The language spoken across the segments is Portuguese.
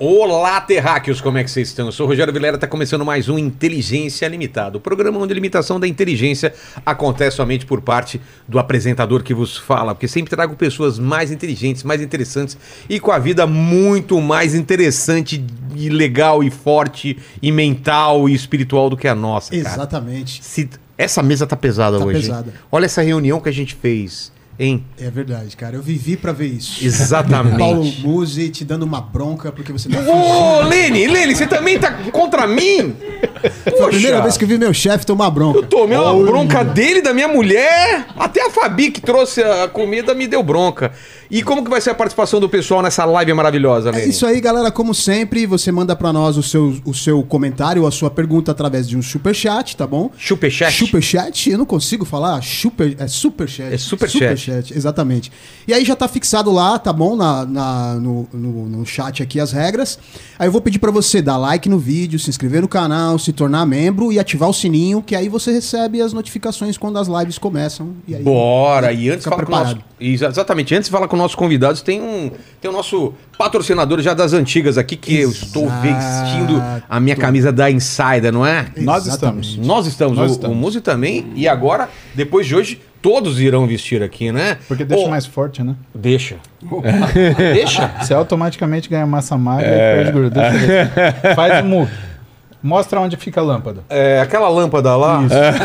Olá, terráqueos, como é que vocês estão? Eu sou o Rogério Vilera, está começando mais um Inteligência Limitada, o programa onde a limitação da inteligência acontece somente por parte do apresentador que vos fala, porque sempre trago pessoas mais inteligentes, mais interessantes e com a vida muito mais interessante e legal e forte e mental e espiritual do que a nossa, cara. Exatamente. Essa mesa tá pesada Tá hoje. pesada. Hein? Olha essa reunião que a gente fez. Hein? É verdade, cara. Eu vivi pra ver isso. Exatamente. Paulo Musi te dando uma bronca porque você tá Ô, Lene, você também tá contra mim? Foi a primeira vez que eu vi meu chefe tomar bronca. Eu tomei uma bronca dele, da minha mulher. Até a Fabi, que trouxe a comida, me deu bronca. E como que vai ser a participação do pessoal nessa live maravilhosa, Lene? É isso aí, galera. Como sempre, você manda pra nós o seu comentário, a sua pergunta através de um superchat, tá bom? Superchat? Superchat? Eu não consigo falar. É superchat. É superchat. Exatamente. E aí já tá fixado lá, tá bom? No chat aqui as regras. Aí eu vou pedir pra você dar like no vídeo, se inscrever no canal, se tornar membro e ativar o sininho, que aí você recebe as notificações quando as lives começam. E aí, bora! E antes fica fala com o nosso... Exatamente, antes de falar com nossos convidados, tem o nosso patrocinador já das antigas aqui, que eu estou vestindo a minha camisa da Insider, não é? Nós estamos. Nós estamos. O Muzi também. E agora, depois de hoje, todos irão vestir aqui, né? Porque deixa mais forte, né? Deixa. Deixa. Você automaticamente ganha massa magra e perde gordura. Faz um move. Mostra onde fica a lâmpada. É, aquela lâmpada lá.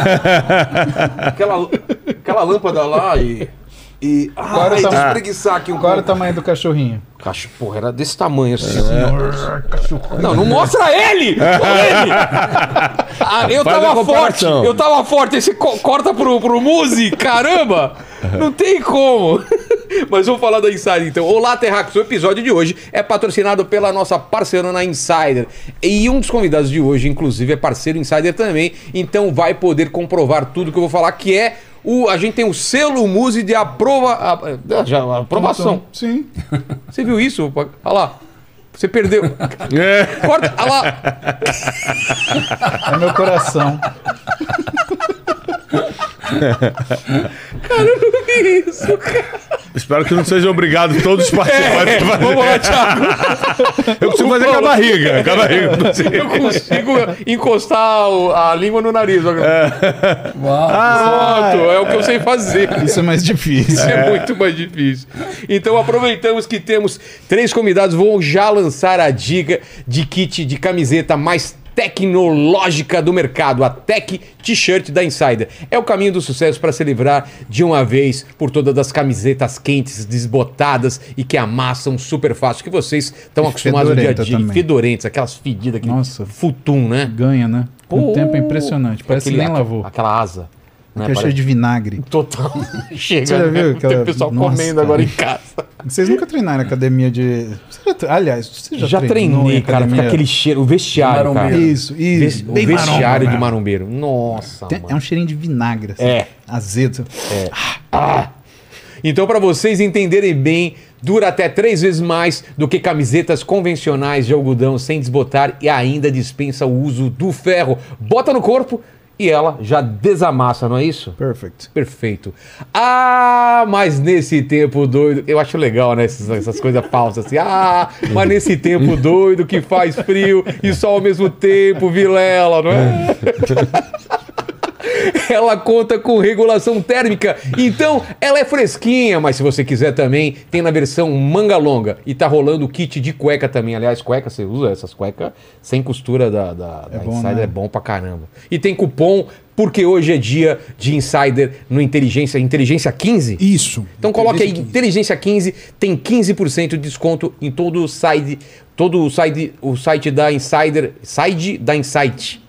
Aquela lâmpada lá e espreguiçar aqui um Qual era o pouco. tamanho do cachorrinho? Porra, era desse tamanho assim. Não mostra ele! Eu tava forte. Esse corta pro Muzi, caramba! Não tem como. Mas vamos falar da Insider então. Olá, Terráqueos. O episódio de hoje é patrocinado pela nossa parceirona Insider. E um dos convidados de hoje, inclusive, é parceiro Insider também. Então vai poder comprovar tudo que eu vou falar, que é... A gente tem o selo Muzi de aprovação. Sim. Você viu isso? Olha lá. Você perdeu. Corta. Olha lá. É meu coração. Cara, eu não vi isso, cara. Espero que não sejam obrigados todos os participantes. Vamos lá, Thiago. Eu consigo fazer com a barriga. Eu consigo encostar a língua no nariz. Pronto, é o que eu sei fazer. Isso é mais difícil. Isso é muito mais difícil. Então aproveitamos que temos 3 convidados. Vou já lançar a dica de kit de camiseta mais tecnológica do mercado, a Tech T-shirt da Insider. É o caminho do sucesso para se livrar de uma vez por todas das camisetas quentes, desbotadas e que amassam super fácil, que vocês estão acostumados no dia a dia. Também. Fedorentas, aquelas fedidas, aquele futum, né? Ganha, né? O tempo é impressionante. Parece que nem lavou. Aquela asa. Que é cheio de vinagre. Total. Chega, Você já viu? Tem o pessoal comendo agora em casa. Vocês nunca treinaram academia de... Aliás, você já treinei, cara. Fica aquele cheiro, o vestiário, cara. Isso. O vestiário de marombeiro. Nossa, É um cheirinho de vinagre, assim. Azedo. Então, para vocês entenderem bem, dura até 3 vezes mais do que camisetas convencionais de algodão sem desbotar e ainda dispensa o uso do ferro. Bota no corpo e ela já desamassa, não é isso? Perfeito. Mas nesse tempo doido... Eu acho legal, né? Essas coisas falsas assim. Mas nesse tempo doido que faz frio e só ao mesmo tempo, Vilela, não é? Ela conta com regulação térmica, então ela é fresquinha, mas se você quiser também, tem na versão manga longa. E tá rolando o kit de cueca também. Aliás, cueca, você usa essas cuecas sem costura da Insider, né? É bom pra caramba. E tem cupom, porque hoje é dia de Insider no Inteligência 15? Isso. Então coloque aí, Inteligência 15, tem 15% de desconto em todo o site da Insider, site da Insight.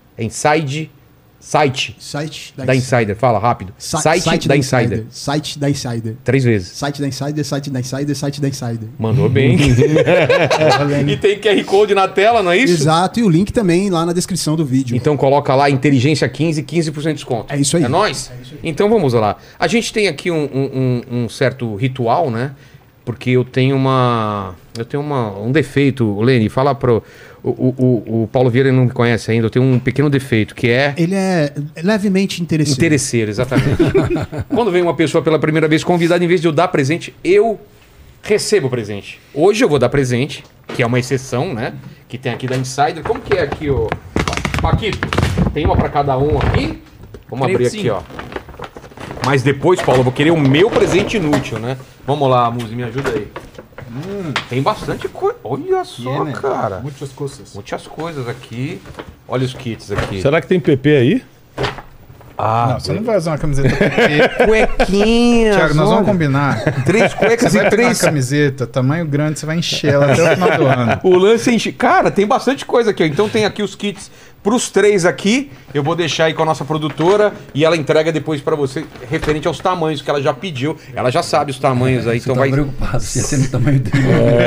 Site da Insider, fala rápido. Site da Insider. Site da Insider. 3 vezes. Site da Insider, site da Insider, site da Insider. Mandou bem. E tem QR Code na tela, não é isso? Exato, e o link também lá na descrição do vídeo. Então coloca lá Inteligência 15, 15% de desconto. É isso aí. É nóis? Então vamos lá. A gente tem aqui um certo ritual, né? Porque eu tenho um defeito. Lene, fala pro... O Paulo Vieira não me conhece ainda, eu tenho um pequeno defeito, que é... Ele é levemente interesseiro. Interesseiro, exatamente. Quando vem uma pessoa pela primeira vez convidada, em vez de eu dar presente, eu receba o presente. Hoje eu vou dar presente, que é uma exceção, né? Que tem aqui da Insider. Como que é aqui, ô... Paquito, tem uma pra cada um aqui. Vamos abrir aqui, ó. Mas depois, Paulo, eu vou querer o meu presente inútil, né? Vamos lá, Muzi, me ajuda aí. Tem bastante coisa. Olha só, cara. Muitas coisas. Muitas coisas aqui. Olha os kits aqui. Será que tem PP aí? Ah, Não, você não vai usar uma camiseta PP. cuequinhas. Thiago, nós vamos olha. combinar. 3 cuecas Você vai e pegar uma 3... camiseta, tamanho grande, você vai encher ela até o final do ano. O lance enche. Cara, tem bastante coisa aqui, ó. Então tem aqui os kits pros 3 aqui. Eu vou deixar aí com a nossa produtora e ela entrega depois pra você, referente aos tamanhos que ela já pediu. Ela já sabe os tamanhos aí, Você então tá vai. preocupado se ia ser no tamanho dele.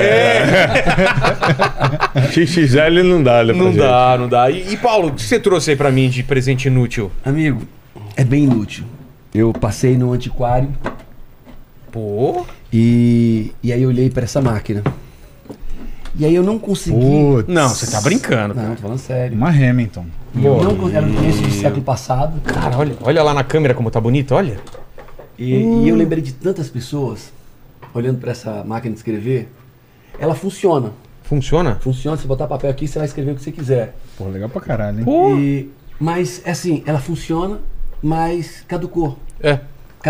XXL não dá, né? Não dá, não dá. E Paulo, o que você trouxe aí pra mim de presente inútil? Amigo, é bem inútil. Eu passei no antiquário Pô. e aí eu olhei pra essa máquina. E aí eu não consegui... Putz. Não, você tá brincando, Não, cara. tô falando sério. Uma Hamilton. Eu não, era no começo do século passado. Cara, olha lá na câmera como tá bonito, olha. E eu lembrei de tantas pessoas olhando pra essa máquina de escrever. Ela funciona. Funciona? Funciona, se botar papel aqui, você vai escrever o que você quiser. Pô, legal pra caralho, hein? Pô. Mas, assim, ela funciona, mas caducou. É.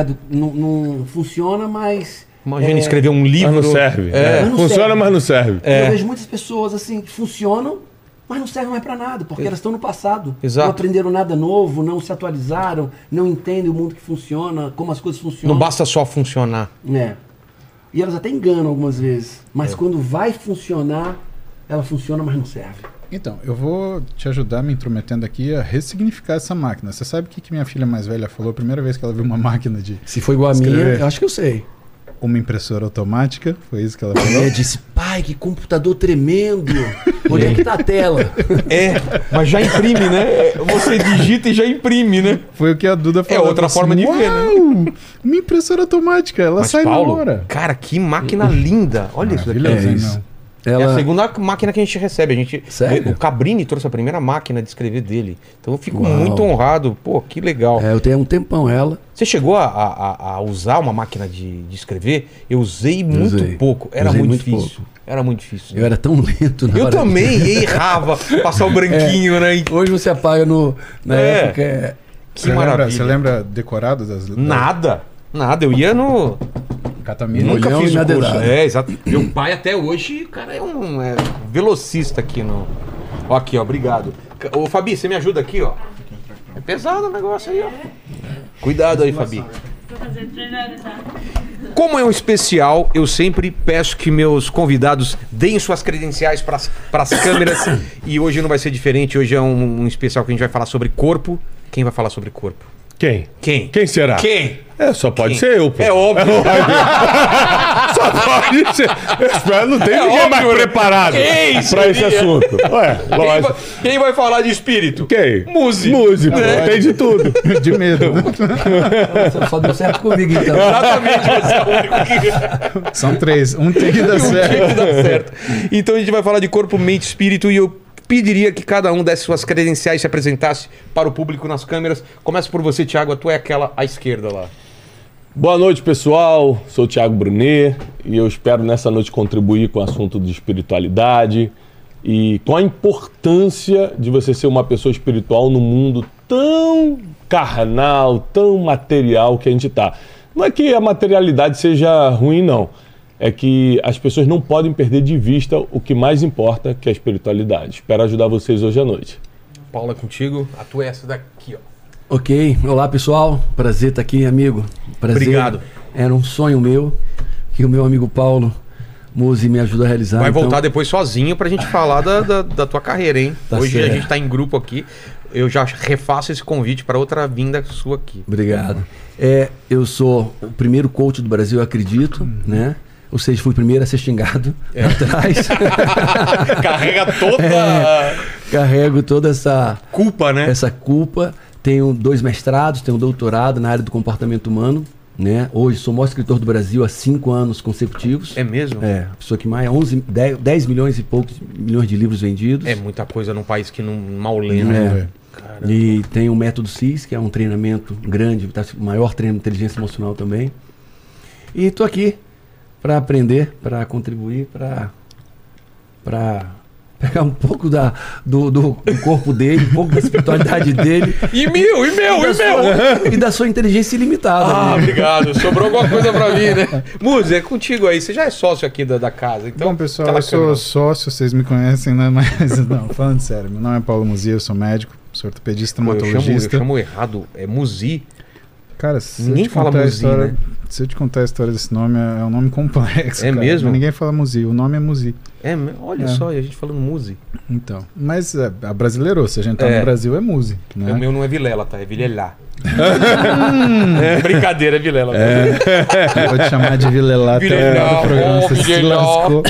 Não funciona, mas... Imagina escrever um livro. Mas não serve. É. Mas não Funciona, serve. mas não serve. Eu vejo muitas pessoas assim que funcionam, mas não servem mais pra nada, porque elas estão no passado. Exato. Não aprenderam nada novo, não se atualizaram, não entendem o mundo que funciona, como as coisas funcionam. Não basta só funcionar. É. E elas até enganam algumas vezes, mas quando vai funcionar, ela funciona, mas não serve. Então, eu vou te ajudar me intrometendo aqui a ressignificar essa máquina. Você sabe o que minha filha mais velha falou a primeira vez que ela viu uma máquina de Se for igual a minha, Escrever. eu acho que eu sei. uma impressora automática? Foi isso que ela falou? Eu disse, pai, que computador tremendo. Onde é que tá a tela? É, mas já imprime, né? Você digita e já imprime, né? Foi o que a Duda falou. outra Ela forma de ver, né? "Uau, uma impressora automática, ela Mas, sai Paulo, na hora." cara, que máquina linda. Olha isso daqui. Maravilhoso, É hein, isso. meu? É a Ela... segunda máquina que a gente recebe. A gente, Sério? O Cabrini trouxe a primeira máquina de escrever dele. Então eu fico Uau. muito honrado. Pô, que legal. eu tenho um tempão ela. Você chegou a usar uma máquina de escrever? Eu usei muito Usei. pouco. Era Usei muito muito difícil. pouco. Era muito difícil. Eu era tão lento na Eu hora de- também, e errava. Passar o branquinho, né? E- Hoje você apaga na É. época. Que maravilha. Você lembra decorado das... Nada. Nada. Eu ia no... Catamina? Nunca Olhão fiz e o nada curso. errado. É, exato. Meu pai até hoje, cara, é um velocista aqui no... Ó, aqui, ó, obrigado. Ô, Fabi, você me ajuda aqui, ó. É pesado o negócio aí, ó. Cuidado aí, Fabi. Tô fazendo treinando, tá? Como é um especial, eu sempre peço que meus convidados deem suas credenciais para as câmeras. E hoje não vai ser diferente. Hoje é um especial que a gente vai falar sobre corpo. Quem vai falar sobre corpo? Quem? Quem? Quem será? Quem? É, só pode Quem? ser eu, pô. É óbvio. Só pode ser. Eu espero, não tem É ninguém óbvio, mais né? preparado Quem pra esse seria? assunto. Ué, Quem lógico. vai, quem vai falar de espírito? Quem? Músico. Músico. Tem de tudo. De medo. Só deu certo comigo, então. Exatamente, você é o único que... São três. Um tem que dar Tinha certo. que dar certo. Então a gente vai falar de corpo, mente, espírito e eu pediria que cada um desse suas credenciais e se apresentasse para o público nas câmeras. Começa por você, Thiago. A tua é aquela à esquerda lá. Boa noite, pessoal. Sou o Thiago Brunet e eu espero nessa noite contribuir com o assunto de espiritualidade e com a importância de você ser uma pessoa espiritual no mundo tão carnal, tão material que a gente está. Não é que a materialidade seja ruim, não. É que as pessoas não podem perder de vista o que mais importa, que é a espiritualidade. Espero ajudar vocês hoje à noite. Paula, contigo. A tua é essa daqui, ó. Ok, olá pessoal, prazer estar aqui, amigo. Prazer. Obrigado. Era um sonho meu que o meu amigo Paulo Muzi me ajudou a realizar. Vai então, voltar depois sozinho pra gente falar da tua carreira, hein? Tá Hoje a certo. gente tá em grupo aqui. Eu já refaço esse convite para outra vinda sua aqui. Obrigado. Eu sou o primeiro coach do Brasil, eu acredito, né? Ou seja, fui o primeiro a ser xingado atrás. Carrega toda Carrego toda essa culpa, né? culpa. Tenho 2 mestrados, tenho um doutorado na área do comportamento humano, né? Hoje sou o maior escritor do Brasil há 5 anos consecutivos. É mesmo? A pessoa que mais 10 milhões e poucos milhões de livros vendidos. É muita coisa num país que não mal lê, né? Caramba. E tem o método CIS, que é um treinamento grande, o maior treino de inteligência emocional também. E tô aqui para aprender, para contribuir, para pegar um pouco do corpo dele, um pouco da espiritualidade dele. E meu! E da sua inteligência ilimitada. Ah, né? obrigado. Sobrou alguma coisa pra mim, né? Muzi, é contigo aí. Você já é sócio aqui da casa. Então, Bom, pessoal, aquela eu sou câmera. sócio, vocês me conhecem, né? Mas não, falando sério, meu nome é Paulo Muzi, eu sou médico, sou ortopedista, Pô, eu traumatologista. chamo errado. É Muzi. Cara, se Ninguém eu te fala contar a Muzi, história, né? se eu te contar a história desse nome, é um nome complexo. É cara, mesmo? mas ninguém fala Muzi, o nome é Muzi. Olha É. só, e a gente falando Muzi. Então, mas a brasileirou, se a gente tá no Brasil é Muzi, né? O meu não é Vilela, tá? É Vilelá. Brincadeira, é Vilela. Eu vou te chamar de Vilela até o final do programa, você se Vilela. lascou.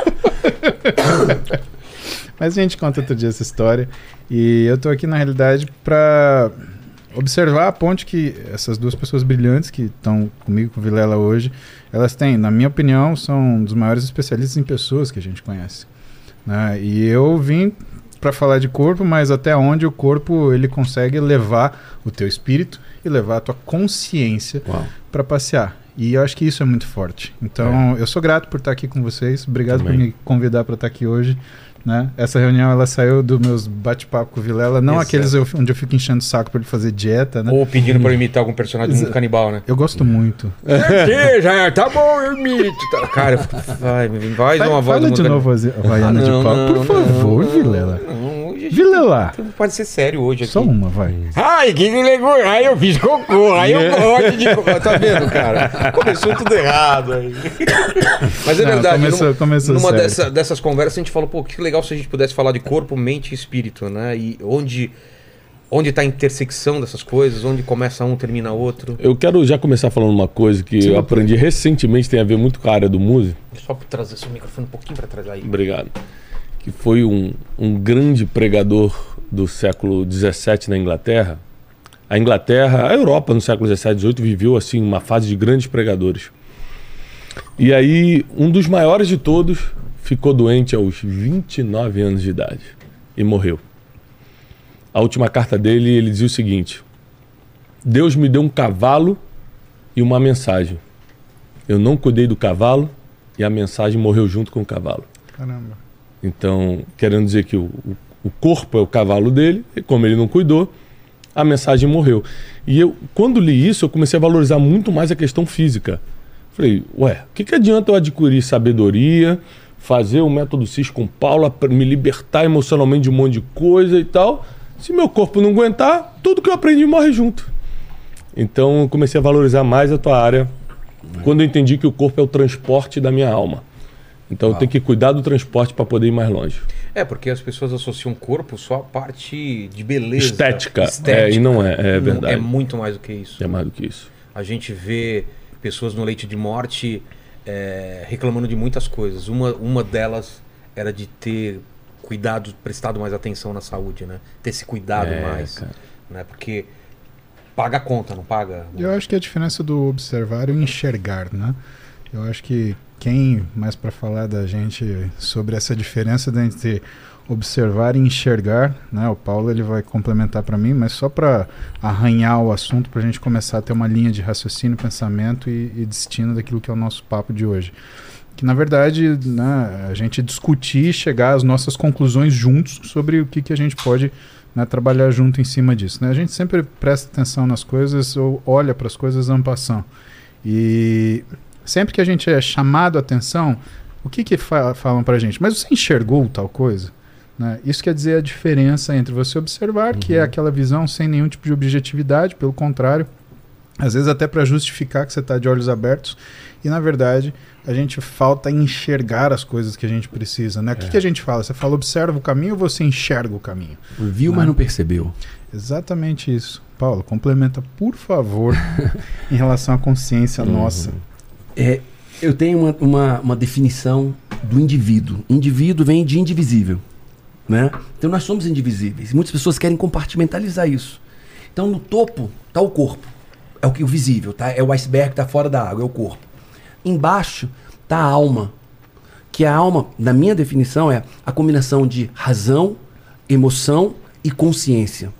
Mas a gente conta outro dia essa história. E eu tô aqui, na realidade, para observar a ponte que essas duas pessoas brilhantes que estão comigo, com o Vilela hoje, elas têm, na minha opinião, são um dos maiores especialistas em pessoas que a gente conhece. Né? E eu vim para falar de corpo, mas até onde o corpo ele consegue levar o teu espírito e levar a tua consciência para passear. E eu acho que isso é muito forte. Então, eu sou grato por estar aqui com vocês. Obrigado por me convidar para estar aqui hoje. Né? Essa reunião ela saiu dos meus bate-papo com o Vilela, não Exato. aqueles onde eu fico enchendo o saco para ele fazer dieta, né? Ou pedindo pra eu imitar algum personagem do mundo canibal, né? Eu gosto muito. Já, tá bom, eu imito. Cara, eu fico, faz uma voz Fala do mundo de novo a Havaiana de pau, por favor, Vilela. Não, hoje a gente Vilela, pode ser sério hoje aqui. só uma, vai. Ai, que legal. Ai, eu fiz cocô. Ai, eu gosto de cocô. Tá vendo, cara? Começou tudo errado aí. Mas é Não, verdade. começou numa sério. dessas conversas, a gente falou, pô, que legal se a gente pudesse falar de corpo, mente e espírito, né? E onde tá a intersecção dessas coisas, onde começa um, termina outro. Eu quero já começar falando uma coisa que eu aprendi recentemente, tem a ver muito com a área do Muzi. Só pra trazer seu microfone um pouquinho pra trás aí. Obrigado. Que foi um grande pregador do século XVII na Inglaterra. A Inglaterra, a Europa no século XVII e XVIII viveu assim uma fase de grandes pregadores. E aí, um dos maiores de todos ficou doente aos 29 anos de idade e morreu. A última carta dele, ele dizia o seguinte: Deus me deu um cavalo e uma mensagem. Eu não cuidei do cavalo e a mensagem morreu junto com o cavalo. Caramba. Então, querendo dizer que o corpo é o cavalo dele, e como ele não cuidou, a mensagem morreu. E eu, quando li isso, eu comecei a valorizar muito mais a questão física. Falei, ué, o que adianta eu adquirir sabedoria, fazer o método CIS com Paula, me libertar emocionalmente de um monte de coisa e tal, se meu corpo não aguentar, tudo que eu aprendi morre junto. Então, eu comecei a valorizar mais a tua área, quando eu entendi que o corpo é o transporte da minha alma. Então eu tenho que cuidar do transporte para poder ir mais longe. É, porque as pessoas associam o corpo só à parte de beleza. Estética. E não é verdade. É muito mais do que isso. É mais do que isso. A gente vê pessoas no leito de morte reclamando de muitas coisas. Uma delas era de ter cuidado, prestado mais atenção na saúde, né? Ter se cuidado mais. Cara. Né? Porque paga a conta, não paga? Eu acho que a diferença do observar e o enxergar, né? Eu acho que quem mais para falar da gente sobre essa diferença entre observar e enxergar, né? O Paulo ele vai complementar para mim, mas só para arranhar o assunto, para a gente começar a ter uma linha de raciocínio, pensamento e destino daquilo que é o nosso papo de hoje. Que na verdade, né, a gente discutir e chegar às nossas conclusões juntos sobre o que a gente pode, né, trabalhar junto em cima disso. Né? A gente sempre presta atenção nas coisas ou olha para as coisas en passant. E sempre que a gente é chamado a atenção, o que falam pra gente? Mas você enxergou tal coisa? Né? Isso quer dizer a diferença entre você observar, que é aquela visão sem nenhum tipo de objetividade, pelo contrário, às vezes até para justificar que você está de olhos abertos, e na verdade a gente falta enxergar as coisas que a gente precisa. Né? O que a gente fala? Você fala observa o caminho ou você enxerga o caminho? Viu, mas não percebeu. Exatamente isso. Paulo, complementa, por favor, em relação à consciência nossa. Eu tenho uma definição do indivíduo. Indivíduo vem de indivisível. Né? Então nós somos indivisíveis. Muitas pessoas querem compartimentalizar isso. Então no topo está o corpo. É o visível, tá? É o iceberg que está fora da água, é o corpo. Embaixo está a alma. Que a alma, na minha definição, é a combinação de razão, emoção e consciência.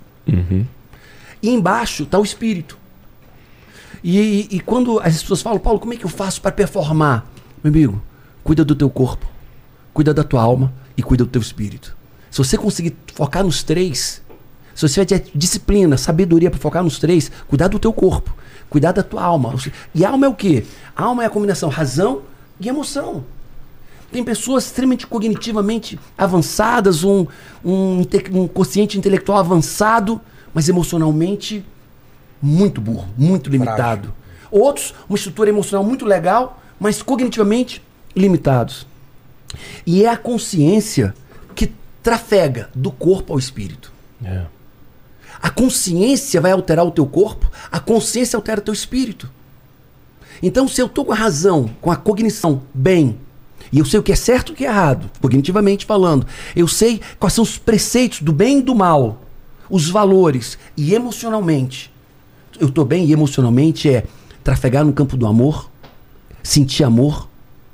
E embaixo está o espírito. E quando as pessoas falam, Paulo, como é que eu faço para performar? Meu amigo, cuida do teu corpo, cuida da tua alma e cuida do teu espírito. Se você conseguir focar nos 3, se você tiver disciplina, sabedoria para focar nos 3, cuidar do teu corpo, cuidar da tua alma. E alma é o quê? A alma é a combinação razão e emoção. Tem pessoas extremamente cognitivamente avançadas, um consciente intelectual avançado, mas emocionalmente muito burro, muito limitado. Outros, uma estrutura emocional muito legal, mas cognitivamente limitados. E é a consciência que trafega do corpo ao espírito. É. A consciência vai alterar o teu corpo, a consciência altera o teu espírito. Então, se eu estou com a razão, com a cognição bem, e eu sei o que é certo e o que é errado, cognitivamente falando, eu sei quais são os preceitos do bem e do mal, os valores, e emocionalmente, eu estou bem e emocionalmente é trafegar no campo do amor, sentir amor.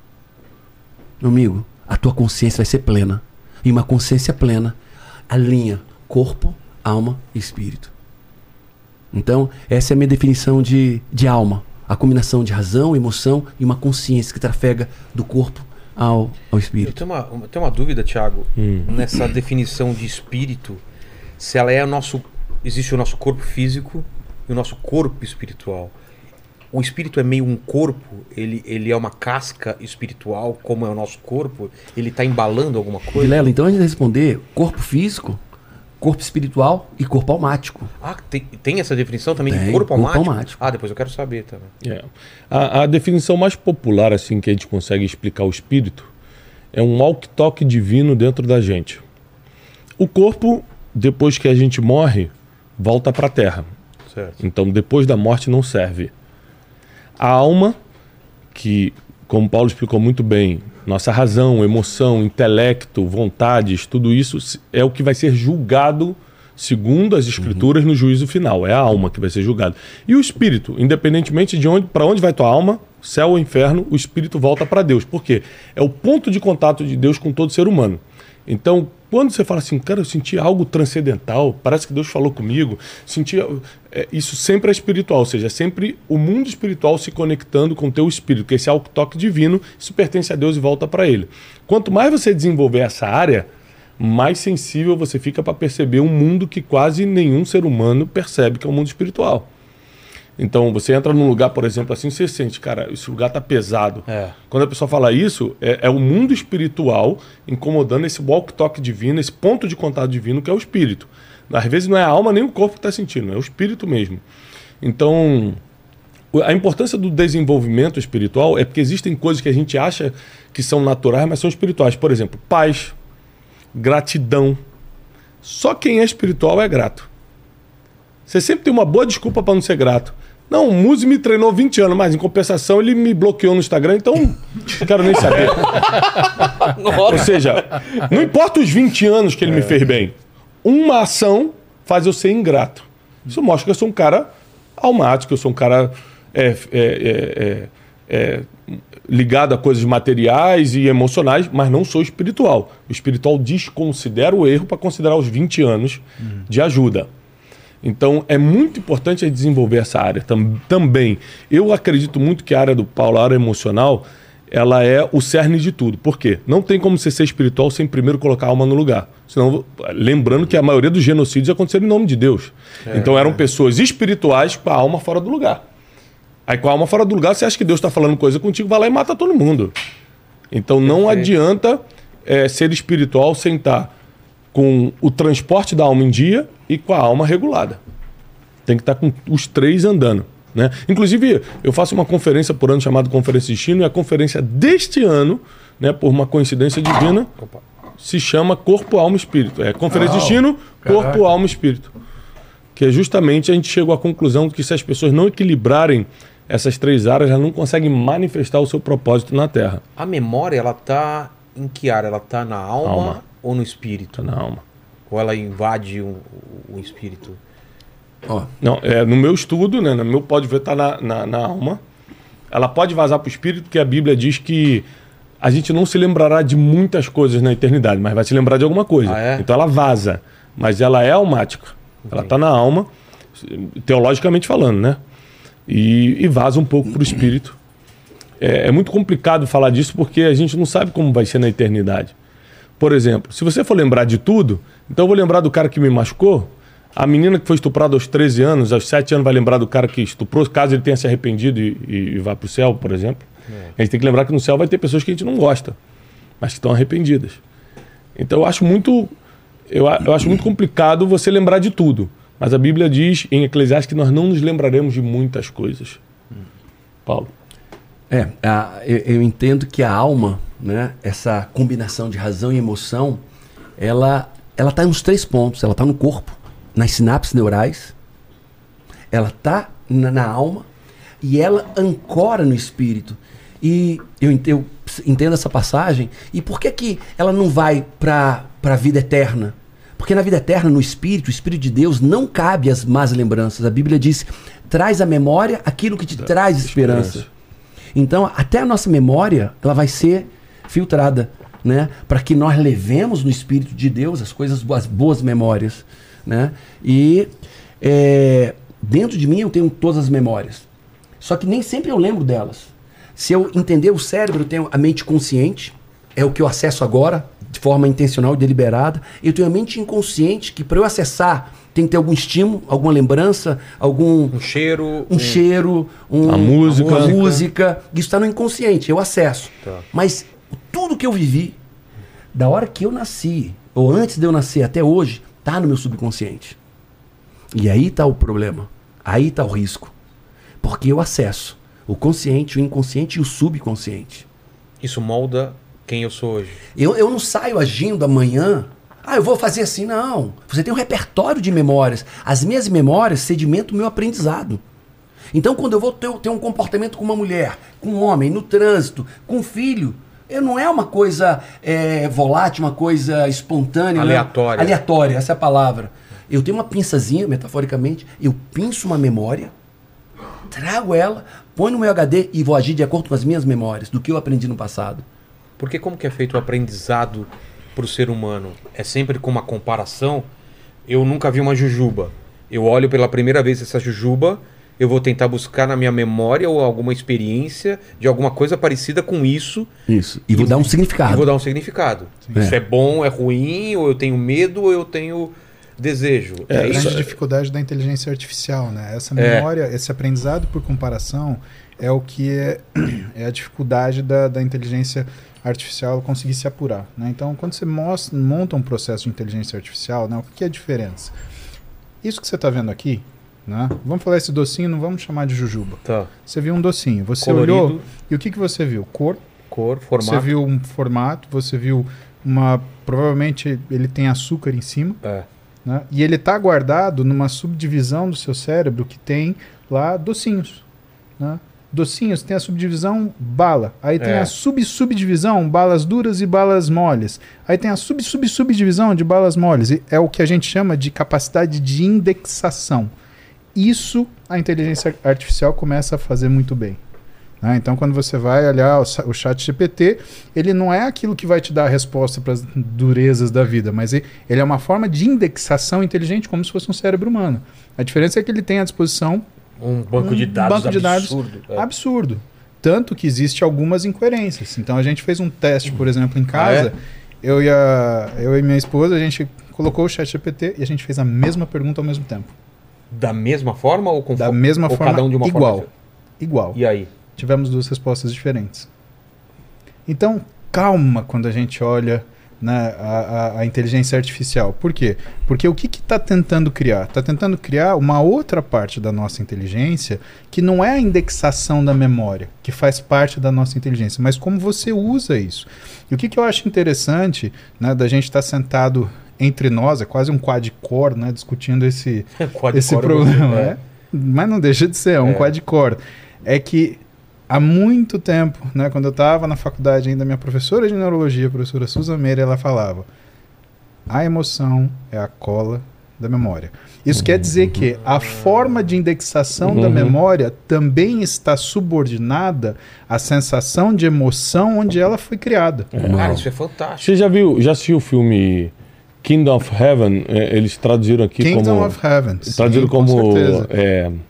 Meu amigo, a tua consciência vai ser plena. E uma consciência plena alinha corpo, alma e espírito. Então, essa é a minha definição de alma. A combinação de razão, emoção e uma consciência que trafega do corpo ao espírito. Eu tenho uma dúvida, Thiago, nessa definição de espírito, se ela é o nosso... Existe o nosso corpo físico e o nosso corpo espiritual. O espírito é meio um corpo, ele é uma casca espiritual, como é o nosso corpo, ele está embalando alguma coisa? Vilela, então a gente vai responder corpo físico, corpo espiritual e corpo almático. Ah, tem essa definição também de Tem, corpo almático? corpo almático. Ah, depois eu quero saber também. É. A definição mais popular assim que a gente consegue explicar o espírito é um walk-talk divino dentro da gente. O corpo, depois que a gente morre, volta para a Terra. Certo. Então, depois da morte não serve. A alma, que, como Paulo explicou muito bem, nossa razão, emoção, intelecto, vontades, tudo isso é o que vai ser julgado segundo as escrituras no juízo final. É a alma que vai ser julgada. E o espírito, independentemente de para onde vai tua alma, céu ou inferno, o espírito volta para Deus. Por quê? É o ponto de contato de Deus com todo ser humano. Então, quando você fala assim, cara, eu senti algo transcendental, parece que Deus falou comigo, isso sempre é espiritual, ou seja, é sempre o mundo espiritual se conectando com o teu espírito, que esse toque divino, isso pertence a Deus e volta para Ele. Quanto mais você desenvolver essa área, mais sensível você fica para perceber um mundo que quase nenhum ser humano percebe, que é o mundo espiritual. Então, você entra num lugar, por exemplo, assim, você sente, cara, esse lugar tá pesado. É. Quando a pessoa fala isso, é o mundo espiritual incomodando esse walk-talk divino, esse ponto de contato divino que é o espírito. Às vezes não é a alma nem o corpo que está sentindo, é o espírito mesmo. Então, a importância do desenvolvimento espiritual é porque existem coisas que a gente acha que são naturais, mas são espirituais. Por exemplo, paz, gratidão. Só quem é espiritual é grato. Você sempre tem uma boa desculpa para não ser grato. Não, o Muzi me treinou 20 anos, mas em compensação ele me bloqueou no Instagram, então não quero nem saber. Ou seja, não importa os 20 anos que ele me fez bem, uma ação faz eu ser ingrato. Isso mostra que eu sou um cara almático, eu sou um cara ligado a coisas materiais e emocionais, mas não sou espiritual. O espiritual desconsidera o erro para considerar os 20 anos de ajuda. Então, é muito importante a desenvolver essa área também. Eu acredito muito que a área do Paulo, a área emocional, ela é o cerne de tudo. Por quê? Não tem como você ser espiritual sem primeiro colocar a alma no lugar. Senão, lembrando que a maioria dos genocídios aconteceram em nome de Deus. Então, eram pessoas espirituais com a alma fora do lugar. Aí, com a alma fora do lugar, você acha que Deus está falando coisa contigo, vai lá e mata todo mundo. Então, não adianta ser espiritual sem estar com o transporte da alma em dia e com a alma regulada. Tem que estar com os 3 andando. Né? Inclusive, eu faço uma conferência por ano chamada Conferência Destino, e a conferência deste ano, né, por uma coincidência divina, se chama Corpo, Alma e Espírito. É Conferência Destino, Corpo, Alma e Espírito. Que é justamente a gente chegou à conclusão de que se as pessoas não equilibrarem essas 3 áreas, elas não conseguem manifestar o seu propósito na Terra. A memória, ela tá em que área? Ela tá na alma. Ou no espírito? Tá na alma. Ou ela invade o espírito? Não, no meu estudo, né, no meu pode ver, tá na alma. Ela pode vazar para o espírito, porque a Bíblia diz que a gente não se lembrará de muitas coisas na eternidade, mas vai se lembrar de alguma coisa. Então ela vaza, mas ela é almática. Ela está na alma, teologicamente falando, né? E vaza um pouco para o espírito. é muito complicado falar disso porque a gente não sabe como vai ser na eternidade. Por exemplo, se você for lembrar de tudo, então eu vou lembrar do cara que me machucou, a menina que foi estuprada aos 13 anos, aos 7 anos vai lembrar do cara que estuprou, caso ele tenha se arrependido e vá para o céu, por exemplo. A gente tem que lembrar que no céu vai ter pessoas que a gente não gosta, mas que estão arrependidas. Então eu acho muito complicado você lembrar de tudo. Mas a Bíblia diz em Eclesiastes que nós não nos lembraremos de muitas coisas. Paulo. Eu entendo que a alma, né, essa combinação de razão e emoção, ela está nos 3 pontos. Ela está no corpo, nas sinapses neurais, ela está na alma e ela ancora no espírito. E eu entendo essa passagem. E por que ela não vai para a vida eterna? Porque na vida eterna, no Espírito, o Espírito de Deus, não cabe as más lembranças. A Bíblia diz, traz à memória aquilo que te traz esperança. Então, até a nossa memória, ela vai ser filtrada, né? Para que nós levemos no Espírito de Deus as coisas, as boas memórias, né? E dentro de mim eu tenho todas as memórias. Só que nem sempre eu lembro delas. Se eu entender o cérebro, eu tenho a mente consciente, é o que eu acesso agora, de forma intencional e deliberada. Eu tenho a mente inconsciente, que para eu acessar tem que ter algum estímulo, alguma lembrança, um cheiro, uma música. Isso está no inconsciente, eu acesso. Tá. Mas tudo que eu vivi, da hora que eu nasci, ou antes de eu nascer até hoje, está no meu subconsciente. E aí está o problema, aí está o risco. Porque eu acesso o consciente, o inconsciente e o subconsciente. Isso molda quem eu sou hoje. Eu não saio agindo amanhã, eu vou fazer assim, não. Você tem um repertório de memórias. As minhas memórias sedimentam o meu aprendizado. Então, quando eu vou ter um comportamento com uma mulher, com um homem, no trânsito, com um filho, não é uma coisa volátil, uma coisa espontânea. Aleatória. Aleatória, essa é a palavra. Eu tenho uma pinçazinha, metaforicamente, eu pinço uma memória, trago ela, põe no meu HD e vou agir de acordo com as minhas memórias, do que eu aprendi no passado. Porque como que é feito o aprendizado para o ser humano? É sempre com uma comparação? Eu nunca vi uma jujuba. Eu olho pela primeira vez essa jujuba, eu vou tentar buscar na minha memória ou alguma experiência de alguma coisa parecida com isso. Isso. E vou dar um significado. E vou dar um significado. Isso é bom, é ruim, ou eu tenho medo, ou eu tenho desejo. A grande dificuldade da inteligência artificial, né? Essa memória, esse aprendizado por comparação é o que é a dificuldade da inteligência artificial conseguir se apurar, né? Então, quando você monta um processo de inteligência artificial, né, o que é a diferença? Isso que você está vendo aqui, né? Vamos falar esse docinho, não vamos chamar de jujuba. Tá. Você viu um docinho, você colorido. Olhou e o que você viu? Cor, formato. Você viu um formato, você viu provavelmente ele tem açúcar em cima, né? E ele está guardado numa subdivisão do seu cérebro que tem lá docinhos, né? Docinhos tem a subdivisão bala. Aí tem a subdivisão balas duras e balas moles. Aí tem a subdivisão de balas moles. E é o que a gente chama de capacidade de indexação. Isso a inteligência artificial começa a fazer muito bem. Então, quando você vai olhar o ChatGPT, ele não é aquilo que vai te dar a resposta para as durezas da vida, mas ele é uma forma de indexação inteligente, como se fosse um cérebro humano. A diferença é que ele tem à disposição um banco de dados absurdo. Tanto que existe algumas incoerências. Então a gente fez um teste, por exemplo, em casa. Eu e minha esposa, a gente colocou o ChatGPT e a gente fez a mesma pergunta ao mesmo tempo. Da mesma forma ou com da mesma forma, cada um de uma igual. Forma? Igual. E aí? Tivemos 2 respostas diferentes. Então, calma quando a gente olha a inteligência artificial. Por quê? Porque o que está tentando criar? Está tentando criar uma outra parte da nossa inteligência que não é a indexação da memória, que faz parte da nossa inteligência, mas como você usa isso. E o que eu acho interessante, né, da gente estar sentado entre nós, é quase um quad-core, né, discutindo esse problema. Mas não deixa de ser, um quad-core. É que há muito tempo, né, quando eu estava na faculdade ainda, minha professora de neurologia, a professora Susan Meira, ela falava: a emoção é a cola da memória. Isso quer dizer que a forma de indexação da memória também está subordinada à sensação de emoção onde ela foi criada. Cara, isso é fantástico. Você já assistiu o filme Kingdom of Heaven? Eles traduziram aqui Kingdom como... of Heaven. Traduziram como...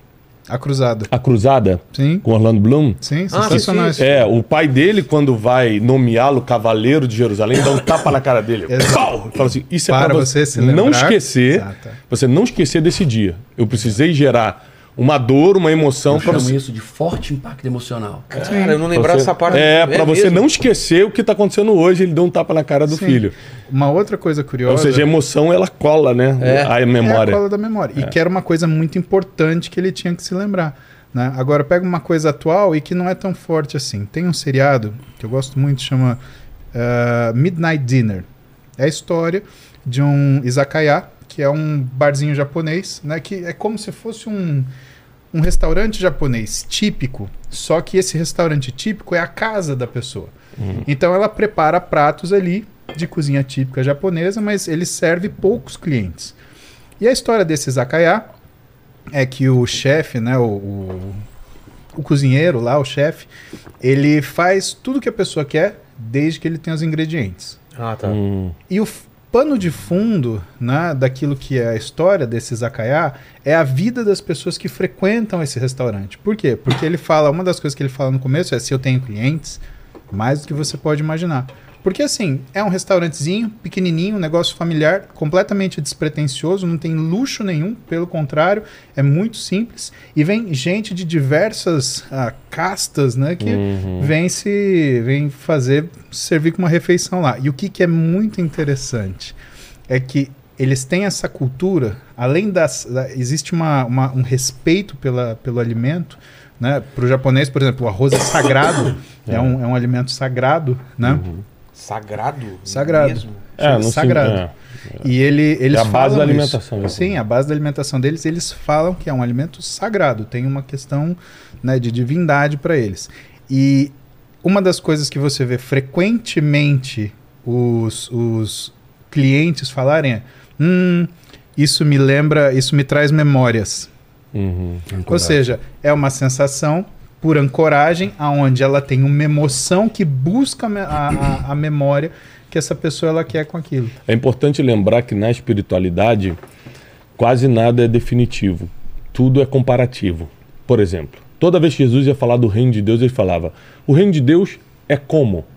A Cruzada. A Cruzada, Sim. com Orlando Bloom. Sim, sensacional. sim. O pai dele, quando vai nomeá-lo cavaleiro de Jerusalém, dá um tapa na cara dele. Exato. Pau! Fala assim, isso é Para pra você se não lembrar. esquecer, Exato. você não esquecer desse dia. Eu precisei gerar uma dor, uma emoção Eu para chamo você. isso de forte impacto emocional. Cara, eu não lembrava Você- dessa parte. pra você mesmo? não esquecer o que tá acontecendo hoje, ele deu um tapa na cara do Sim. filho. Uma outra coisa curiosa... Ou seja, a emoção, ela cola, né? A É memória. a cola da memória. E que era uma coisa muito importante que ele tinha que se lembrar. Né? Agora, pega uma coisa atual e que não é tão forte assim. Tem um seriado que eu gosto muito, chama Midnight Dinner. É a história de um izakaya, que é um barzinho japonês, né? Que é como se fosse um restaurante japonês típico, só que esse restaurante típico é a casa da pessoa. Então ela prepara pratos ali de cozinha típica japonesa, mas ele serve poucos clientes. E a história desse izakaya é que o chefe, né, o cozinheiro lá, o chefe, ele faz tudo que a pessoa quer desde que ele tenha os ingredientes. Ah, tá. E o pano de fundo, né, daquilo que é a história desse izakaya é a vida das pessoas que frequentam esse restaurante. Por quê? Porque ele fala, uma das coisas que ele fala no começo é: se eu tenho clientes, mais do que você pode imaginar. Porque assim, é um restaurantezinho, pequenininho, um negócio familiar, completamente despretensioso, não tem luxo nenhum, pelo contrário, é muito simples. E vem gente de diversas castas, né, que vem servir com uma refeição lá. E o que é muito interessante é que eles têm essa cultura, além existe um respeito pelo alimento, né? Para o japonês, por exemplo, o arroz é sagrado, é um alimento sagrado, né? Sagrado? Sagrado. Mesmo? Sagrado. E eles É a base falam da isso. alimentação. Sim, a base da alimentação deles, eles falam que é um alimento sagrado, tem uma questão, né, de divindade para eles. E uma das coisas que você vê frequentemente os clientes falarem é: isso me traz memórias. Ou seja, é uma sensação por ancoragem, aonde ela tem uma emoção que busca a memória que essa pessoa ela quer com aquilo. É importante lembrar que na espiritualidade quase nada é definitivo. Tudo é comparativo. Por exemplo, toda vez que Jesus ia falar do reino de Deus, ele falava: o reino de Deus é como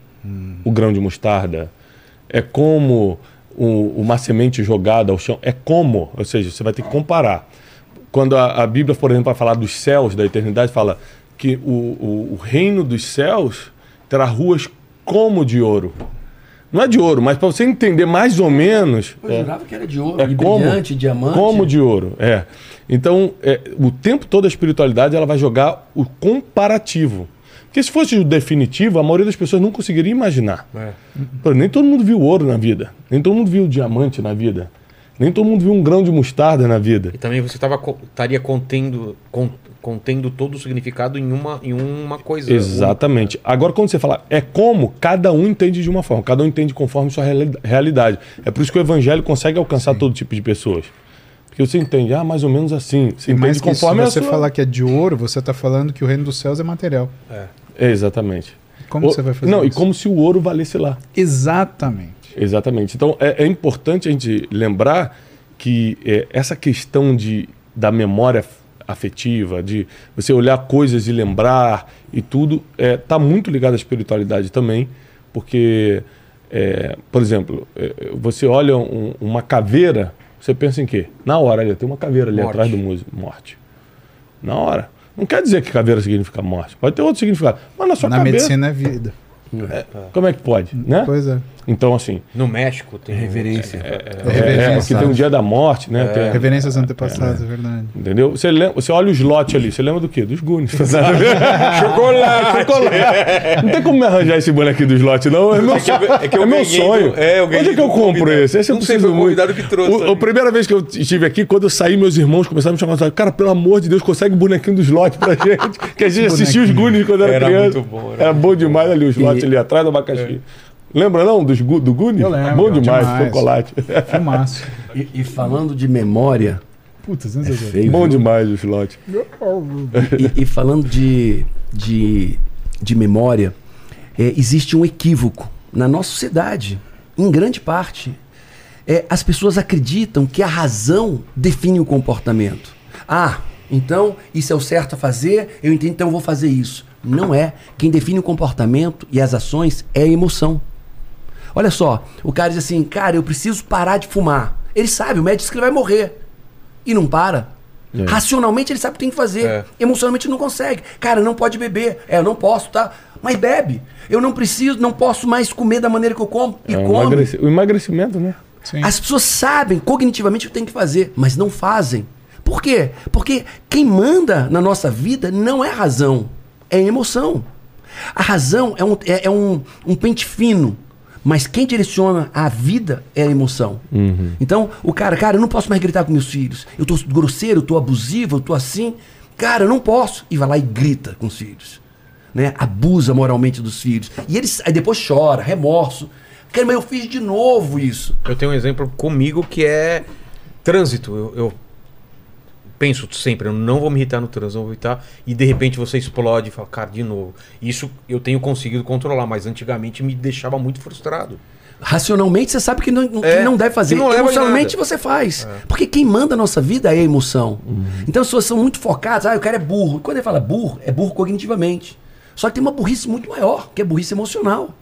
o grão de mostarda, é como uma semente jogada ao chão, é como, ou seja, você vai ter que comparar. Quando a Bíblia, por exemplo, vai falar dos céus, da eternidade, fala que o reino dos céus terá ruas como de ouro. Não é de ouro, mas para você entender mais ou menos... Eu jurava que era de ouro, É e como, brilhante, diamante. como de ouro, é. Então, o tempo todo a espiritualidade ela vai jogar o comparativo. Porque se fosse o definitivo, a maioria das pessoas não conseguiria imaginar. Nem todo mundo viu ouro na vida. Nem todo mundo viu diamante na vida. Nem todo mundo viu um grão de mostarda na vida. E também você estaria contendo todo o significado em uma coisa. Exatamente. Agora, quando você fala é como, cada um entende de uma forma. Cada um entende conforme sua realidade. É por isso que o evangelho consegue alcançar todo tipo de pessoas. Porque você entende, mais ou menos assim. Você entende Mais que conforme se você a sua... falar que é de ouro, você está falando que o reino dos céus é material. Exatamente. Como você vai fazer Não, isso? e como se o ouro valesse lá. Exatamente. Exatamente. Então, é importante a gente lembrar que essa questão da memória afetiva, de você olhar coisas e lembrar e tudo, está muito ligado à espiritualidade também, porque, por exemplo, você olha uma caveira, você pensa em quê? Na hora, tem uma caveira ali Morte. atrás do músico. Morte. Na hora. Não quer dizer que caveira significa morte. Pode ter outro significado. Mas na sua Na cabeça... medicina é vida. Como é que pode, né? Pois é. Então, assim... No México tem Reverência. que tem um dia da morte, né? Tem- Reverências antepassadas, é verdade. entendeu? Você olha o slot ali, você lembra do quê? Dos Goonies. Chocolate! Não tem como me arranjar esse bonequinho do slot, não. É meu, eu meu ganhei sonho. eu ganhei Onde é que eu do compro convidado. esse? Esse eu Não sei, preciso foi o muito. convidado que trouxe. A primeira vez que eu estive aqui, quando eu saí, meus irmãos começaram a me chamar. Cara, pelo amor de Deus, consegue o bonequinho do slot pra gente. Que a gente assistia os Goonies quando era criança. muito bom, Era bom demais ali, o slot ali atrás do abacaxi. Lembra não do Goonies? Eu lembro, Bom demais, demais. chocolate. Filmaço. E falando de memória, Putz, não é sei feio. Bom viu? demais o slot. E falando de memória, existe um equívoco na nossa sociedade, em grande parte. As pessoas acreditam que a razão define o comportamento. Então, isso é o certo a fazer, eu entendo, então eu vou fazer isso. Não é. Quem define o comportamento e as ações é a emoção. Olha só, o cara diz assim, cara, eu preciso parar de fumar. Ele sabe, o médico diz que ele vai morrer. E não para. Racionalmente ele sabe o que tem que fazer. Emocionalmente não consegue. Cara, não pode beber. Eu não posso, tá? Mas bebe. Eu não preciso, não posso mais comer da maneira que eu como. E come. O emagrecimento, né? Sim. As pessoas sabem cognitivamente o que tem que fazer, mas não fazem. Por quê? Porque quem manda na nossa vida não é a razão, é a emoção. A razão é um pente fino, mas quem direciona a vida é a emoção. Então, o cara, eu não posso mais gritar com meus filhos. Eu tô grosseiro, eu tô abusivo, eu tô assim. Cara, eu não posso. E vai lá e grita com os filhos. Né? Abusa moralmente dos filhos. E eles aí depois chora, remorso. Cara, mas eu fiz de novo isso. Eu tenho um exemplo comigo que é trânsito. Eu penso sempre, eu não vou me irritar no trânsito, não vou irritar, e de repente você explode e fala, cara, de novo. Isso eu tenho conseguido controlar, mas antigamente me deixava muito frustrado. Racionalmente você sabe que não deve fazer. Emocionalmente você faz. Porque quem manda a nossa vida é a emoção. Então as pessoas são muito focadas, o cara é burro. E quando ele fala burro, é burro cognitivamente. Só que tem uma burrice muito maior, que é burrice emocional.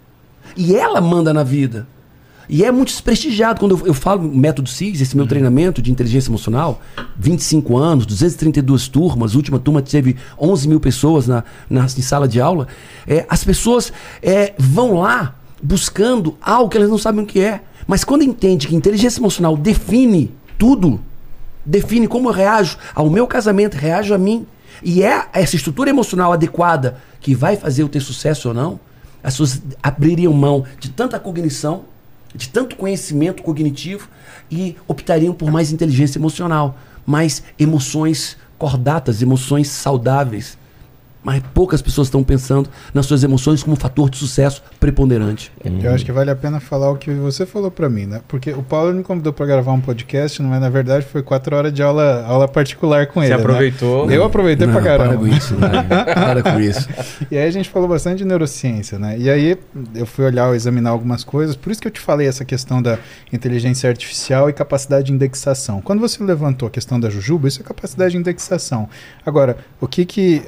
E ela manda na vida. E é muito desprestigiado. Quando eu falo método SIGS, esse meu treinamento de inteligência emocional, 25 anos, 232 turmas, a última turma teve 11 mil pessoas em sala de aula. As pessoas vão lá buscando algo que elas não sabem o que é. Mas quando entende que inteligência emocional define tudo, define como eu reajo ao meu casamento, reajo a mim, e é essa estrutura emocional adequada que vai fazer eu ter sucesso ou não, as pessoas abririam mão de tanta cognição, de tanto conhecimento cognitivo e optariam por mais inteligência emocional, mais emoções cordatas, emoções saudáveis. Mas poucas pessoas estão pensando nas suas emoções como um fator de sucesso preponderante. Eu acho que vale a pena falar o que você falou pra mim, né? Porque o Paulo me convidou pra gravar um podcast, não é? Na verdade, foi 4 horas de aula particular com ele. Você aproveitou? Né? Eu aproveitei pra caramba. Para com isso, né? Para com isso. E aí a gente falou bastante de neurociência, né? E aí eu fui olhar, examinar algumas coisas. Por isso que eu te falei essa questão da inteligência artificial e capacidade de indexação. Quando você levantou a questão da jujuba, isso é capacidade de indexação. Agora, o que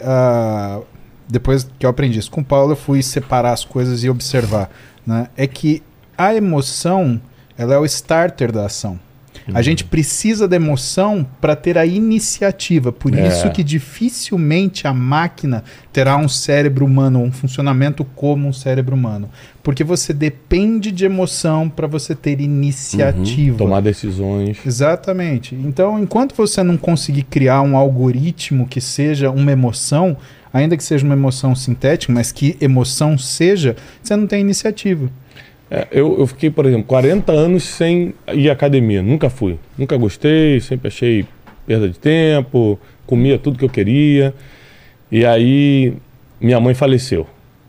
depois que eu aprendi isso com o Paulo, eu fui separar as coisas e observar, né? É que a emoção, ela é o starter da ação. A gente precisa da emoção para ter a iniciativa. Por isso que dificilmente a máquina terá um cérebro humano, um funcionamento como um cérebro humano. Porque você depende de emoção para você ter iniciativa. Tomar decisões. Exatamente. Então, enquanto você não conseguir criar um algoritmo que seja uma emoção, ainda que seja uma emoção sintética, mas que emoção seja, você não tem iniciativa. Eu fiquei, por exemplo, 40 anos sem ir à academia. Nunca fui. Nunca gostei, sempre achei perda de tempo, comia tudo que eu queria. E aí, minha mãe faleceu.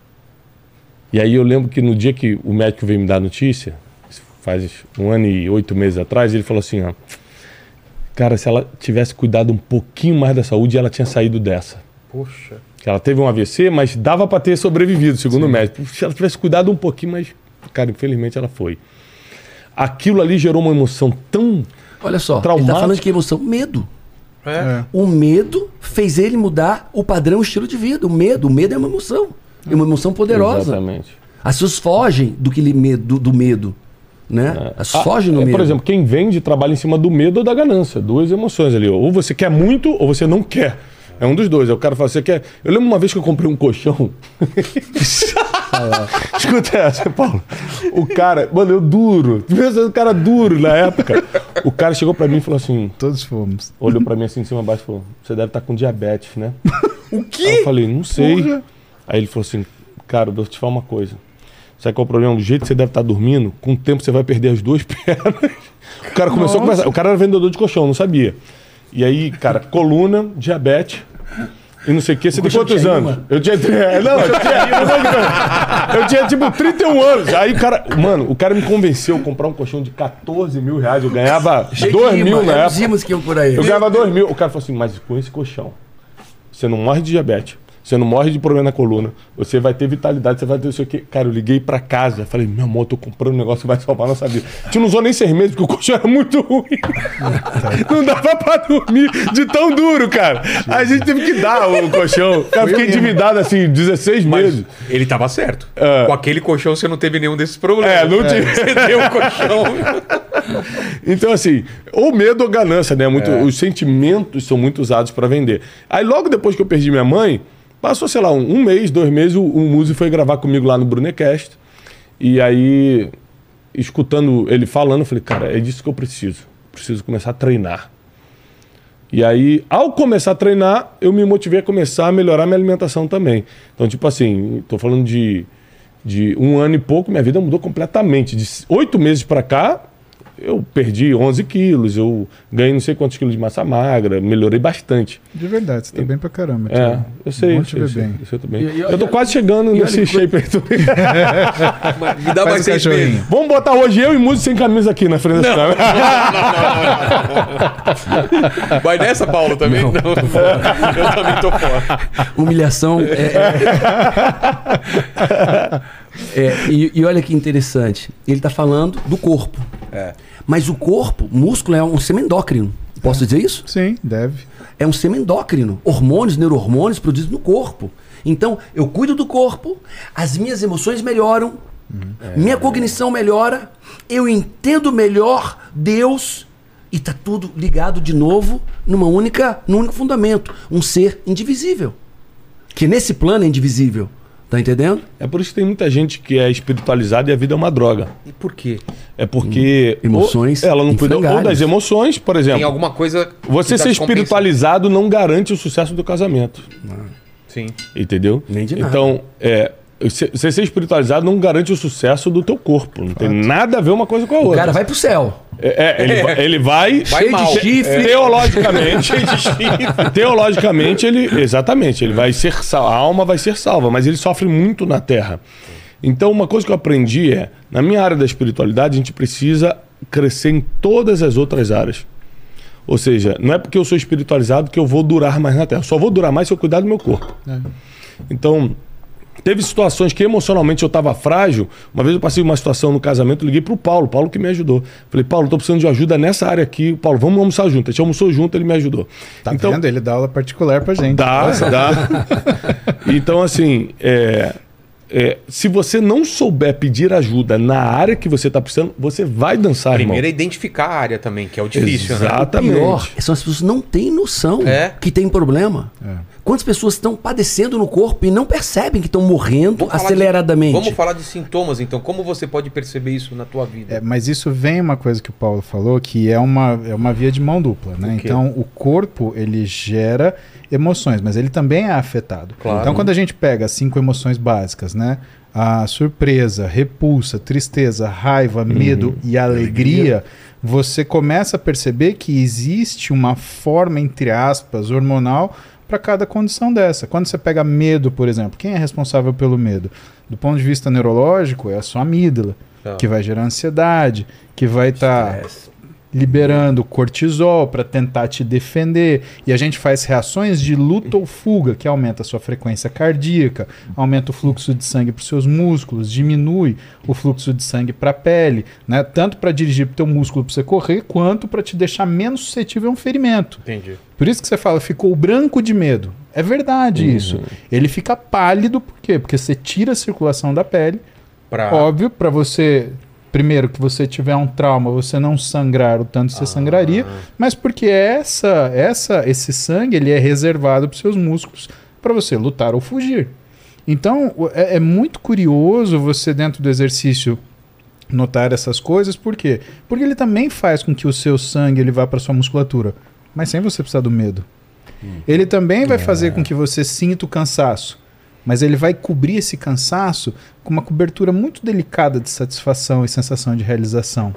E aí eu lembro que no dia que o médico veio me dar a notícia, faz 1 ano e 8 meses atrás, ele falou assim, cara, se ela tivesse cuidado um pouquinho mais da saúde, ela tinha saído dessa. Poxa. Ela teve um AVC, mas dava para ter sobrevivido, segundo o médico. Se ela tivesse cuidado um pouquinho, mas, cara, infelizmente ela foi. Aquilo ali gerou uma emoção tão Olha só, traumática. ele tá falando de que emoção? Medo. O medo fez ele mudar o padrão, o estilo de vida. O medo é uma emoção. É uma emoção poderosa. Exatamente. As pessoas fogem do medo. Né? As pessoas fogem do medo. Por exemplo, quem vende trabalha em cima do medo ou da ganância. 2 emoções ali. Ou você quer muito ou você não quer. É um dos dois. Aí o cara fala, você quer... Eu lembro uma vez que eu comprei um colchão. Escuta essa, Paulo. O cara... Mano, eu duro. O cara duro na época. O cara chegou pra mim e falou assim... Todos fomos. Olhou pra mim assim de cima a baixo e falou, você deve estar com diabetes, né? O quê? Aí eu falei, não sei. Porra. Aí ele falou assim, cara, eu vou te falar uma coisa. Sabe qual é o problema? Do jeito que você deve estar dormindo, com o tempo você vai perder as 2 pernas. O cara começou a conversar. O cara era vendedor de colchão, não sabia. E aí, cara, coluna, diabetes e não sei o que. Você tem quantos anos? Eu tinha... eu tinha tipo 31 anos. Aí o cara me convenceu a comprar um colchão de 14 mil reais. Eu ganhava 2 mil na época. Que iam por aí. Eu ganhava 2 mil. O cara falou assim, mas com esse colchão, você não morre de diabetes. você não morre de problema na coluna, você vai ter vitalidade, você vai ter isso aqui. Cara, eu liguei pra casa, falei, meu amor, eu tô comprando um negócio que vai salvar a nossa vida. A gente não usou nem 6 meses, porque o colchão era muito ruim. Não dava pra dormir de tão duro, cara. A gente teve que dar o colchão. Cara, fiquei endividado assim, 16 meses. Ele tava certo. Com aquele colchão você não teve nenhum desses problemas. Não tive. Você deu o colchão. Então, assim, ou medo ou ganância, né? Os sentimentos são muito usados pra vender. Aí, logo depois que eu perdi minha mãe, passou, sei lá, um mês, 2 meses, o músico foi gravar comigo lá no Brunecast. E aí, escutando ele falando, eu falei, cara, é disso que eu preciso. Preciso começar a treinar. E aí, ao começar a treinar, eu me motivei a começar a melhorar minha alimentação também. Então, tipo assim, tô falando de 1 ano e pouco, minha vida mudou completamente. De 8 meses pra cá, eu perdi 11 quilos, eu ganhei não sei quantos quilos de massa magra, melhorei bastante. De verdade, você tá bem pra caramba. Eu sei, Bom te ver bem. eu tô bem. Eu tô quase chegando nesse shape aí. Me dá mais 6 meses. Vamos botar hoje eu e músico sem camisa aqui na frente da câmera. Não. Vai nessa, Paulo, também? Não. Eu também tô fora. Humilhação e olha que interessante. Ele está falando do corpo. Mas o corpo, músculo, é um sistema endócrino. Posso dizer isso? Sim, deve. É um sistema endócrino. Hormônios, neurohormônios produzidos no corpo. Então, eu cuido do corpo, as minhas emoções melhoram, minha cognição melhora, eu entendo melhor Deus e tá tudo ligado de novo num único fundamento. Um ser indivisível. Que nesse plano é indivisível. Tá entendendo? É por isso que tem muita gente que é espiritualizada e a vida é uma droga. E por quê? É porque emoções ela não cuida ou das emoções, por exemplo. Tem alguma coisa. Você ser espiritualizado não garante o sucesso do casamento. Sim. Entendeu? Nem de nada. Então, você ser espiritualizado não garante o sucesso do teu corpo. Não tem nada a ver uma coisa com a outra. O cara vai pro céu. Ele vai cheio de chifre. Teologicamente, exatamente, ele vai ser salvo, a alma vai ser salva, mas ele sofre muito na terra. Então, uma coisa que eu aprendi na minha área da espiritualidade, a gente precisa crescer em todas as outras áreas. Ou seja, não é porque eu sou espiritualizado que eu vou durar mais na terra. Eu só vou durar mais se eu cuidar do meu corpo. Então, teve situações que emocionalmente eu estava frágil. Uma vez eu passei uma situação no casamento, liguei pro Paulo que me ajudou. Falei, Paulo, tô precisando de ajuda nessa área aqui. Paulo, vamos almoçar junto. A gente almoçou junto, ele me ajudou. Tá vendo? Ele dá aula particular pra gente. Dá. Então, assim, se você não souber pedir ajuda na área que você está precisando, você vai dançar, Primeiro irmão. é identificar a área também, que é o difícil, né? Exatamente. O pior são as pessoas que não têm noção que tem problema. Quantas pessoas estão padecendo no corpo e não percebem que estão morrendo aceleradamente? Vamos falar de sintomas, então. Como você pode perceber isso na tua vida? Mas isso vem uma coisa que o Paulo falou, que é uma via de mão dupla, né? Então, o corpo, ele gera emoções, mas ele também é afetado. Claro. Então, quando a gente pega as 5 emoções básicas, né? A surpresa, repulsa, tristeza, raiva, medo e alegria, você começa a perceber que existe uma forma, entre aspas, hormonal para cada condição dessa. Quando você pega medo, por exemplo, quem é responsável pelo medo? Do ponto de vista neurológico, é a sua amígdala, que vai gerar ansiedade, que vai estar liberando cortisol para tentar te defender. E a gente faz reações de luta ou fuga, que aumenta a sua frequência cardíaca, aumenta o fluxo de sangue para os seus músculos, diminui o fluxo de sangue para a pele, né? Tanto para dirigir para o teu músculo para você correr, quanto para te deixar menos suscetível a um ferimento. Entendi. Por isso que você fala, ficou branco de medo. É verdade isso. Ele fica pálido, por quê? Porque você tira a circulação da pele. Óbvio, para você... Primeiro, que você tiver um trauma, você não sangrar o tanto que você sangraria, mas porque esse sangue ele é reservado para os seus músculos para você lutar ou fugir. Então, é muito curioso você, dentro do exercício, notar essas coisas. Por quê? Porque ele também faz com que o seu sangue ele vá para sua musculatura, mas sem você precisar do medo. Ele também vai fazer com que você sinta o cansaço, mas ele vai cobrir esse cansaço com uma cobertura muito delicada de satisfação e sensação de realização.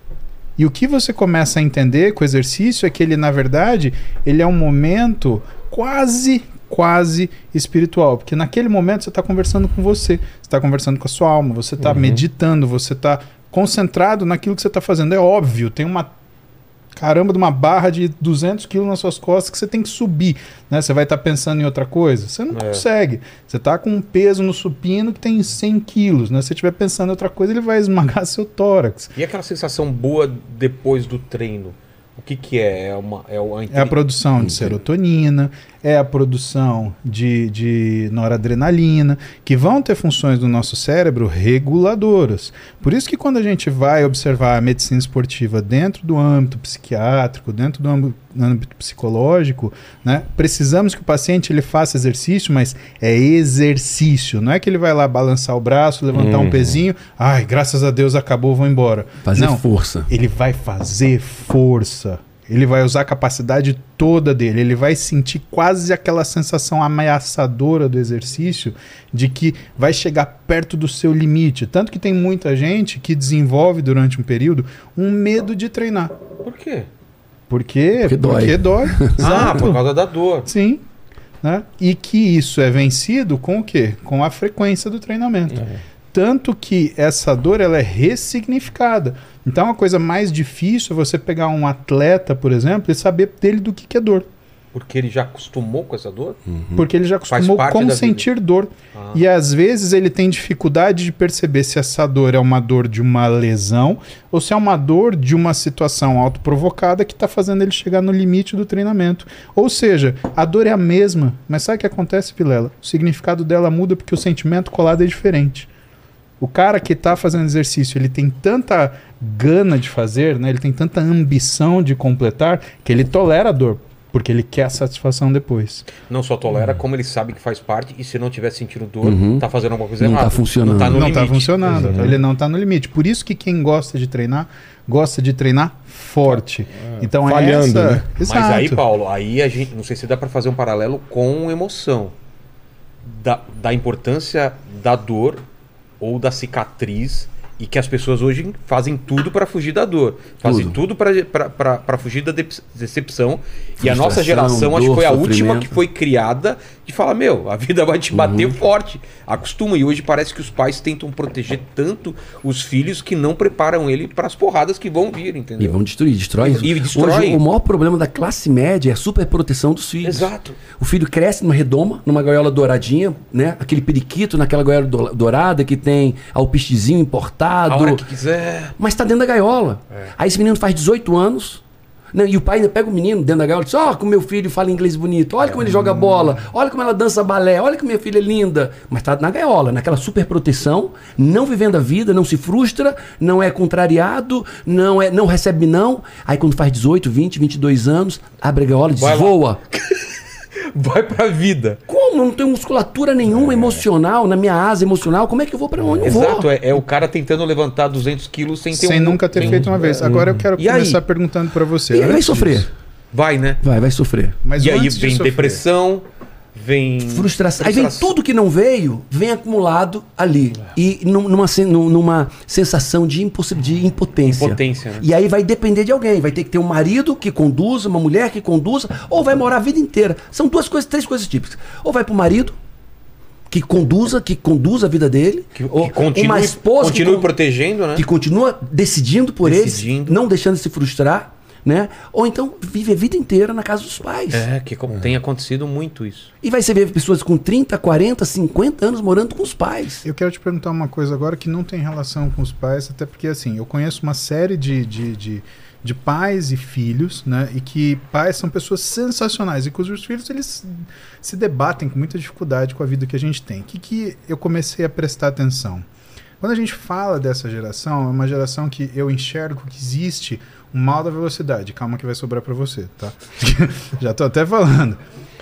E o que você começa a entender com o exercício é que ele, na verdade, ele é um momento quase espiritual. Porque naquele momento você está conversando com você está conversando com a sua alma, você está meditando, você está concentrado naquilo que você está fazendo. É óbvio, tem uma caramba de uma barra de 200 quilos nas suas costas que você tem que subir, né? Você vai estar pensando em outra coisa? Você não consegue. Você está com um peso no supino que tem 100 quilos, né? Se você estiver pensando em outra coisa, ele vai esmagar seu tórax. E aquela sensação boa depois do treino? O que é? É a produção de serotonina, é a produção de noradrenalina, que vão ter funções do nosso cérebro reguladoras. Por isso que quando a gente vai observar a medicina esportiva dentro do âmbito psiquiátrico, dentro do âmbito psicológico, né, precisamos que o paciente ele faça exercício, mas é exercício. Não é que ele vai lá balançar o braço, levantar um pezinho, ai, graças a Deus acabou, vou embora. Fazer força. Ele vai fazer força. Ele vai usar a capacidade toda dele. Ele vai sentir quase aquela sensação ameaçadora do exercício de que vai chegar perto do seu limite. Tanto que tem muita gente que desenvolve durante um período um medo de treinar. Por quê? Porque dói. Por causa da dor. Sim. Né? E que isso é vencido com o quê? Com a frequência do treinamento. Tanto que essa dor ela é ressignificada. Então a coisa mais difícil é você pegar um atleta, por exemplo, e saber dele do que é dor. Porque ele já acostumou com essa dor? Porque ele já acostumou com sentir dor. E às vezes ele tem dificuldade de perceber se essa dor é uma dor de uma lesão ou se é uma dor de uma situação autoprovocada que está fazendo ele chegar no limite do treinamento. Ou seja, a dor é a mesma, mas sabe o que acontece, Vilela? O significado dela muda porque o sentimento colado é diferente. O cara que está fazendo exercício, ele tem tanta gana de fazer, né? Ele tem tanta ambição de completar, que ele tolera a dor, porque ele quer a satisfação depois. Não só tolera, como ele sabe que faz parte, e se não tiver sentindo dor, tá fazendo alguma coisa não errada. Tá funcionando. Não tá no não limite. Tá funcionando. Ele não está no limite. Por isso que quem gosta de treinar forte. Então Falhando, essa... né? Exato. Mas aí, Paulo, aí a gente, não sei se dá para fazer um paralelo com emoção. Da importância da dor ou da cicatriz, e que as pessoas hoje fazem tudo para fugir da dor, fazem tudo para fugir da decepção. E a nossa geração, acho que foi a última que foi criada de falar, a vida vai te bater forte, acostuma. E hoje parece que os pais tentam proteger tanto os filhos que não preparam ele para as porradas que vão vir, entendeu? E vão destrói. E destrói. Hoje, o maior problema da classe média é a superproteção dos filhos. Exato. O filho cresce numa redoma, numa gaiola douradinha, né? Aquele periquito naquela gaiola dourada que tem alpistezinho importado. A hora que quiser. Mas tá dentro da gaiola. Aí esse menino faz 18 anos, né? E o pai ainda pega o menino dentro da gaiola e diz, como meu filho fala inglês bonito, olha como ele joga bola, olha como ela dança balé, olha como minha filha é linda. Mas tá na gaiola, naquela super proteção, não vivendo a vida, não se frustra, não é contrariado, não recebe não. Aí quando faz 18, 20, 22 anos, abre a gaiola e diz, voa. Vai pra vida. Como? Eu não tenho musculatura nenhuma emocional, na minha asa emocional. Como é que eu vou pra onde eu vou? Exato, é o cara tentando levantar 200 quilos sem nunca ter feito uma vez. Agora eu quero começar perguntando pra você. E ele vai sofrer. Vai, né? Vai sofrer. Mas e aí antes de vem sofrer, depressão, vem... Frustração. Aí vem tudo que não veio, vem acumulado ali. E numa sensação de impotência. Impotência, né? E aí vai depender de alguém. Vai ter que ter um marido que conduza, uma mulher que conduza, ou vai morar a vida inteira. São três coisas típicas. Ou vai pro marido, que conduza a vida dele. Ou uma esposa continue protegendo, né? Que continua decidindo por eles, não deixando de se frustrar. Né? Ou então vive a vida inteira na casa dos pais. Tem acontecido muito isso. E vai ser ver pessoas com 30, 40, 50 anos morando com os pais. Eu quero te perguntar uma coisa agora que não tem relação com os pais, até porque assim, eu conheço uma série de pais e filhos, né? E que pais são pessoas sensacionais e cujos filhos eles se debatem com muita dificuldade com a vida que a gente tem. O que eu comecei a prestar atenção? Quando a gente fala dessa geração, é uma geração que eu enxergo que existe um mal da velocidade. Calma que vai sobrar para você, tá? Já tô até falando.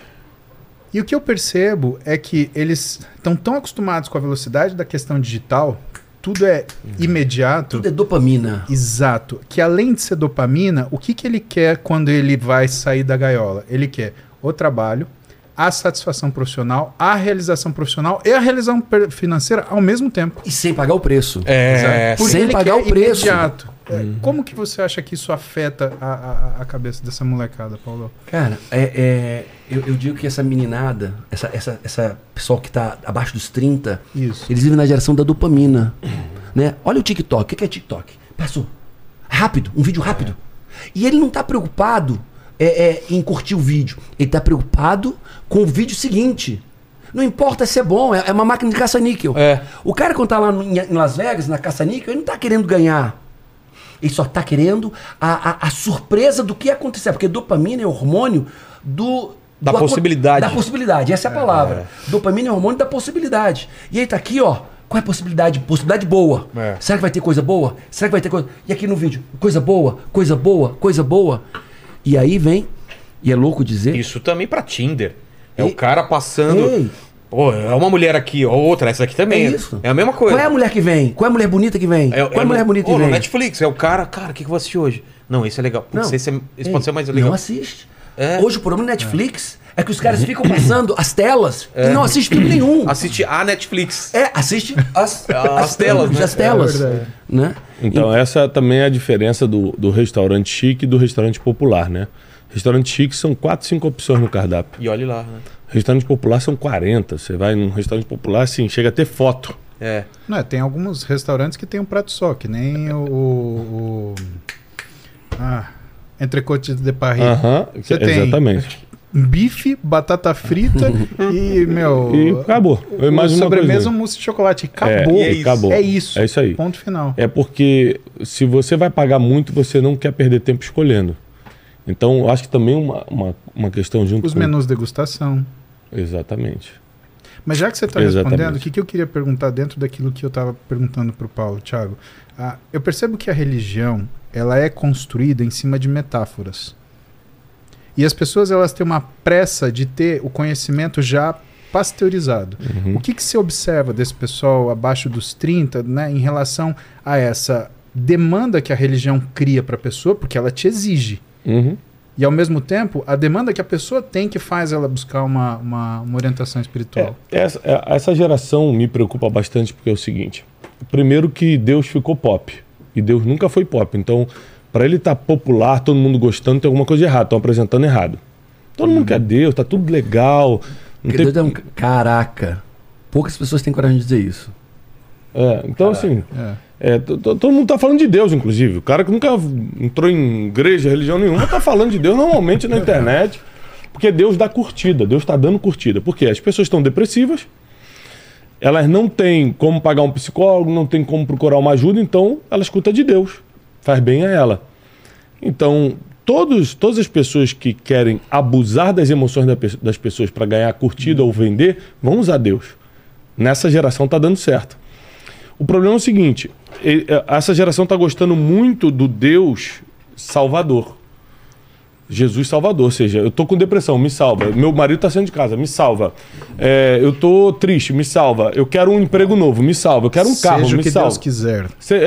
E o que eu percebo é que eles estão tão acostumados com a velocidade da questão digital, tudo é imediato. Tudo é dopamina. Exato. Que além de ser dopamina, o que ele quer quando ele vai sair da gaiola? Ele quer o trabalho, a satisfação profissional, a realização profissional e a realização financeira ao mesmo tempo. E sem pagar o preço. Sem pagar o preço. Imediato. Como que você acha que isso afeta a cabeça dessa molecada, Paulo? Cara, eu digo que essa meninada, essa pessoal que está abaixo dos 30, eles vivem na geração da dopamina. Né? Olha o TikTok. O que é TikTok? Passou. Rápido, um vídeo rápido. E ele não tá preocupado em curtir o vídeo. Ele tá preocupado com o vídeo seguinte. Não importa se é bom, é uma máquina de caça-níquel. O cara, quando tá lá em Las Vegas, na caça-níquel, ele não tá querendo ganhar. Ele só tá querendo a surpresa do que acontecer. Porque dopamina é hormônio da possibilidade. Da possibilidade, essa é a palavra. Dopamina é hormônio da possibilidade. E aí tá aqui, ó. Qual é a possibilidade? Possibilidade boa. Será que vai ter coisa boa? Será que vai ter coisa... E aqui no vídeo, coisa boa, coisa boa, coisa boa. E aí vem, e é louco dizer... Isso também pra Tinder. O cara passando... Pô, é uma mulher aqui, ó, outra, essa aqui também. É isso. É a mesma coisa. Qual é a mulher que vem? Qual é a mulher bonita que vem? Qual é a mulher bonita que vem? No Netflix, é o cara, o que eu vou assistir hoje? Não, esse é legal. Putz, esse pode ser mais legal. Não assiste. Hoje o problema do Netflix é que os caras ficam passando as telas e não assistem filme nenhum. Assiste a Netflix. Assiste as telas, né? As telas. Né? Então, essa também é a diferença do restaurante chique e do restaurante popular, né? Restaurante chique são 4, 5 opções no cardápio. E olhe lá, né? Restaurante popular são 40. Você vai num restaurante popular, assim, chega a ter foto. Não, tem alguns restaurantes que tem um prato só, que nem entrecôte de Paris. Você tem exatamente. Bife, batata frita e, E acabou. Sobremesa, um mousse de chocolate. Acabou. Acabou. É isso. É isso aí. Ponto final. É porque se você vai pagar muito, você não quer perder tempo escolhendo. Então, eu acho que também uma questão junto Os menus degustação. Exatamente. Mas já que você está respondendo, o que eu queria perguntar dentro daquilo que eu estava perguntando para o Paulo, Thiago? Eu percebo que a religião ela é construída em cima de metáforas. E as pessoas elas têm uma pressa de ter o conhecimento já pasteurizado. O que você observa desse pessoal abaixo dos 30, né, em relação a essa demanda que a religião cria para a pessoa, porque ela te exige. E ao mesmo tempo, a demanda que a pessoa tem que faz ela buscar uma orientação espiritual. Essa geração me preocupa bastante porque é o seguinte. Primeiro que Deus ficou pop. E Deus nunca foi pop. Então, para ele estar popular, todo mundo gostando, tem alguma coisa de errado. Estão apresentando errado. Todo mundo quer Deus, tá tudo legal. Caraca. Poucas pessoas têm coragem de dizer isso. Então assim... todo mundo tá falando de Deus, inclusive. O cara que nunca entrou em igreja, religião nenhuma, tá falando de Deus normalmente na internet. Porque Deus dá curtida, Deus tá dando curtida. Porque as pessoas estão depressivas, elas não têm como pagar um psicólogo, não têm como procurar uma ajuda, então ela escuta de Deus. Faz bem a ela. Então, todas as pessoas que querem abusar das emoções das pessoas para ganhar curtida ou vender, vão usar Deus. Nessa geração tá dando certo. O problema é o seguinte, essa geração está gostando muito do Deus Salvador. Jesus Salvador, ou seja, eu tô com depressão, me salva. Meu marido está saindo de casa, me salva. Eu tô triste, me salva. Eu quero um emprego novo, me salva. Eu quero um carro, me salva. Seja o que Deus quiser.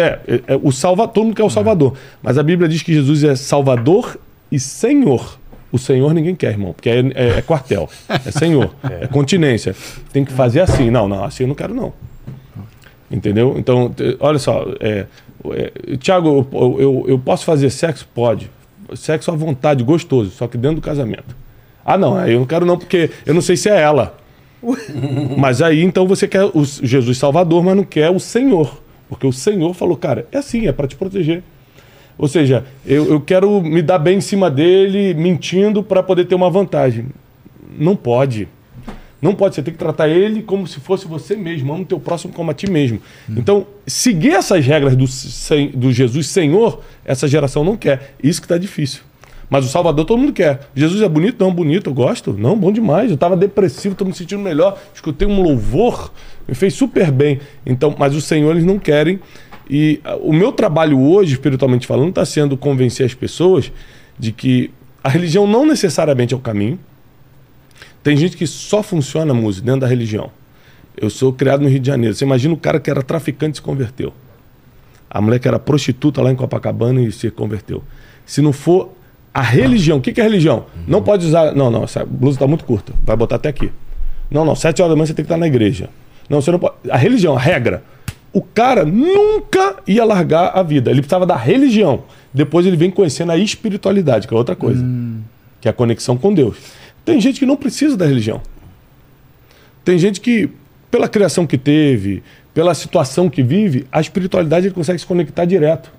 Todo mundo quer o Salvador. Mas a Bíblia diz que Jesus é Salvador e Senhor. O Senhor ninguém quer, irmão, porque é quartel, é Senhor, é continência. Tem que fazer assim. Não, assim eu não quero não. Entendeu? Então, olha só, Thiago, eu posso fazer sexo? Pode. Sexo à vontade, gostoso, só que dentro do casamento. Não, aí eu não quero não, porque eu não sei se é ela. Mas aí, então, você quer o Jesus Salvador, mas não quer o Senhor. Porque o Senhor falou, cara, é assim, é para te proteger. Ou seja, eu quero me dar bem em cima dele, mentindo para poder ter uma vantagem. Não pode. Não pode, você tem que tratar ele como se fosse você mesmo, ama o teu próximo como a ti mesmo. Então, seguir essas regras do Jesus Senhor, essa geração não quer. Isso que está difícil. Mas o Salvador todo mundo quer. Jesus é bonito? Não, bonito, eu gosto. Não, bom demais. Eu estava depressivo, estou me sentindo melhor. Escutei um louvor, me fez super bem. Então, mas o Senhor eles não querem. E o meu trabalho hoje, espiritualmente falando, está sendo convencer as pessoas de que a religião não necessariamente é o caminho. Tem gente que só funciona a música dentro da religião. Eu sou criado no Rio de Janeiro. Você imagina o cara que era traficante e se converteu. A mulher que era prostituta lá em Copacabana e se converteu. Se não for a religião, o que é religião? Não pode usar... Não, essa blusa está muito curta. Vai botar até aqui. Não, 7 horas da manhã você tem que estar na igreja. Não, você não pode... A religião, a regra. O cara nunca ia largar a vida. Ele precisava da religião. Depois ele vem conhecendo a espiritualidade, que é outra coisa. Que é a conexão com Deus. Tem gente que não precisa da religião. Tem gente que, pela criação que teve, pela situação que vive, a espiritualidade ele consegue se conectar direto.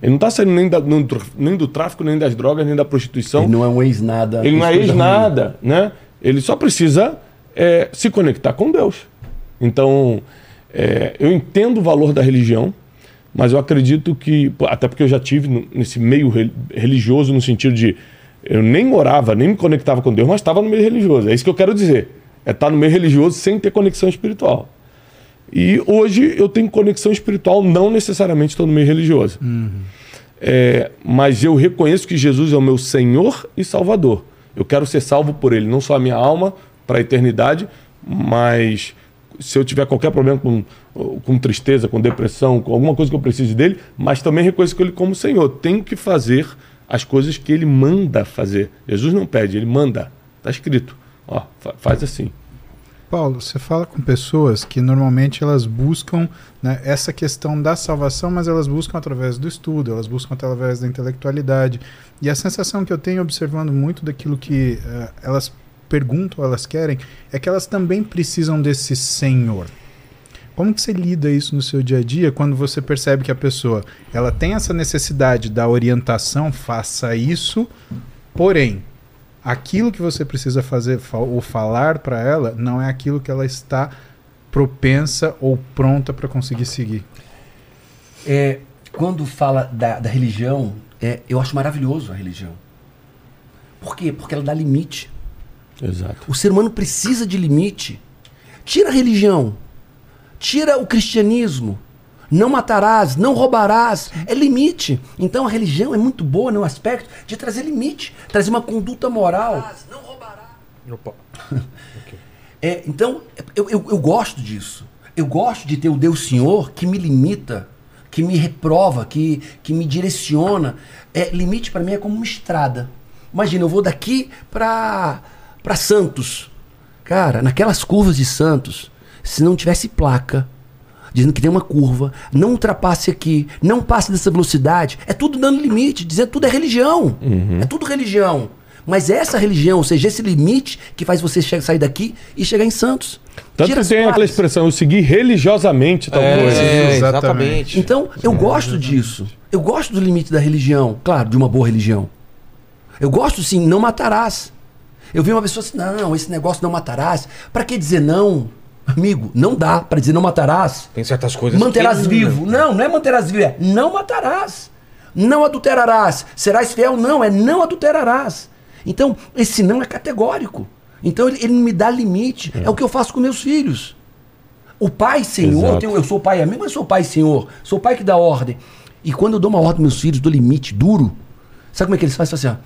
Ele não está saindo nem do tráfico, nem das drogas, nem da prostituição. Ele não é um ex-nada. Ele não é ex-nada, né? Ele só precisa se conectar com Deus. Então, eu entendo o valor da religião, mas eu acredito que, até porque eu já tive nesse meio religioso, no sentido de eu nem orava, nem me conectava com Deus, mas estava no meio religioso. É isso que eu quero dizer. É estar no meio religioso sem ter conexão espiritual. E hoje eu tenho conexão espiritual, não necessariamente estou no meio religioso. Mas eu reconheço que Jesus é o meu Senhor e Salvador. Eu quero ser salvo por Ele, não só a minha alma para a eternidade, mas se eu tiver qualquer problema com tristeza, com depressão, com alguma coisa que eu precise dele, mas também reconheço Ele como Senhor. Tenho que fazer as coisas que Ele manda fazer. Jesus não pede, Ele manda. Está escrito. Ó, faz assim. Paulo, você fala com pessoas que normalmente elas buscam, né, essa questão da salvação, mas elas buscam através do estudo, elas buscam através da intelectualidade. E a sensação que eu tenho observando muito daquilo que elas perguntam, elas querem, é que elas também precisam desse Senhor. Como que você lida isso no seu dia a dia quando você percebe que a pessoa ela tem essa necessidade da orientação, faça isso, porém aquilo que você precisa fazer ou falar para ela não é aquilo que ela está propensa ou pronta para conseguir seguir? Quando fala da religião, eu acho maravilhoso a religião. Por quê? Porque ela dá limite. Exato. O ser humano precisa de limite. Tira a religião, tira o cristianismo, não matarás, não roubarás, é limite. Então a religião é muito boa no aspecto de trazer limite, trazer uma conduta moral. Não roubarás. Opa. Então eu gosto disso. Eu gosto de ter o Deus Senhor que me limita, que me reprova, que me direciona. Limite para mim é como uma estrada. Imagina, eu vou daqui para Santos. Cara, naquelas curvas de Santos, se não tivesse placa dizendo que tem uma curva, não ultrapasse aqui, não passe dessa velocidade, é tudo dando limite, dizendo tudo é religião. É tudo religião. Mas essa religião, ou seja, esse limite que faz você sair daqui e chegar em Santos. Tanto que tem aquela expressão, eu segui religiosamente tal coisa. Exatamente. Então, eu gosto disso. Eu gosto do limite da religião, claro, de uma boa religião. Eu gosto sim, não matarás. Eu vi uma pessoa assim, não, esse negócio não matarás. Para que dizer não? Amigo, não dá para dizer não matarás. Tem certas coisas manterás que... vivo. Não é manterás vivo, é não matarás. Não adulterarás. Serás fiel? Não, é não adulterarás. Então, esse não é categórico. Então, ele me dá limite. É o que eu faço com meus filhos. O pai, Senhor, eu sou pai amigo, mas sou pai, Senhor. Sou pai que dá ordem. E quando eu dou uma ordem aos meus filhos, dou limite duro, sabe como é que eles fazem? Assim, ó.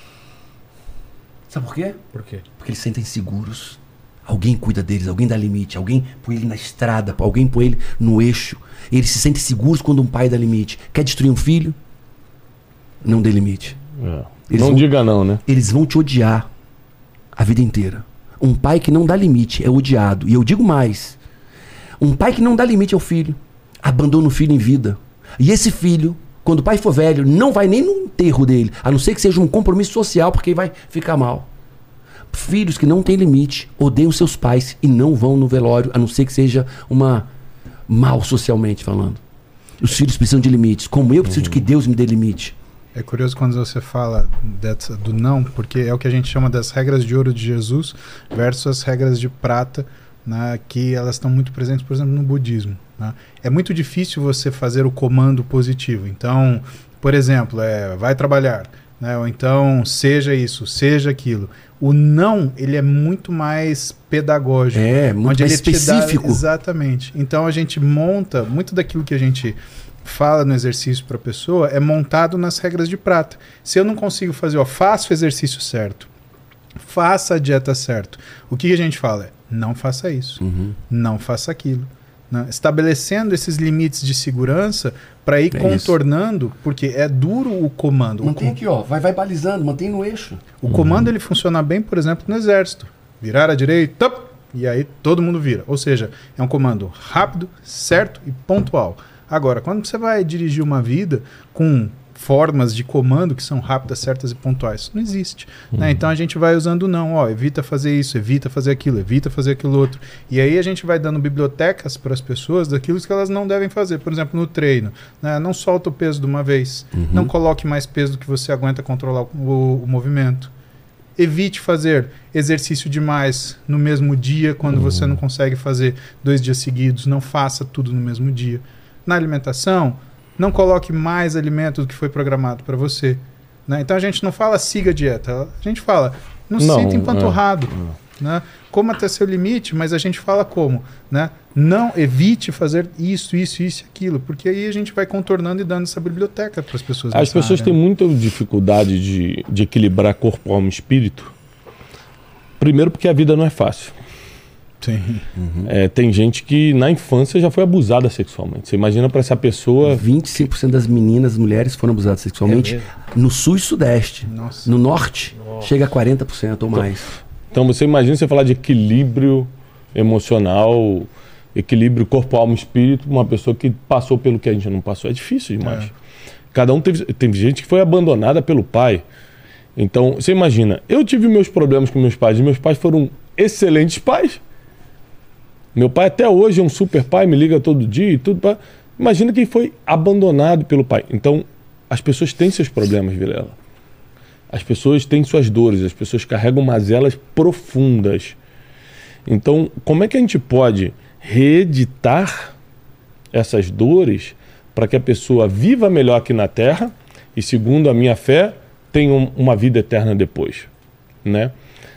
Sabe por quê? Por quê? Porque eles se sentem seguros. Alguém cuida deles, alguém dá limite, alguém põe ele na estrada, alguém põe ele no eixo. Eles se sentem seguros quando um pai dá limite. Quer destruir um filho? Não dê limite. Não diga não, né? Eles vão te odiar a vida inteira. Um pai que não dá limite é odiado. E eu digo mais. Um pai que não dá limite ao filho, abandona o filho em vida. E esse filho, quando o pai for velho, não vai nem no enterro dele, a não ser que seja um compromisso social, porque vai ficar mal. Filhos que não têm limite odeiam seus pais e não vão no velório, a não ser que seja uma mal socialmente falando. Os filhos precisam de limites, como eu preciso de que Deus me dê limite. É curioso quando você fala do não, porque é o que a gente chama das regras de ouro de Jesus versus as regras de prata, né, que elas estão muito presentes, por exemplo, no budismo. Né? É muito difícil você fazer o comando positivo. Então, por exemplo, vai trabalhar, né, ou então seja isso, seja aquilo. O não, ele é muito mais pedagógico. Muito mais específico. Exatamente. Então a gente monta, muito daquilo que a gente fala no exercício para a pessoa é montado nas regras de prata. Se eu não consigo fazer, faça o exercício certo, faça a dieta certa. O que a gente fala não faça isso, não faça aquilo. Né? Estabelecendo esses limites de segurança para ir contornando, porque é duro o comando. Mantém aqui, vai balizando, mantém no eixo. O comando ele funciona bem, por exemplo, no exército. Virar à direita, e aí todo mundo vira. Ou seja, é um comando rápido, certo e pontual. Agora, quando você vai dirigir uma vida com formas de comando que são rápidas, certas e pontuais. Isso não existe. Né? Então a gente vai usando não, evita fazer isso, evita fazer aquilo outro. E aí a gente vai dando bibliotecas para as pessoas daquilo que elas não devem fazer. Por exemplo, no treino, né? Não solta o peso de uma vez, não coloque mais peso do que você aguenta controlar o movimento. Evite fazer exercício demais no mesmo dia, quando você não consegue fazer 2 dias seguidos. Não faça tudo no mesmo dia. Na alimentação, não coloque mais alimento do que foi programado para você. Né? Então a gente não fala siga a dieta, a gente fala não se sinta empanturrado. Né? Coma até seu limite, mas a gente fala como? Né? Não evite fazer isso e aquilo, porque aí a gente vai contornando e dando essa biblioteca para as pessoas. As pessoas têm muita dificuldade de equilibrar corpo, alma e espírito. Primeiro porque a vida não é fácil. Sim. Tem gente que na infância já foi abusada sexualmente. Você imagina para essa pessoa... 25% das meninas, mulheres foram abusadas sexualmente no sul e sudeste. Nossa. No norte, chega a 40% ou mais. Então você imagina você falar de equilíbrio emocional, equilíbrio corpo, alma e espírito, uma pessoa que passou pelo que a gente não passou. É difícil demais. Cada um teve gente que foi abandonada pelo pai. Então você imagina, eu tive meus problemas com meus pais foram excelentes pais. Meu pai até hoje é um super pai, me liga todo dia e tudo. Imagina quem foi abandonado pelo pai. Então, as pessoas têm seus problemas, Vilela. As pessoas têm suas dores, as pessoas carregam mazelas profundas. Então, como é que a gente pode reeditar essas dores para que a pessoa viva melhor aqui na Terra e, segundo a minha fé, tenha uma vida eterna depois? Né?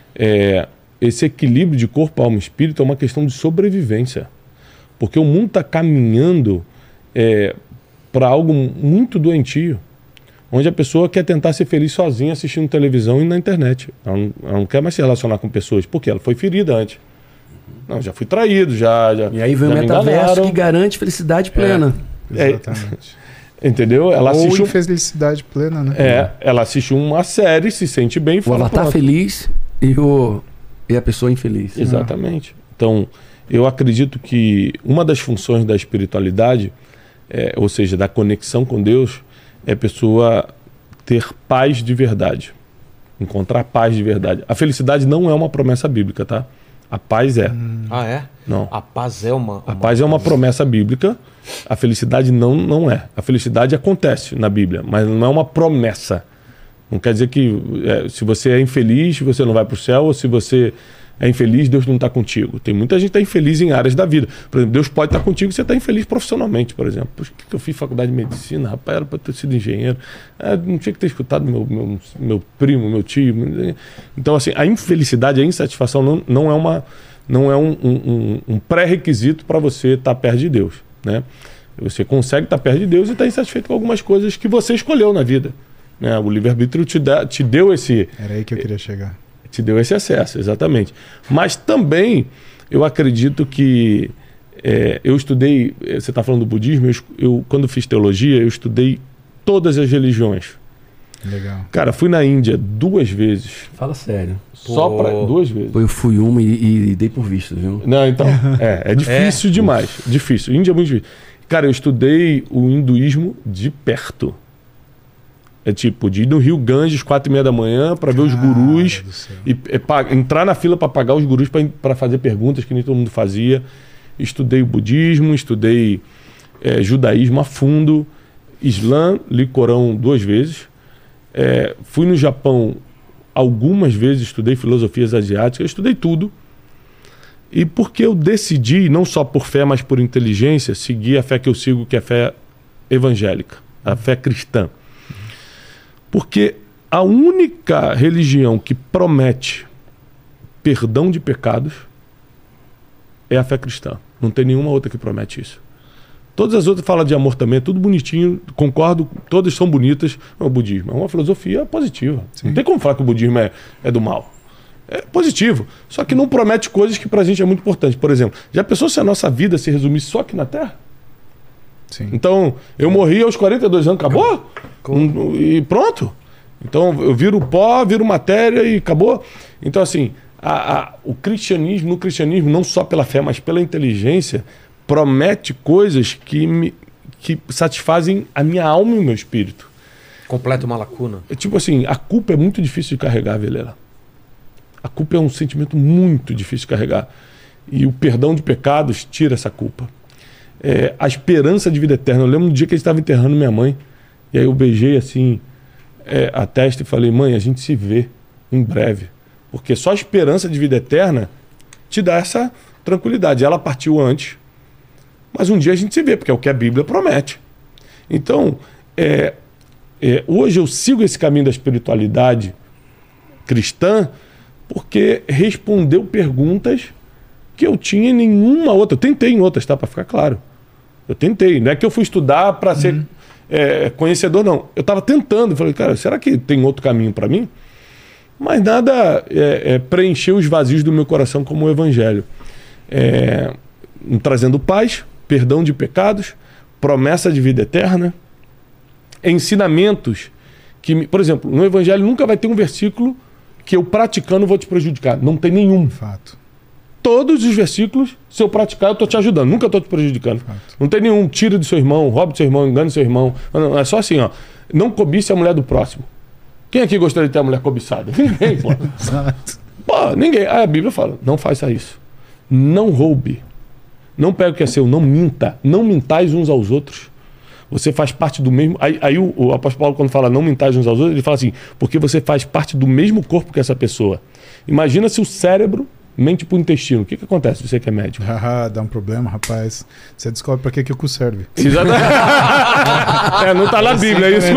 Esse equilíbrio de corpo, alma e espírito é uma questão de sobrevivência. Porque o mundo está caminhando para algo muito doentio, onde a pessoa quer tentar ser feliz sozinha assistindo televisão e na internet. Ela não quer mais se relacionar com pessoas, porque ela foi ferida antes. Não, já fui traído, já E aí vem o metaverso que garante felicidade plena. Exatamente. Entendeu? Ela assiste infelicidade plena, né? Ela assiste uma série, se sente bem e fala... O avatar feliz e a pessoa infeliz. Exatamente. Então, eu acredito que uma das funções da espiritualidade, ou seja, da conexão com Deus, é a pessoa ter paz de verdade. Encontrar paz de verdade. A felicidade não é uma promessa bíblica, tá? A paz é. Ah, é? Não. A paz é uma... A paz é uma promessa bíblica. A felicidade não é. A felicidade acontece na Bíblia, mas não é uma promessa. Não quer dizer que se você é infeliz, você não vai para o céu, ou se você é infeliz, Deus não está contigo. Tem muita gente que está infeliz em áreas da vida. Por exemplo, Deus pode estar contigo e você está infeliz profissionalmente, por exemplo. Por que eu fiz faculdade de medicina? Rapaz, era para ter sido engenheiro. Não tinha que ter escutado meu primo, meu tio. Então, assim, a infelicidade, a insatisfação não é um pré-requisito para você estar perto de Deus. Né? Você consegue estar perto de Deus e estar insatisfeito com algumas coisas que você escolheu na vida. Né? O livre-arbítrio te deu esse... Era aí que eu queria chegar. Te deu esse acesso, exatamente. Mas também eu acredito que eu estudei, você está falando do budismo, eu quando fiz teologia, eu estudei todas as religiões. Legal. Cara, fui na Índia 2 vezes. Fala sério. Só para 2 vezes. Eu fui uma e dei por visto, viu? Não, então, é difícil demais. Difícil. Índia é muito difícil. Cara, eu estudei o hinduísmo de perto. É tipo, de ir no Rio Ganges, 4h30 da manhã, para ver os gurus e entrar na fila para pagar os gurus para fazer perguntas que nem todo mundo fazia. Estudei o budismo, estudei judaísmo a fundo, Islã, li Corão 2 vezes. Fui no Japão algumas vezes, estudei filosofias asiáticas, estudei tudo. E porque eu decidi, não só por fé, mas por inteligência, seguir a fé que eu sigo, que é a fé evangélica, a fé cristã. Porque a única religião que promete perdão de pecados é a fé cristã. Não tem nenhuma outra que promete isso. Todas as outras falam de amor também, é tudo bonitinho, concordo, todas são bonitas. O budismo é uma filosofia positiva. Sim. Não tem como falar que o budismo é do mal. É positivo. Só que não promete coisas que pra gente é muito importante. Por exemplo, já pensou se a nossa vida se resumisse só aqui na Terra? Sim. Então, eu morri aos 42 anos, acabou? E pronto. Então, eu viro pó, viro matéria e acabou. Então, assim, no cristianismo, não só pela fé, mas pela inteligência, promete coisas que satisfazem a minha alma e o meu espírito. Completa uma lacuna. É tipo assim, a culpa é muito difícil de carregar, Vilela. A culpa é um sentimento muito difícil de carregar. E o perdão de pecados tira essa culpa. A esperança de vida eterna. Eu lembro do dia que a gente estava enterrando minha mãe. E aí eu beijei assim a testa e falei, mãe, a gente se vê em breve. Porque só a esperança de vida eterna te dá essa tranquilidade. Ela partiu antes, mas um dia a gente se vê, porque é o que a Bíblia promete. Então, hoje eu sigo esse caminho da espiritualidade cristã porque respondeu perguntas que eu tinha em nenhuma outra. Eu tentei em outras, tá? Para ficar claro. Eu tentei. Não é que eu fui estudar para ser conhecedor, não. Eu estava tentando. Falei, cara, será que tem outro caminho para mim? Mas nada preencheu os vazios do meu coração como o Evangelho. Trazendo paz, perdão de pecados, promessa de vida eterna, ensinamentos que, por exemplo, no Evangelho nunca vai ter um versículo que eu praticando vou te prejudicar. Não tem nenhum. Fato. Todos os versículos, se eu praticar, eu estou te ajudando. Nunca estou te prejudicando. Fato. Não tem nenhum tira do seu irmão, roube do seu irmão, engane do seu irmão. Não, é só assim, ó. Não cobice a mulher do próximo. Quem aqui gostaria de ter a mulher cobiçada? Ninguém, pô. Exato. Pô, ninguém. Aí a Bíblia fala, não faça isso. Não roube. Não pegue o que é seu. Não minta. Não mintais uns aos outros. Você faz parte do mesmo... Aí o apóstolo Paulo, quando fala não mintais uns aos outros, ele fala assim, porque você faz parte do mesmo corpo que essa pessoa. Imagina se o cérebro mente pro intestino. O que acontece se você que é médico? Dá um problema, rapaz. Você descobre pra que o cu serve. Não tá na Bíblia, é isso.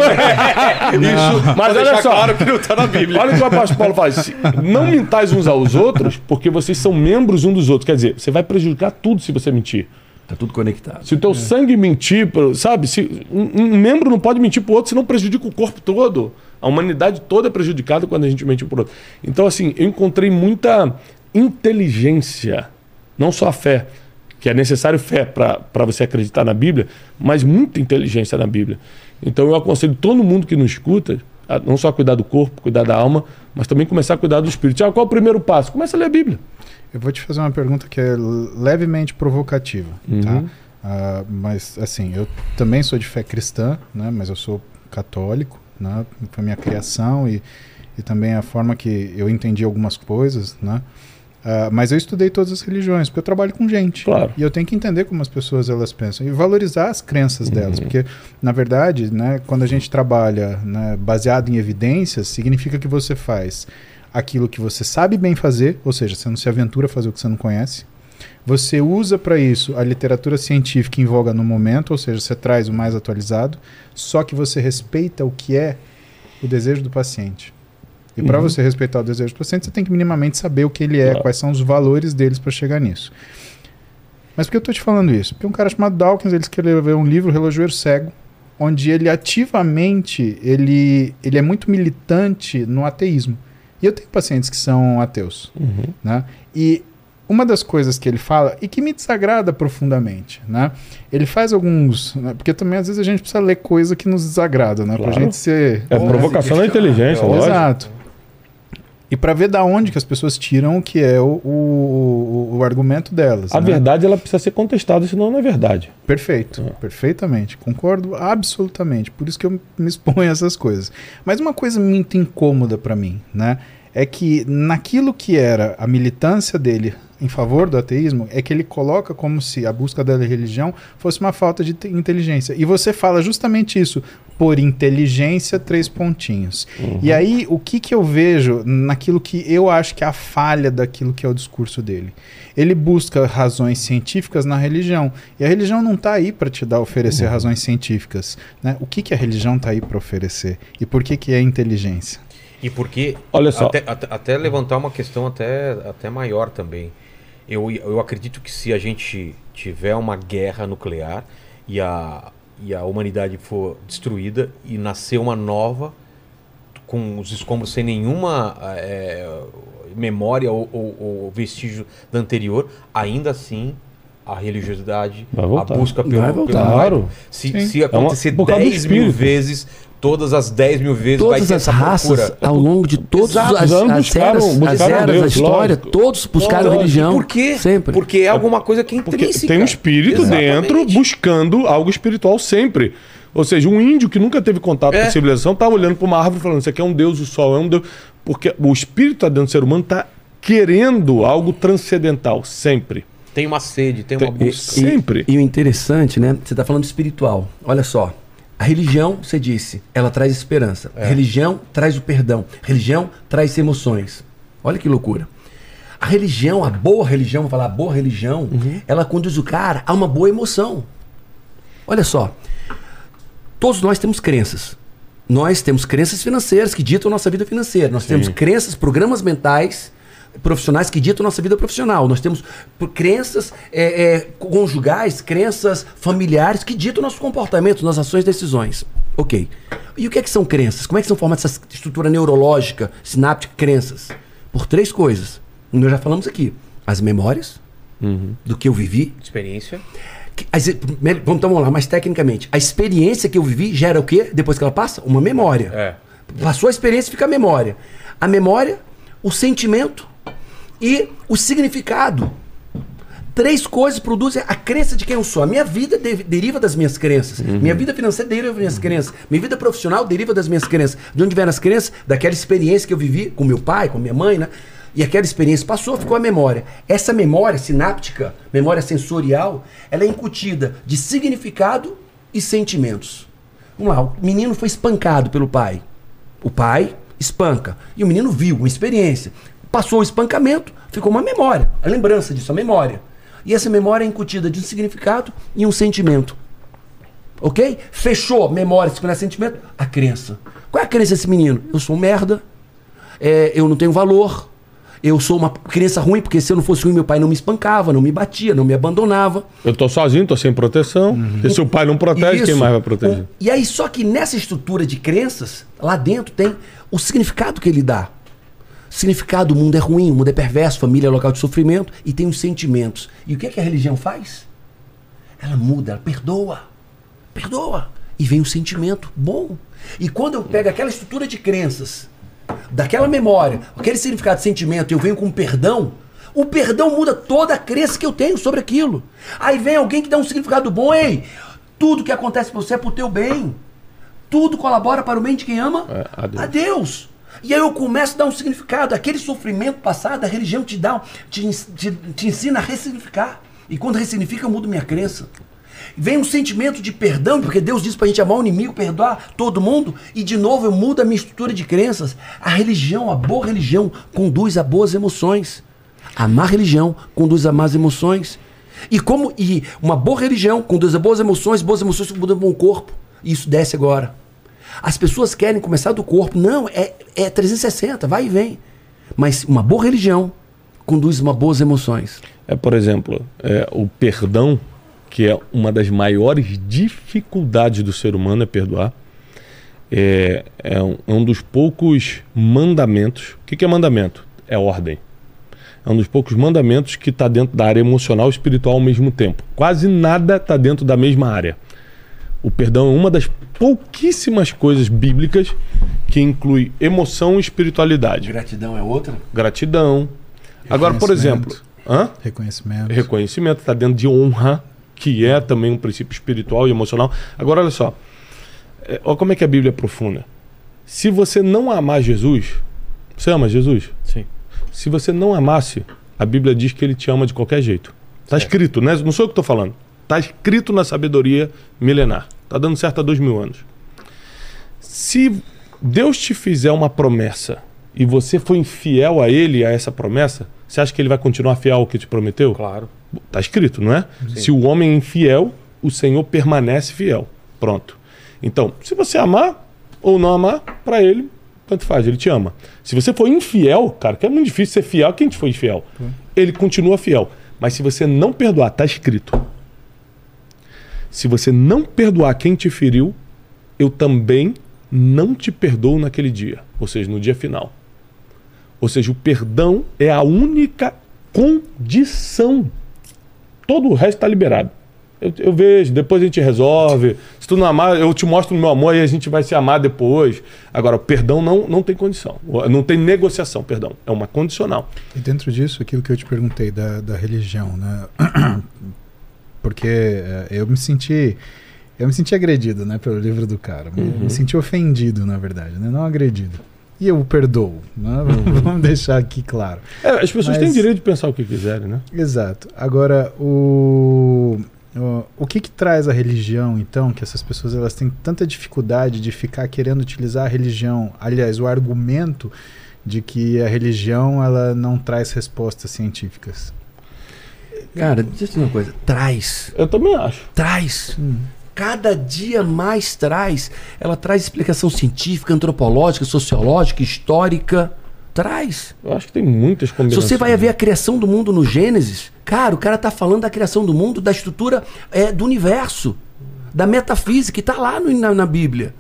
Mas olha só. Claro que não tá na Bíblia. Olha o que o apóstolo Paulo faz. Não mintais uns aos outros, porque vocês são membros um dos outros. Quer dizer, você vai prejudicar tudo se você mentir. Tá tudo conectado. Se o teu sangue mentir, sabe? Se um membro não pode mentir pro outro, senão prejudica o corpo todo. A humanidade toda é prejudicada quando a gente mente pro outro. Então, assim, eu encontrei muita inteligência, não só a fé, que é necessário fé para você acreditar na Bíblia, mas muita inteligência na Bíblia. Então eu aconselho todo mundo que nos escuta a não só cuidar do corpo, cuidar da alma, mas também começar a cuidar do espírito. Tiago, qual é o primeiro passo? Começa a ler a Bíblia. Eu vou te fazer uma pergunta que é levemente provocativa, tá? Mas assim, eu também sou de fé cristã, né? Mas eu sou católico, né? Foi minha criação e também a forma que eu entendi algumas coisas, né? Mas eu estudei todas as religiões, porque eu trabalho com gente. Claro. E eu tenho que entender como as pessoas elas pensam e valorizar as crenças delas. Porque, na verdade, né, quando a gente trabalha, né, baseado em evidências, significa que você faz aquilo que você sabe bem fazer, ou seja, você não se aventura a fazer o que você não conhece. Você usa para isso a literatura científica em voga no momento, ou seja, você traz o mais atualizado, só que você respeita o que é o desejo do paciente. E para você respeitar o desejo do paciente, você tem que minimamente saber o que ele é, quais são os valores deles para chegar nisso. Mas por que eu estou te falando isso? Porque um cara chamado Dawkins, ele escreveu um livro, O Relojoeiro Cego, onde ele ativamente, ele é muito militante no ateísmo. E eu tenho pacientes que são ateus. Né? E uma das coisas que ele fala, e que me desagrada profundamente, né? Ele faz alguns... Né? Porque também, às vezes, a gente precisa ler coisa que nos desagrada, né? Claro. Pra gente ser... Provocação da inteligência, lógico. Exato. E para ver da onde que as pessoas tiram o que é o argumento delas. A né? verdade, ela precisa ser contestada, senão não é verdade. Perfeito, perfeitamente. Concordo absolutamente. Por isso que eu me exponho a essas coisas. Mas uma coisa muito incômoda para mim, né? É que naquilo que era a militância dele em favor do ateísmo, é que ele coloca como se a busca da religião fosse uma falta de inteligência. E você fala justamente isso, por inteligência, 3 pontinhos. E aí, o que eu vejo naquilo que eu acho que é a falha daquilo que é o discurso dele? Ele busca razões científicas na religião. E a religião não está aí para te oferecer razões científicas. Né? O que a religião está aí para oferecer? E por que é inteligência? E porque, olha só, até levantar uma questão até maior também. Eu acredito que se a gente tiver uma guerra nuclear e a humanidade for destruída e nascer uma nova, com os escombros sem nenhuma memória ou vestígio da anterior, ainda assim a religiosidade, a busca pelo claro. Se acontecer 10 mil vezes, todas as 10 mil vezes todas vai ter as essa raças, procura. ao longo de todas as eras da história, todos buscaram religião. Por quê? Sempre. Porque é alguma coisa que é intrínseca. Porque tem um espírito dentro buscando algo espiritual sempre. Ou seja, um índio que nunca teve contato com a civilização tá olhando para uma árvore falando, isso aqui é um deus, o sol é um deus. Porque o espírito dentro do ser humano tá querendo algo transcendental, sempre. Tem uma sede, tem uma busca. Sempre. E o interessante, né? Você está falando espiritual. Olha só. A religião, você disse, ela traz esperança. A religião traz o perdão. A religião traz emoções. Olha que loucura. A religião, a boa religião, vou falar, a boa religião, ela conduz o cara a uma boa emoção. Olha só. Todos nós temos crenças. Nós temos crenças financeiras que ditam a nossa vida financeira. Nós temos crenças, programas mentais, profissionais que ditam a nossa vida profissional. Nós temos crenças conjugais, crenças familiares que ditam o nosso comportamento, nossas ações e decisões. Ok. E o que são crenças? Como é que são formadas essa estrutura neurológica, sináptica, crenças? Por 3 coisas. Nós já falamos aqui. As memórias do que eu vivi. Experiência. Vamos lá, mais tecnicamente. A experiência que eu vivi gera o quê? Depois que ela passa? Uma memória. Passou a experiência, fica a memória. A memória, o sentimento e o significado. 3 coisas produzem a crença de quem eu sou. A minha vida deriva das minhas crenças. Minha vida financeira deriva das minhas crenças. Minha vida profissional deriva das minhas crenças. De onde vieram as crenças? Daquela experiência que eu vivi com meu pai, com minha mãe, né? E aquela experiência passou, ficou a memória. Essa memória sináptica, memória sensorial, ela é incutida de significado e sentimentos. Vamos lá, o menino foi espancado pelo pai. O pai espanca. E o menino viu uma experiência. Passou o espancamento, ficou uma memória. A lembrança disso, a memória. E essa memória é incutida de um significado e um sentimento. Ok? Fechou memória, sentimento, a crença. Qual é a crença desse menino? Eu sou um merda, eu não tenho valor, eu sou uma criança ruim, porque se eu não fosse ruim, meu pai não me espancava, não me batia, não me abandonava. Eu tô sozinho, tô sem proteção. E se o pai não protege, quem mais vai proteger? E aí, só que nessa estrutura de crenças, lá dentro tem o significado que ele dá. O significado, o mundo é ruim, o mundo é perverso, família é local de sofrimento, e tem os sentimentos. E o que é que a religião faz? Ela muda, ela perdoa. Perdoa. E vem o sentimento bom. E quando eu pego aquela estrutura de crenças, daquela memória, aquele significado de sentimento, eu venho com perdão, o perdão muda toda a crença que eu tenho sobre aquilo. Aí vem alguém que dá um significado bom, ei, tudo que acontece para você é pro teu bem. Tudo colabora para o bem de quem ama a Deus. E aí eu começo a dar um significado. Aquele sofrimento passado, a religião te ensina a ressignificar. E quando ressignifica, eu mudo minha crença. Vem um sentimento de perdão, porque Deus diz pra gente amar o inimigo, perdoar todo mundo, e de novo eu mudo a minha estrutura de crenças. A religião, a boa religião, conduz a boas emoções. A má religião conduz a más emoções. E uma boa religião conduz a boas emoções mudam o corpo. E isso desce agora. As pessoas querem começar do corpo. Não, é 360, vai e vem. Mas uma boa religião conduz uma boas emoções. Por exemplo, o perdão, que é uma das maiores dificuldades do ser humano, é perdoar. É um dos poucos mandamentos. O que é mandamento? É ordem. É um dos poucos mandamentos que está dentro da área emocional e espiritual ao mesmo tempo. Quase nada está dentro da mesma área. O perdão é uma das pouquíssimas coisas bíblicas que inclui emoção e espiritualidade. Gratidão é outra? Gratidão. Agora, por exemplo... Reconhecimento. Reconhecimento está dentro de honra, que é também um princípio espiritual e emocional. Agora, olha só. Olha como é que a Bíblia é profunda. Se você não amar Jesus... Você ama Jesus? Sim. Se você não amasse, a Bíblia diz que ele te ama de qualquer jeito. Está escrito, né? Não sou eu que estou falando. Está escrito na sabedoria milenar. Está dando certo há 2000 anos. Se Deus te fizer uma promessa e você for infiel a ele, a essa promessa, você acha que ele vai continuar fiel ao que te prometeu? Claro. Está escrito, não é? Sim. Se o homem é infiel, o Senhor permanece fiel. Pronto. Então, se você amar ou não amar, para ele, tanto faz, ele te ama. Se você for infiel, cara, que é muito difícil ser fiel, quem te foi infiel? Ele continua fiel. Mas se você não perdoar, está escrito. Se você não perdoar quem te feriu, eu também não te perdoo naquele dia. Ou seja, no dia final. Ou seja, o perdão é a única condição. Todo o resto está liberado. Eu vejo, depois a gente resolve. Se tu não amar, eu te mostro o meu amor e a gente vai se amar depois. Agora, o perdão não tem condição. Não tem negociação, perdão. É uma condicional. E dentro disso, aquilo que eu te perguntei da religião, né? Porque eu me senti Eu me senti agredido, né, pelo livro do cara. Me senti ofendido, na verdade, né? Não agredido. E eu o perdoo, né? Vamos deixar aqui claro. As pessoas têm direito de pensar o que quiserem, né? Exato. Agora, o que traz a religião, então, que essas pessoas elas têm tanta dificuldade de ficar querendo utilizar a religião, aliás, o argumento de que a religião ela não traz respostas científicas? Cara, deixa eu dizer uma coisa. Traz. Eu também acho. Traz. Cada dia mais traz. Ela traz explicação científica, antropológica, sociológica, histórica. Traz. Eu acho que tem muitas Se combinações. você vai ver a criação do mundo no Gênesis, cara, o cara tá falando da criação do mundo, da estrutura do universo, da metafísica, que tá lá na Bíblia.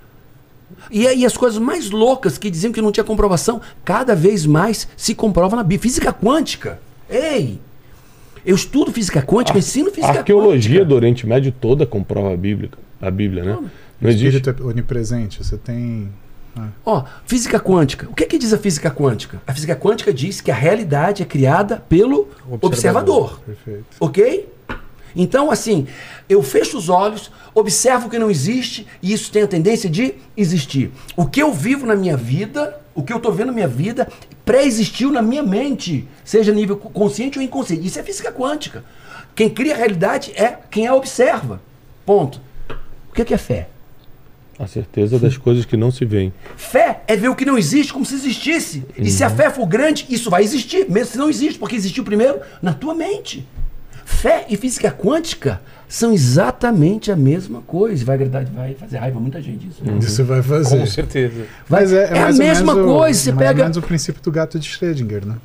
E as coisas mais loucas que diziam que não tinha comprovação, cada vez mais se comprova na Bíblia. Física quântica. Ei! Eu estudo física quântica, ensino física quântica. A arqueologia do Oriente Médio toda comprova a Bíblia, né? Não O existe. espírito é onipresente, você tem... Ó, física quântica. O que é que diz a física quântica? A física quântica diz que a realidade é criada pelo observador. Perfeito. Ok? Então, assim, eu fecho os olhos, observo o que não existe e isso tem a tendência de existir. O que eu vivo na minha vida, o que eu estou vendo na minha vida, pré-existiu na minha mente, seja nível consciente ou inconsciente. Isso é física quântica. Quem cria a realidade é quem a observa. Ponto. O que é fé? A certeza das coisas que não se veem. Fé é ver o que não existe como se existisse. E se a fé for grande, isso vai existir, mesmo se não existe, porque existiu primeiro na tua mente. Fé e física quântica são exatamente a mesma coisa. Vai fazer raiva a muita gente isso. Isso vai fazer. Com certeza. Mas é a mais ou mesma menos coisa, você mais ou pega... menos o princípio do gato de Schrödinger, né?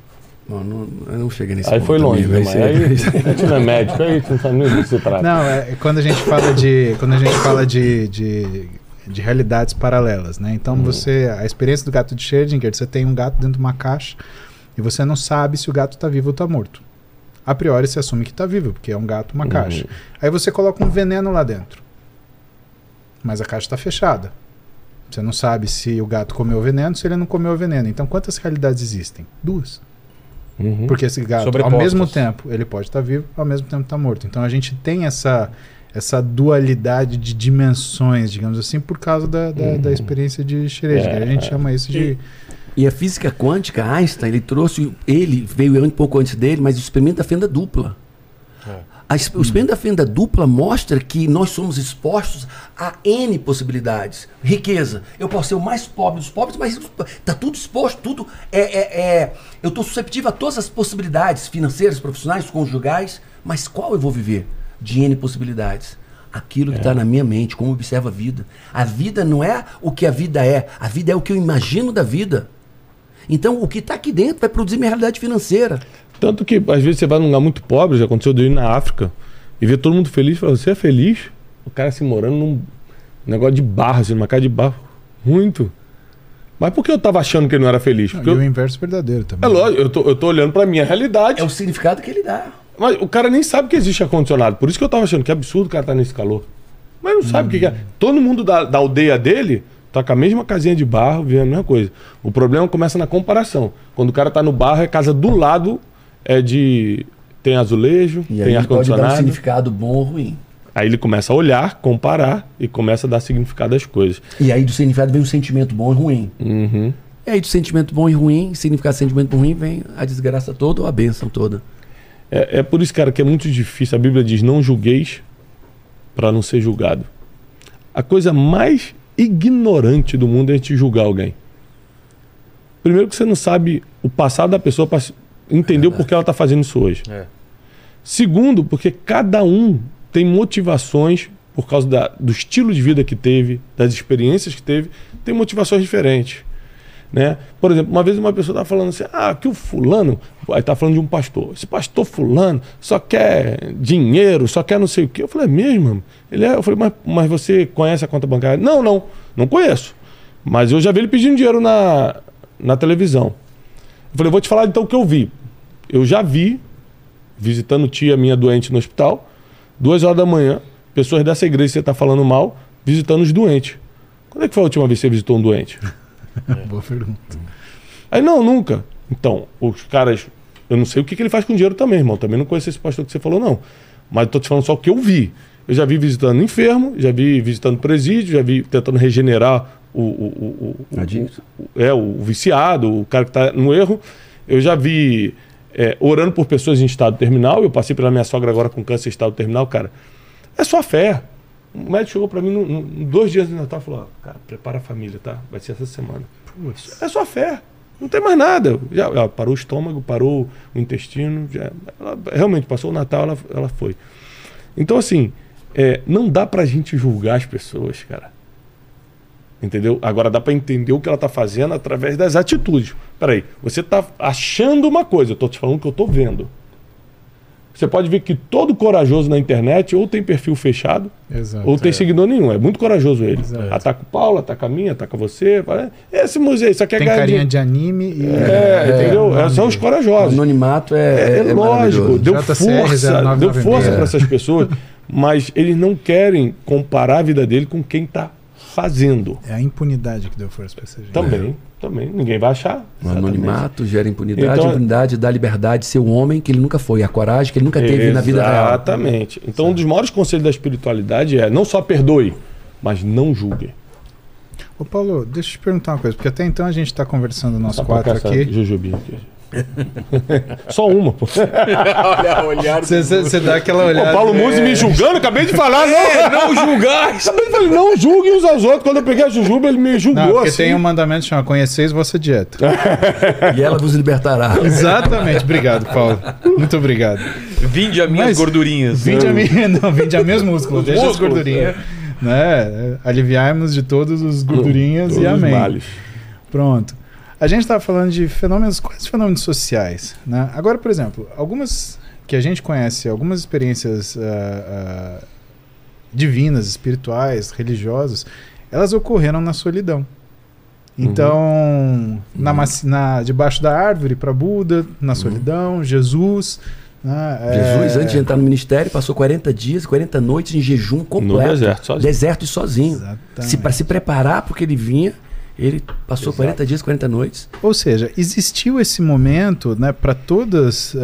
Não chega nesse Aí ponto foi longe, também, né, mãe? Aí a gente não é médico, aí a gente não sabe nem do que se trata. Não, quando a gente fala de realidades paralelas, né? Então a experiência do gato de Schrödinger, você tem um gato dentro de uma caixa e você não sabe se o gato está vivo ou está morto. A priori você assume que está vivo, porque é um gato, uma caixa. Aí você coloca um veneno lá dentro. Mas a caixa está fechada. Você não sabe se o gato comeu o veneno, se ele não comeu o veneno. Então quantas realidades existem? 2. Porque esse gato, ao Sobrepostas. mesmo tempo, ele pode estar vivo, ao mesmo tempo está morto. Então a gente tem essa dualidade de dimensões, digamos assim, por causa da experiência de Schrödinger. A gente chama isso de... E a física quântica, Einstein, ele veio um pouco antes dele, mas o experimento da fenda dupla. O experimento da fenda dupla mostra que nós somos expostos a N possibilidades. Riqueza. Eu posso ser o mais pobre dos pobres, mas está tudo exposto, tudo eu estou susceptível a todas as possibilidades financeiras, profissionais, conjugais, mas qual eu vou viver? De N possibilidades. Aquilo que está na minha mente, como eu observo a vida. A vida não é o que a vida é o que eu imagino da vida. Então, o que está aqui dentro vai produzir minha realidade financeira. Tanto que, às vezes, você vai num lugar muito pobre, já aconteceu de eu ir na África, e ver todo mundo feliz, e falar, você é feliz? O cara assim, morando num negócio de barro, assim, numa casa de barro. Muito. Mas por que eu tava achando que ele não era feliz? Porque E o inverso verdadeiro também. É lógico, eu tô olhando pra minha realidade. É o significado que ele dá. Mas o cara nem sabe que existe ar-condicionado. Por isso que eu tava achando que é absurdo o cara tá nesse calor. Mas não sabe o que é. Todo mundo da aldeia dele tá com a mesma casinha de barro, vendo a mesma coisa. O problema começa na comparação. Quando o cara tá no barro, é casa do lado, tem azulejo, E aí tem ele pode dar um ar-condicionado. significado bom ou ruim. Aí ele começa a olhar, comparar e começa a dar significado às coisas. E aí do significado vem um sentimento bom e ruim. E aí do sentimento bom e ruim, significado de sentimento ruim, vem a desgraça toda ou a bênção toda. É por isso, cara, que é muito difícil. A Bíblia diz, não julgueis para não ser julgado. A coisa mais ignorante do mundo é a gente julgar alguém. Primeiro que você não sabe o passado da pessoa para entender o porquê ela está fazendo isso hoje. Segundo, porque cada um tem motivações por causa do estilo de vida que teve, das experiências que teve, tem motivações diferentes. Né? Por exemplo, uma vez uma pessoa estava falando assim, que o fulano, aí está falando de um pastor, esse pastor fulano só quer dinheiro, só quer não sei o quê. Eu falei, é mesmo? Eu falei, mas você conhece a conta bancária? Não conheço. Mas eu já vi ele pedindo dinheiro na televisão. Eu falei, vou te falar então o que eu vi. Eu já vi, visitando tia minha doente no hospital, 2 horas da manhã, pessoas dessa igreja que você está falando mal, visitando os doentes. Quando é que foi a última vez que você visitou um doente? Boa pergunta. Aí não, nunca. Então, os caras, eu não sei o que ele faz com dinheiro também, irmão. Também não conheço esse pastor que você falou, não. Mas eu tô te falando só o que eu vi. Eu já vi visitando enfermo, já vi visitando presídio, já vi tentando regenerar o viciado, o cara que está no erro. Eu já vi orando por pessoas em estado terminal. Eu passei pela minha sogra agora com câncer em estado terminal, cara. É só fé. O médico chegou para mim 2 dias de Natal e falou: cara, prepara a família, tá? Vai ser essa semana. Putz. É só fé. Não tem mais nada. Já parou o estômago, parou o intestino. Ela realmente passou o Natal, ela foi. Então, assim, não dá pra gente julgar as pessoas, cara. Entendeu? Agora dá pra entender o que ela tá fazendo através das atitudes. Peraí, você tá achando uma coisa, eu tô te falando que eu tô vendo. Você pode ver que todo corajoso na internet ou tem perfil fechado, Exato, ou tem seguidor nenhum. É muito corajoso ele. Exato. Ataca o Paulo, ataca a mim, ataca você. Esse museu, isso aqui é Tem carinha de anime e... entendeu? São os O corajosos. anonimato É lógico, deu JCR0996. força para essas pessoas, mas eles não querem comparar a vida dele com quem está fazendo. É a impunidade que deu força para essa gente. Também. Ninguém vai achar. O anonimato gera impunidade, Então, a impunidade dá liberdade de ser um homem que ele nunca foi, a coragem que ele nunca teve na vida real. Exatamente. Então, um dos maiores conselhos da espiritualidade é não só perdoe, mas não julgue. Ô Paulo, deixa eu te perguntar uma coisa, porque até então a gente está conversando nós 4 aqui. Jujubinha aqui. Só uma, pô. Olhar. Você dá aquela olhada. O Paulo Musi me julgando, acabei de falar, não julgar. Acabei de falar, não julguem uns aos outros. Quando eu peguei a Jujuba, ele me julgou. Não, porque assim. tem um mandamento que chama conheceis vossa dieta. E ela vos libertará. Exatamente, obrigado, Paulo. Muito obrigado. Vinde a minhas gordurinhas. Vinde a meus músculos, deixa as gordurinhas. Né? Aliviarmos de todos os gordurinhas Todos e amém. os males. Pronto. A gente estava falando de fenômenos, quais fenômenos sociais, né? Agora, por exemplo, algumas que a gente conhece, algumas experiências divinas, espirituais, religiosas, elas ocorreram na solidão. Então, debaixo da árvore para Buda, na solidão, Jesus... Jesus, antes de entrar no ministério, passou 40 dias, 40 noites em jejum completo. No deserto, sozinho. Deserto e sozinho. Exatamente. Para se preparar porque ele vinha, ele passou 40 dias, 40 noites. Ou seja, existiu esse momento, né, para todas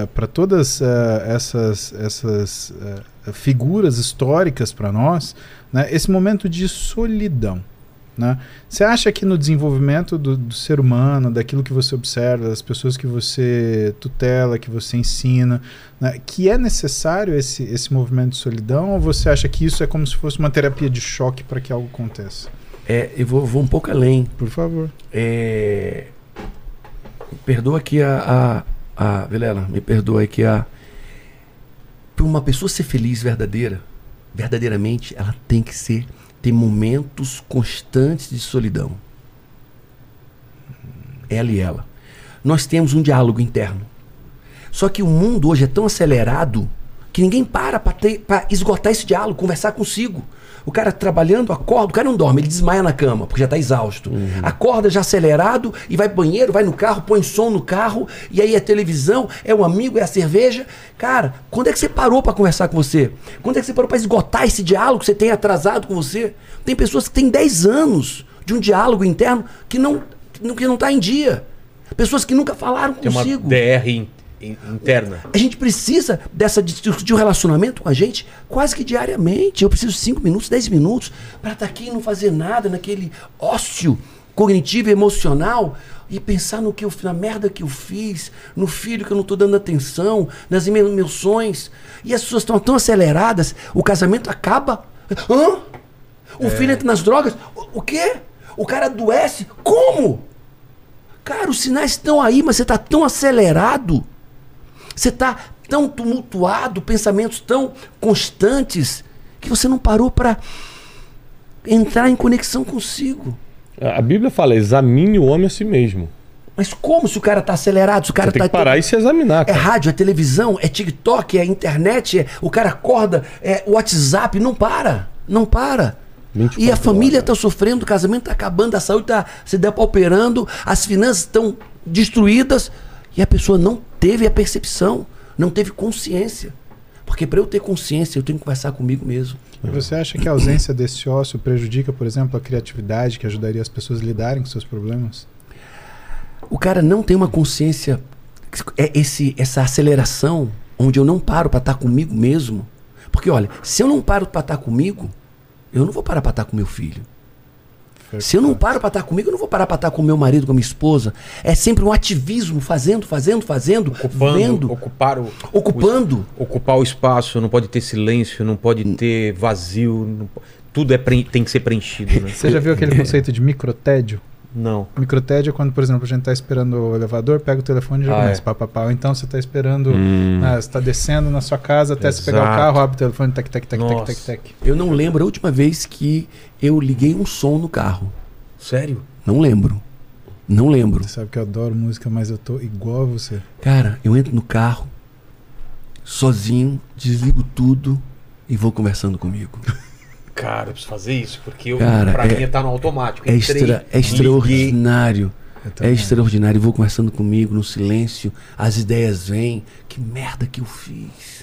essas figuras históricas para nós, né, esse momento de solidão. Né? Você acha que no desenvolvimento do ser humano, daquilo que você observa, das pessoas que você tutela, que você ensina, né, que é necessário esse movimento de solidão, ou você acha que isso é como se fosse uma terapia de choque para que algo aconteça? Eu vou um pouco além. Por favor. Perdoa aqui Vilela, me perdoa aqui para uma pessoa ser feliz verdadeiramente, ela tem que ter momentos constantes de solidão. Ela e ela. Nós temos um diálogo interno. Só que o mundo hoje é tão acelerado que ninguém para esgotar esse diálogo, conversar consigo. O cara trabalhando, acorda, o cara não dorme, ele desmaia na cama, porque já está exausto. Acorda já acelerado e vai pro banheiro, vai no carro, põe som no carro, e aí é televisão, é o amigo, é a cerveja. Cara, quando é que você parou para conversar com você? Quando é que você parou para esgotar esse diálogo que você tem atrasado com você? Tem pessoas que têm 10 anos de um diálogo interno que não está em dia. Pessoas que nunca falaram consigo. Tem uma DR interna. A gente precisa de um relacionamento com a gente quase que diariamente. Eu preciso 5 minutos, 10 minutos para estar aqui e não fazer nada naquele ócio cognitivo e emocional e pensar na merda que eu fiz, no filho que eu não estou dando atenção, nas meus sonhos. E as pessoas estão tão aceleradas, o casamento acaba. Hã? O filho entra nas drogas. O quê? O cara adoece. Como? Cara, os sinais estão aí, mas você está tão acelerado. Você está tão tumultuado, pensamentos tão constantes, que você não parou para entrar em conexão consigo. A Bíblia fala, examine o homem a si mesmo. Mas como se o cara está acelerado? Se o cara Você tem que parar e se examinar. É Cara. rádio, é televisão, é TikTok, é internet, o cara acorda, é WhatsApp, não para. E a família está sofrendo, o casamento está acabando, a saúde está se depauperando, as finanças estão destruídas e a pessoa não teve a percepção, não teve consciência. Porque para eu ter consciência, eu tenho que conversar comigo mesmo. E você acha que a ausência desse ócio prejudica, por exemplo, a criatividade que ajudaria as pessoas a lidarem com seus problemas? O cara não tem uma consciência, essa aceleração, onde eu não paro para estar comigo mesmo. Porque Porque, olha, se eu não paro pra estar comigo, eu não vou parar pra estar com meu filho. Se eu não paro pra estar comigo, eu não vou parar pra estar com meu marido, com a minha esposa. É sempre um ativismo, fazendo, vendo. Ocupando. Ocupar o espaço, não pode ter silêncio, não pode ter vazio. Tudo tem que ser preenchido, né? Você já viu aquele conceito de microtédio? Não. Microtédio é quando, por exemplo, a gente está esperando o elevador, pega o telefone e já começa papapá. Ou então você está esperando, você está descendo na sua casa até você pegar o carro, abre o telefone, tac. Eu não lembro a última vez que eu liguei um som no carro. Sério? Não lembro. Você sabe que eu adoro música, mas eu tô igual a você. Cara, eu entro no carro, sozinho, desligo tudo e vou conversando comigo. Cara, eu preciso fazer isso, porque pra mim tá no automático. É extraordinário. É extraordinário. Eu vou conversando comigo no silêncio, as ideias vêm. Que merda que eu fiz.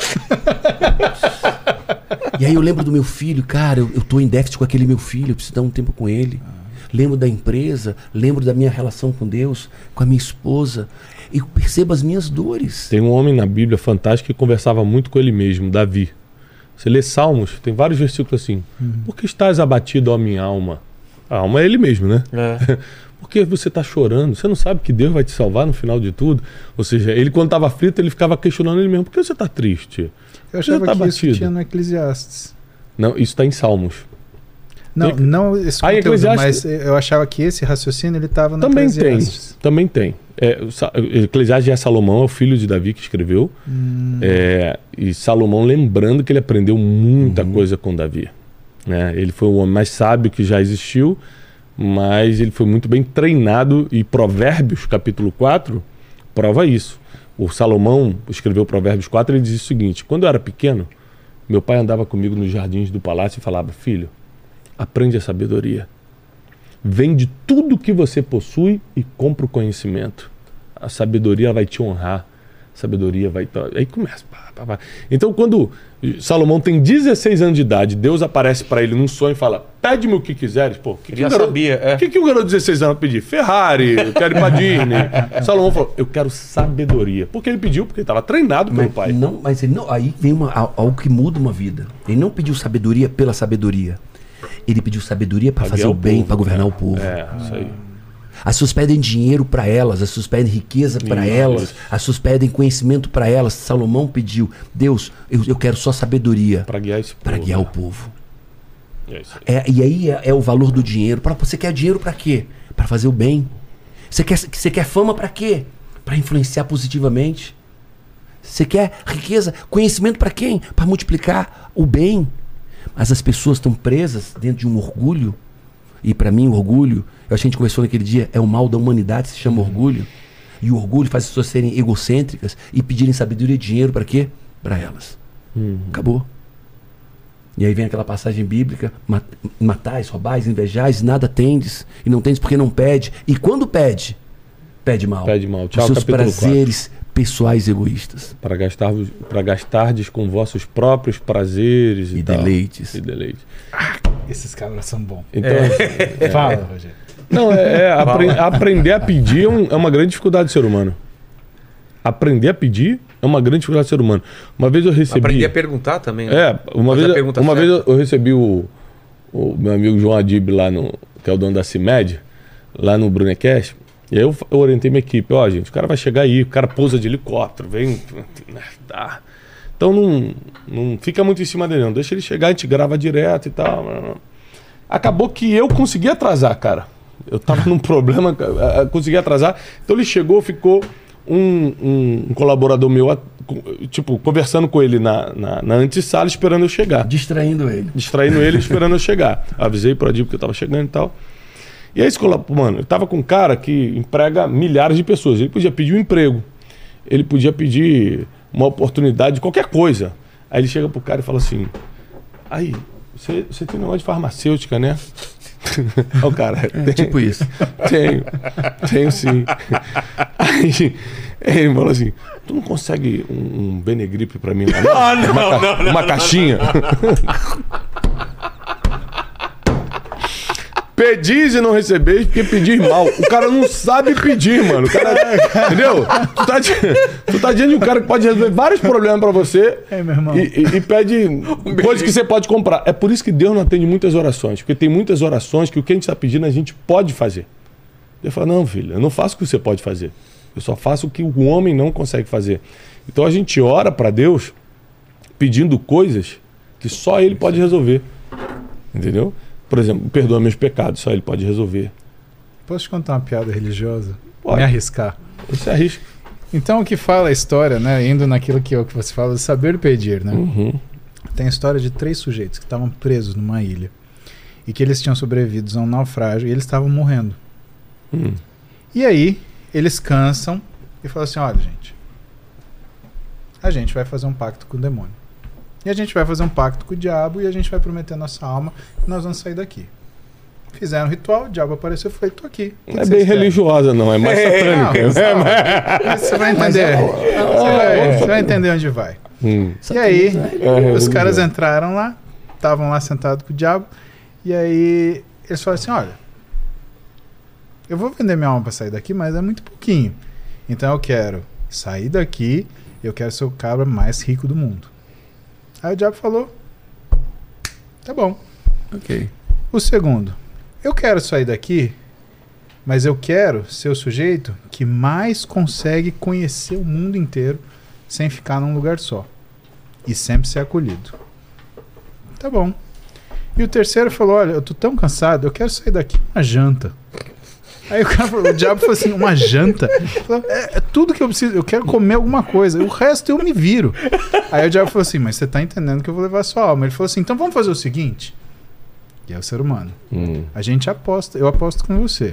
E aí eu lembro do meu filho, cara, eu tô em déficit com aquele meu filho, eu preciso dar um tempo com ele. Lembro da empresa, lembro da minha relação com Deus, com a minha esposa. E percebo as minhas dores. Tem um homem na Bíblia fantástico que conversava muito com ele mesmo, Davi. Você lê Salmos, tem vários versículos assim. Por que estás abatido, ó minha alma? A alma é ele mesmo, né? Por que você está chorando? Você não sabe que Deus vai te salvar no final de tudo? Ou seja, ele quando estava aflito, ele ficava questionando ele mesmo. Por que você está triste? Eu achava que isso tinha no Eclesiastes. Não, isso está em Salmos. Não esse conteúdo, mas eu achava que esse raciocínio ele estava no Eclesiastes. Também tem. Eclesiastes é Salomão, é o filho de Davi que escreveu. E Salomão, lembrando que ele aprendeu muita coisa com Davi. Né? Ele foi o homem mais sábio que já existiu, mas ele foi muito bem treinado. E Provérbios, capítulo 4, prova isso. O Salomão escreveu Provérbios 4 e ele diz o seguinte: quando eu era pequeno, meu pai andava comigo nos jardins do palácio e falava: filho, aprende a sabedoria. Vende tudo que você possui e compra o conhecimento. A sabedoria vai te honrar. A sabedoria vai... Aí começa. Então, quando Salomão tem 16 anos de idade, Deus aparece para ele num sonho e fala: pede-me o que quiseres. Pô, sabia. O que o garoto de 16 anos pediu? Ferrari, eu quero ir pra Disney. Salomão falou: eu quero sabedoria. Porque ele pediu, porque ele estava treinado pelo pai. Mas ele não, aí vem algo que muda uma vida. Ele não pediu sabedoria pela sabedoria. Ele pediu sabedoria para fazer o bem, para governar o povo. Isso aí. As pessoas pedem dinheiro para elas, as pessoas pedem riqueza para elas, as pessoas pedem conhecimento para elas. Salomão pediu: Deus, eu quero só sabedoria para guiar esse povo. Para guiar o povo. E aí é o valor do dinheiro. Você quer dinheiro para quê? Para fazer o bem. Você quer fama para quê? Para influenciar positivamente. Você quer riqueza, conhecimento para quem? Para multiplicar o bem. Mas as pessoas estão presas dentro de um orgulho. E para mim o orgulho, eu acho que a gente conversou naquele dia, é o mal da humanidade, se chama orgulho. E o orgulho faz as pessoas serem egocêntricas e pedirem sabedoria e dinheiro para quê? Para elas. Acabou. E aí vem aquela passagem bíblica: matais, roubais, invejais, nada tendes. E não tendes porque não pede. E quando pede mal. Pede mal. Tchau, os seus prazeres 4. Pessoais egoístas. Para gastardes com vossos próprios prazeres e deleites. Esses caras são bons. Então, Fala, Rogério. Não, aprender a pedir é uma grande dificuldade do ser humano. Aprender a pedir é uma grande dificuldade do ser humano. Uma vez eu recebi... Aprender a perguntar também, né? Uma vez eu recebi o meu amigo João Adib lá que é o dono da CIMED, lá no Brunecast. E aí eu orientei minha equipe: gente, o cara vai chegar aí, o cara pousa de helicóptero, vem... Tá. Então não fica muito em cima dele, não. Deixa ele chegar, a gente grava direto e tal. Acabou que eu consegui atrasar, cara. Eu tava num problema, consegui atrasar. Então ele chegou, ficou um colaborador meu, tipo, conversando com ele na antessala, esperando eu chegar. Distraindo ele, esperando eu chegar. Avisei pro Adib que eu tava chegando e tal. E aí, mano, eu tava com um cara que emprega milhares de pessoas. Ele podia pedir um emprego. Ele podia pedir uma oportunidade de qualquer coisa. Aí ele chega pro cara e fala assim: aí, você tem um negócio de farmacêutica, né? Aí o cara... tipo isso. Tenho sim. Aí ele falou assim: tu não consegue um Benegripe pra mim lá? Uma caixinha? Pedis e não recebeis porque pedis mal. O cara não sabe pedir, mano. O cara, entendeu? Tu tá diante de um cara que pode resolver vários problemas pra você Meu irmão. e pede coisas que você pode comprar. É por isso que Deus não atende muitas orações. Porque tem muitas orações que o que a gente tá pedindo a gente pode fazer. Ele fala, não, filho, eu não faço o que você pode fazer. Eu só faço o que o homem não consegue fazer. Então a gente ora pra Deus pedindo coisas que só Ele pode resolver. Entendeu? Por exemplo, perdoa meus pecados, só Ele pode resolver. Posso te contar uma piada religiosa? Pode. Me arriscar. Você arrisca. Então, o que fala a história, né? Indo naquilo que você fala de saber pedir, né? Uhum. Tem a história de 3 sujeitos que estavam presos numa ilha e que eles tinham sobrevivido a um naufrágio e eles estavam morrendo. E aí, eles cansam e falam assim, olha, gente, a gente vai fazer um pacto com o demônio. E a gente vai fazer um pacto com o diabo e a gente vai prometer nossa alma e nós vamos sair daqui. Fizeram um ritual, o diabo apareceu e falou, tô aqui. O que Não é vocês bem querem? religiosa, não. É mais satânica. Não, você vai entender. Você vai entender onde vai. E aí, os caras entraram lá, estavam lá sentados com o diabo, e aí eles falaram assim, olha, eu vou vender minha alma para sair daqui, mas é muito pouquinho. Então eu quero sair daqui, eu quero ser o cabra mais rico do mundo. Aí o diabo falou, tá bom. Ok. O segundo, eu quero sair daqui, mas eu quero ser o sujeito que mais consegue conhecer o mundo inteiro sem ficar num lugar só. E sempre ser acolhido. Tá bom. E o terceiro falou, olha, eu tô tão cansado, eu quero sair daqui uma janta. Aí o cara falou, o diabo falou assim, uma janta? Falou, é tudo que eu preciso, eu quero comer alguma coisa, o resto eu me viro. Aí o diabo falou assim, mas você tá entendendo que eu vou levar a sua alma. Ele falou assim, então vamos fazer o seguinte, e é o ser humano, a gente aposta, eu aposto com você.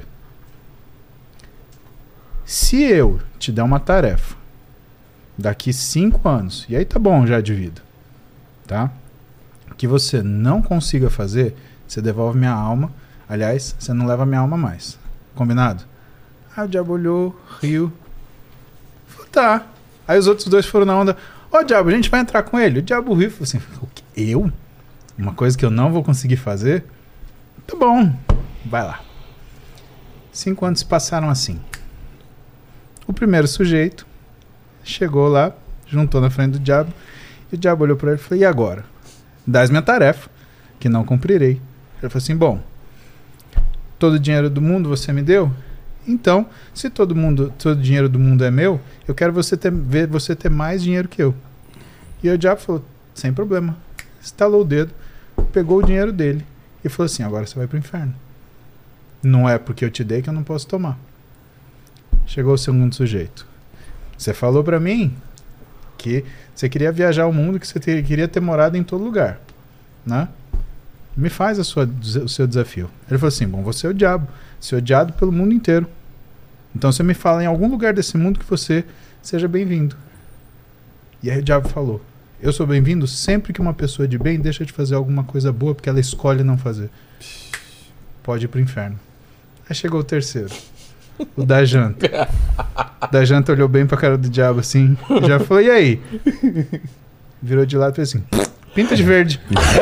Se eu te der uma tarefa, daqui 5 anos, e aí tá bom já de vida, tá? Que você não consiga fazer, você devolve minha alma, aliás, você não leva minha alma mais. Combinado? Aí o diabo olhou, riu. Falou, tá. Aí os outros dois foram na onda. Ó, diabo, a gente vai entrar com ele. O diabo riu e falou assim, o quê? Eu? Uma coisa que eu não vou conseguir fazer? Tá bom, vai lá. 5 anos se passaram assim. O primeiro sujeito chegou lá, juntou na frente do diabo, e o diabo olhou para ele e falou, e agora? Dás minha tarefa, que não cumprirei. Ele falou assim, bom, todo o dinheiro do mundo você me deu? Então, se todo o dinheiro do mundo é meu, eu quero ver você ter mais dinheiro que eu. E o diabo falou, sem problema. Estalou o dedo, pegou o dinheiro dele e falou assim, agora você vai pro inferno. Não é porque eu te dei que eu não posso tomar. Chegou o segundo sujeito. Você falou pra mim que você queria viajar ao mundo, que você queria ter morado em todo lugar, né? Me faz o seu desafio. Ele falou assim, bom, você é o diabo, ser odiado pelo mundo inteiro. Então você me fala em algum lugar desse mundo que você seja bem-vindo. E aí o diabo falou, eu sou bem-vindo sempre que uma pessoa de bem deixa de fazer alguma coisa boa porque ela escolhe não fazer. Pode ir pro inferno. Aí chegou o terceiro, o da janta. O da janta olhou bem pra cara do diabo assim, e já falou, e aí? Virou de lado e fez assim, pinta de verde.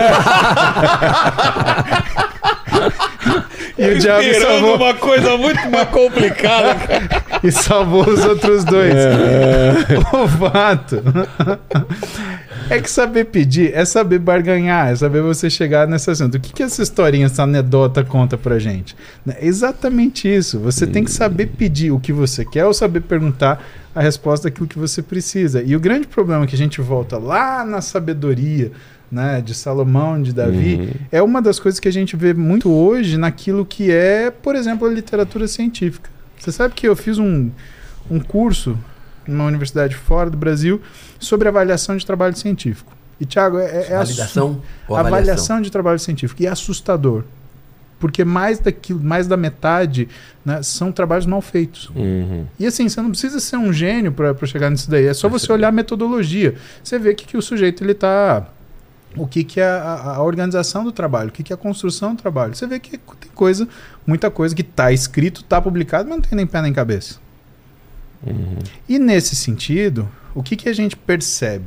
E o diabo salvou uma coisa muito mais complicada. e salvou os outros dois. O fato é que saber pedir é saber barganhar, é saber você chegar nesse assunto. O que essa historinha, essa anedota conta pra gente? É exatamente isso. Você tem que saber pedir o que você quer ou saber perguntar a resposta daquilo que você precisa. E o grande problema que a gente volta lá na sabedoria, né, de Salomão, de Davi, é uma das coisas que a gente vê muito hoje naquilo que é, por exemplo, a literatura científica. Você sabe que eu fiz um curso numa universidade fora do Brasil sobre avaliação de trabalho científico. E, Thiago, Validação ou avaliação de trabalho científico. E é assustador. Porque mais da metade, né, são trabalhos mal feitos. E assim, você não precisa ser um gênio para chegar nisso daí. É só você olhar a metodologia. Você vê que o sujeito ele está... O que é a organização do trabalho, o que é a construção do trabalho. Você vê que tem muita coisa que está escrito, está publicado, mas não tem nem pé nem cabeça. E nesse sentido, o que a gente percebe?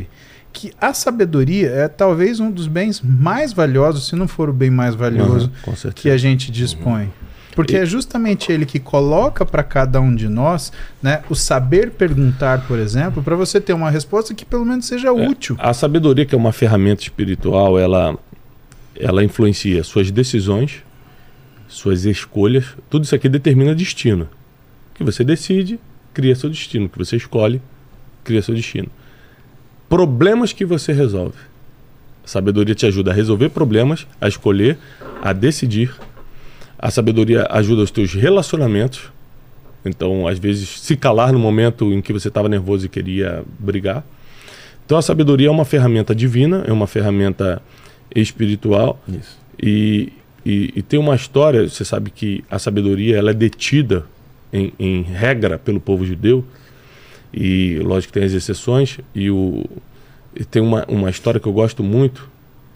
que a sabedoria é talvez um dos bens mais valiosos, se não for o bem mais valioso Com certeza. que a gente dispõe. Porque é justamente ele que coloca para cada um de nós, né, o saber perguntar, por exemplo, para você ter uma resposta que pelo menos seja útil. A sabedoria, que é uma ferramenta espiritual, ela influencia suas decisões, suas escolhas. Tudo isso aqui determina destino. O que você decide, cria seu destino. O que você escolhe, cria seu destino. Problemas que você resolve. A sabedoria te ajuda a resolver problemas, a escolher, a decidir. A sabedoria ajuda os teus relacionamentos. Então, às vezes, se calar no momento em que você estava nervoso e queria brigar. Então, a sabedoria é uma ferramenta divina, é uma ferramenta espiritual. Isso. E tem uma história, você sabe que a sabedoria ela é detida em regra pelo povo judeu. E, lógico que tem as exceções. E tem uma história que eu gosto muito,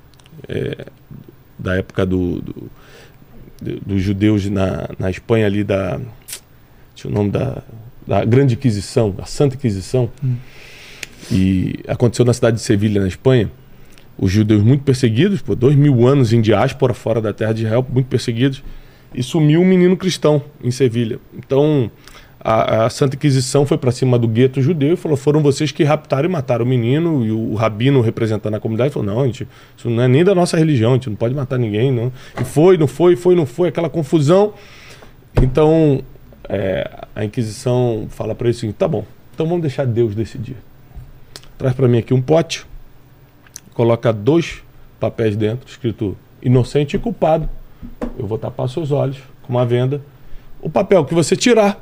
da época dos judeus na Espanha ali tinha o nome da Grande Inquisição, a Santa Inquisição. E aconteceu na cidade de Sevilha, na Espanha. Os judeus muito perseguidos, por 2000 anos em diáspora fora da terra de Israel, muito perseguidos, e sumiu um menino cristão em Sevilha. Então a Santa Inquisição foi para cima do gueto judeu e falou: foram vocês que raptaram e mataram o menino. E o rabino representando a comunidade falou: não, gente, isso não é nem da nossa religião, a gente não pode matar ninguém, não. E não foi, aquela confusão. Então a Inquisição fala para eles assim: tá bom, então vamos deixar Deus decidir. Traz para mim aqui um pote, coloca 2 papéis dentro, escrito inocente e culpado. Eu vou tapar seus olhos com uma venda. O papel que você tirar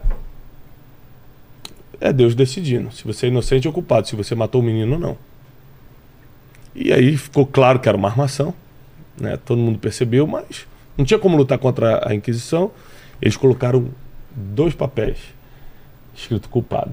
é Deus decidindo se você é inocente ou culpado, se você matou o menino ou não. E aí ficou claro que era uma armação, né? Todo mundo percebeu, mas não tinha como lutar contra a Inquisição. Eles colocaram 2 papéis escrito culpado.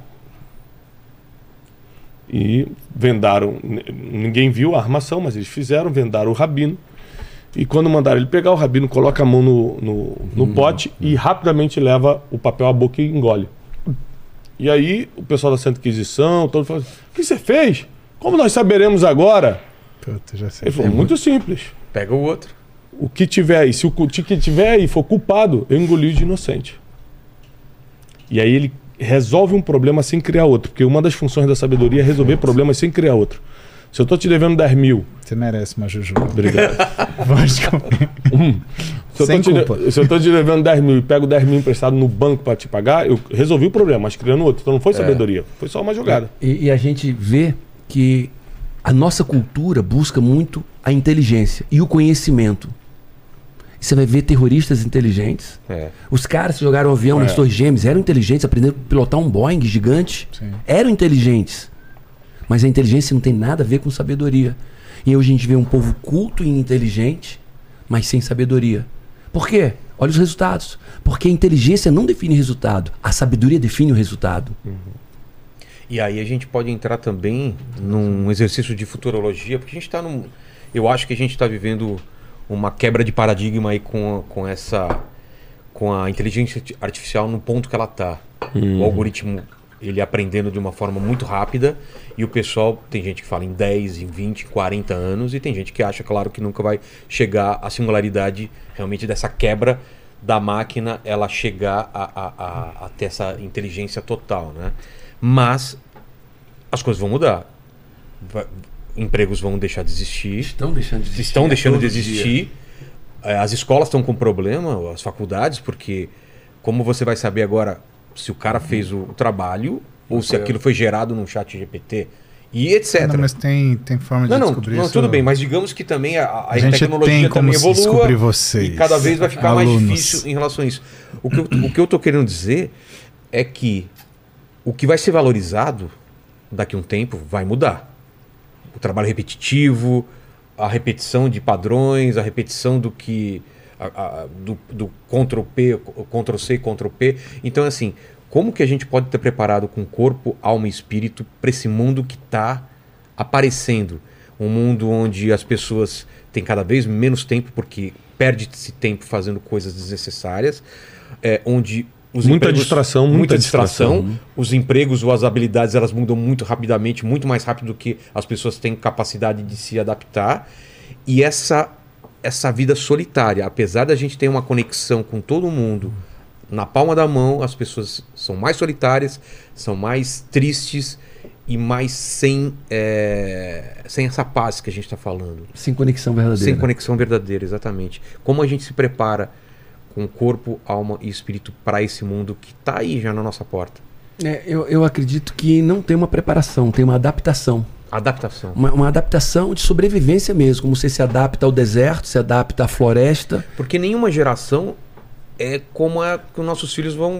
E vendaram, ninguém viu a armação, mas eles fizeram, vendaram o rabino. E quando mandaram ele pegar, o rabino coloca a mão no pote e rapidamente leva o papel à boca e engole. E aí o pessoal da Santa Inquisição, todo falou: o que você fez? Como nós saberemos agora? Puta, já sei. Ele falou: muito simples. Pega o outro. O que tiver aí, se o que tiver aí for culpado, eu engoli de inocente. E aí ele resolve um problema sem criar outro, porque uma das funções da sabedoria é resolver problemas sem criar outro. Se eu estou te devendo 10 mil... Você merece uma jujuba. Obrigado. Sem culpa. Se eu estou te devendo 10 mil e pego 10 mil emprestado no banco para te pagar, eu resolvi o problema, mas criando outro. Então não foi sabedoria, foi só uma jogada. E a gente vê que a nossa cultura busca muito a inteligência e o conhecimento. Você vai ver terroristas inteligentes. Os caras que jogaram um avião nas Torres Gêmeas eram inteligentes, aprenderam a pilotar um Boeing gigante. Sim. Eram inteligentes. Mas a inteligência não tem nada a ver com sabedoria. E hoje a gente vê um povo culto e inteligente, mas sem sabedoria. Por quê? Olha os resultados. Porque a inteligência não define resultado. A sabedoria define o resultado. E aí a gente pode entrar também num exercício de futurologia, porque a gente está eu acho que a gente está vivendo uma quebra de paradigma aí com a inteligência artificial no ponto que ela está. O algoritmo, ele aprendendo de uma forma muito rápida, e o pessoal, tem gente que fala em 10, em 20, em 40 anos, e tem gente que acha, claro, que nunca vai chegar à singularidade realmente dessa quebra da máquina, ela chegar a ter essa inteligência total, né? Mas as coisas vão mudar. Empregos vão deixar de existir. Estão deixando de existir. Estão deixando de existir. As escolas estão com problema, as faculdades, porque como você vai saber agora se o cara fez o trabalho ou se aquilo foi gerado num chat GPT e etc. Não, mas tem forma de descobrir isso. Tudo bem, mas digamos que também a gente tecnologia tem como também evolua descobrir vocês, e cada vez vai ficar alunos. mais difícil em relação a isso. O que eu estou querendo dizer é que o que vai ser valorizado daqui a um tempo vai mudar. O trabalho repetitivo, a repetição de padrões, a repetição do que do Ctrl+P, Ctrl+C, Ctrl+P. Então, assim, como que a gente pode ter preparado com corpo, alma e espírito para esse mundo que está aparecendo? Um mundo onde as pessoas têm cada vez menos tempo porque perde-se tempo fazendo coisas desnecessárias, onde Muita distração, muita distração. Os empregos ou as habilidades, elas mudam muito rapidamente, muito mais rápido do que as pessoas têm capacidade de se adaptar. E essa vida solitária, apesar da gente ter uma conexão com todo mundo na palma da mão, as pessoas são mais solitárias, são mais tristes e mais sem essa paz que a gente está falando. Sem conexão verdadeira. Sem conexão verdadeira, exatamente. Como a gente se prepara com corpo, alma e espírito para esse mundo que está aí já na nossa porta? Eu acredito que não tem uma preparação, tem uma adaptação. Adaptação. Uma adaptação de sobrevivência mesmo, como você se adapta ao deserto, se adapta à floresta. Porque nenhuma geração é como a que os nossos filhos vão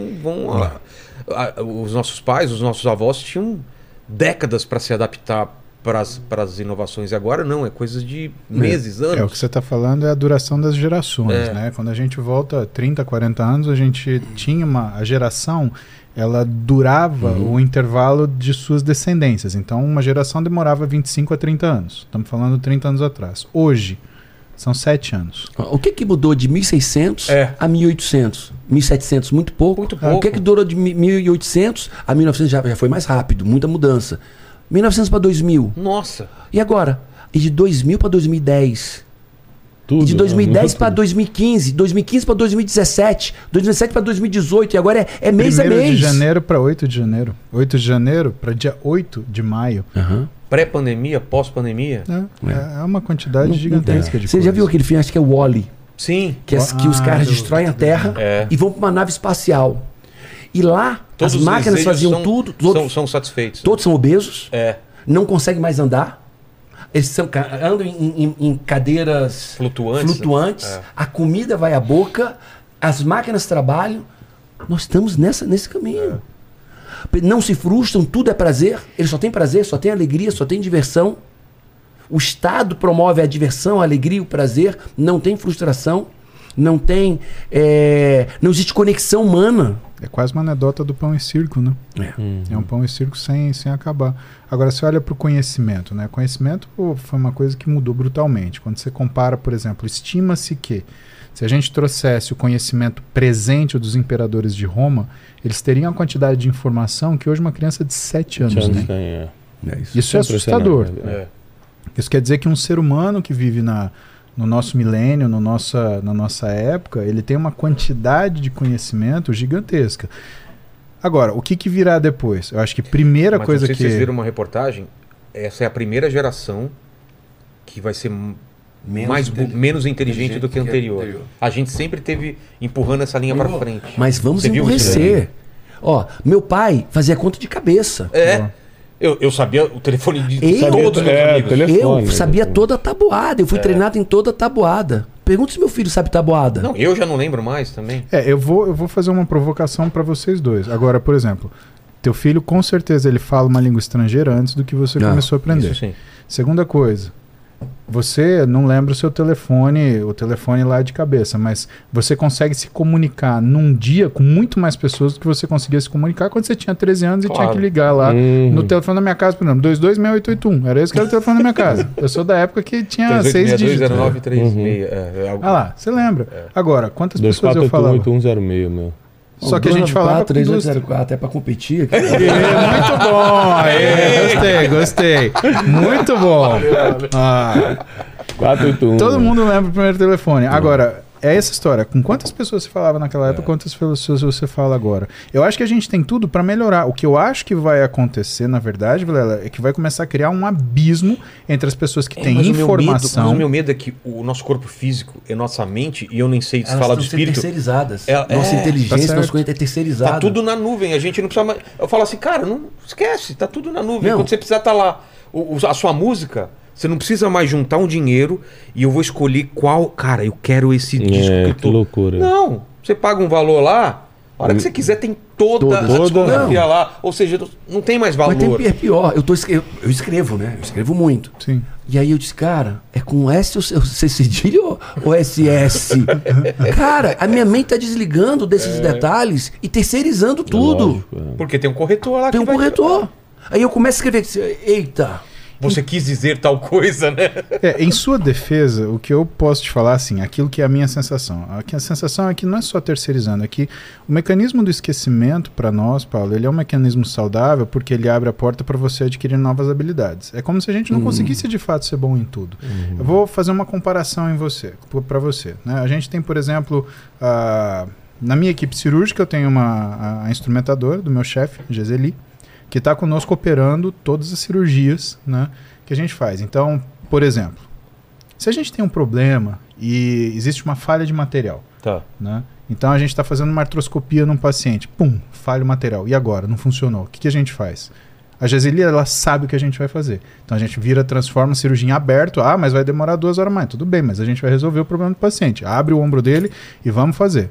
os nossos pais, os nossos avós tinham décadas para se adaptar para as inovações. Agora não, é coisa de meses, anos. O que você está falando é a duração das gerações, né? Quando a gente volta 30, 40 anos, a gente tinha a geração, ela durava o intervalo de suas descendências. Então, uma geração demorava 25 a 30 anos. Estamos falando 30 anos atrás. Hoje, são 7 anos. O que mudou de 1600 a 1800? 1700, muito pouco. Muito pouco. O que durou de 1800 a 1900? Já foi mais rápido, muita mudança. 1900 para 2000. Nossa. E agora? E de 2000 para 2010. Tudo, e de 2010 para tudo. 2015. 2015 para 2017. 2017 para 2018. E agora é mês a mês. 1º de janeiro para 8 de janeiro. 8 de janeiro para dia 8 de maio. Pré-pandemia, pós-pandemia? É uma quantidade gigantesca de Você já viu aquele filme, acho que é o Wall-E? Sim. Que os caras destroem a Terra e vão para uma nave espacial. E lá, todos as máquinas faziam tudo. Todos são satisfeitos. Todos são obesos. Não conseguem mais andar. Eles andam em cadeiras flutuantes. A comida vai à boca. As máquinas trabalham. Nós estamos nesse caminho. Não se frustram, tudo é prazer. Eles só têm prazer, só têm alegria, só têm diversão. O Estado promove a diversão, a alegria, o prazer. Não tem frustração. Não tem... não existe conexão humana. É quase uma anedota do pão e circo, né? É um pão e circo sem acabar. Agora, você olha para o conhecimento, né? Conhecimento foi uma coisa que mudou brutalmente. Quando você compara, por exemplo, estima-se que se a gente trouxesse o conhecimento presente dos imperadores de Roma, eles teriam a quantidade de informação que hoje uma criança de 7 anos tem. Isso é assustador. Isso quer dizer que um ser humano que vive no nosso milênio, na nossa época, ele tem uma quantidade de conhecimento gigantesca. Agora, o que virá depois? Eu acho que primeira coisa não sei se vocês viram uma reportagem, essa é a primeira geração que vai ser menos inteligente do que a anterior. A gente sempre teve empurrando essa linha para frente. Mas vamos emburrecer. Meu pai fazia conta de cabeça. Eu sabia o telefone de todos os meus amigos. Eu sabia toda a tabuada. Eu fui treinado em toda a tabuada. Pergunta se meu filho sabe tabuada. Não, eu já não lembro mais também. Eu vou fazer uma provocação para vocês dois. Agora, por exemplo, teu filho com certeza ele fala uma língua estrangeira antes do que você começou a aprender. Isso sim. Segunda coisa, você não lembra o telefone lá de cabeça, mas você consegue se comunicar num dia com muito mais pessoas do que você conseguia se comunicar quando você tinha 13 anos e tinha que ligar lá no telefone da minha casa, por exemplo, 226881. Era esse que era o telefone da minha casa. Eu sou da época que tinha 6 dígitos. 0936. Lá, você lembra. Agora, quantas pessoas eu falava? 2106, meu. Só que a gente falava 3804 é pra competir aqui. Muito bom! Gostei. Muito bom. 481. Todo mundo lembra o primeiro telefone. Agora, é essa história. Com quantas pessoas você falava naquela época, quantas pessoas você fala agora? Eu acho que a gente tem tudo para melhorar. O que eu acho que vai acontecer, na verdade, Vilela, é que vai começar a criar um abismo entre as pessoas que têm informação. Mas o meu medo é que o nosso corpo físico e nossa mente, e eu nem sei se fala do espírito... terceirizadas. Nossa inteligência, nosso conhecimento é terceirizado. Tá tudo na nuvem. A gente não precisa mais... Eu falo assim, cara, não esquece. Tá tudo na nuvem. Quando você precisar, tá lá. A sua música... Você não precisa mais juntar um dinheiro e eu vou escolher qual... Cara, eu quero esse disco. Que loucura. Não, você paga um valor lá, a hora que você quiser tem toda a discografia lá. Ou seja, não tem mais valor. Mas pior, eu escrevo, né? Eu escrevo muito. Sim. E aí eu disse, cara, é com S ou C cedilha ou SS? Cara, a minha mente tá desligando desses detalhes e terceirizando tudo. Lógico, Porque tem um corretor lá. Tem um corretor. Aí eu começo a escrever, eita... você quis dizer tal coisa, né? Em sua defesa, o que eu posso te falar, assim, aquilo que é a minha sensação. A sensação é que não é só terceirizando, é que o mecanismo do esquecimento, para nós, Paulo, ele é um mecanismo saudável porque ele abre a porta para você adquirir novas habilidades. É como se a gente não conseguisse, de fato, ser bom em tudo. Eu vou fazer uma comparação para você. Né? A gente tem, por exemplo, na minha equipe cirúrgica, eu tenho a instrumentadora do meu chefe, Geseli, que está conosco operando todas as cirurgias, né, que a gente faz. Então, por exemplo, se a gente tem um problema e existe uma falha de material, né, então a gente está fazendo uma artroscopia num paciente, pum, falha o material, e agora? Não funcionou. O que a gente faz? A Geseli, ela sabe o que a gente vai fazer. Então a gente transforma a cirurgia em aberto, mas vai demorar 2 horas mais. Tudo bem, mas a gente vai resolver o problema do paciente. Abre o ombro dele e vamos fazer.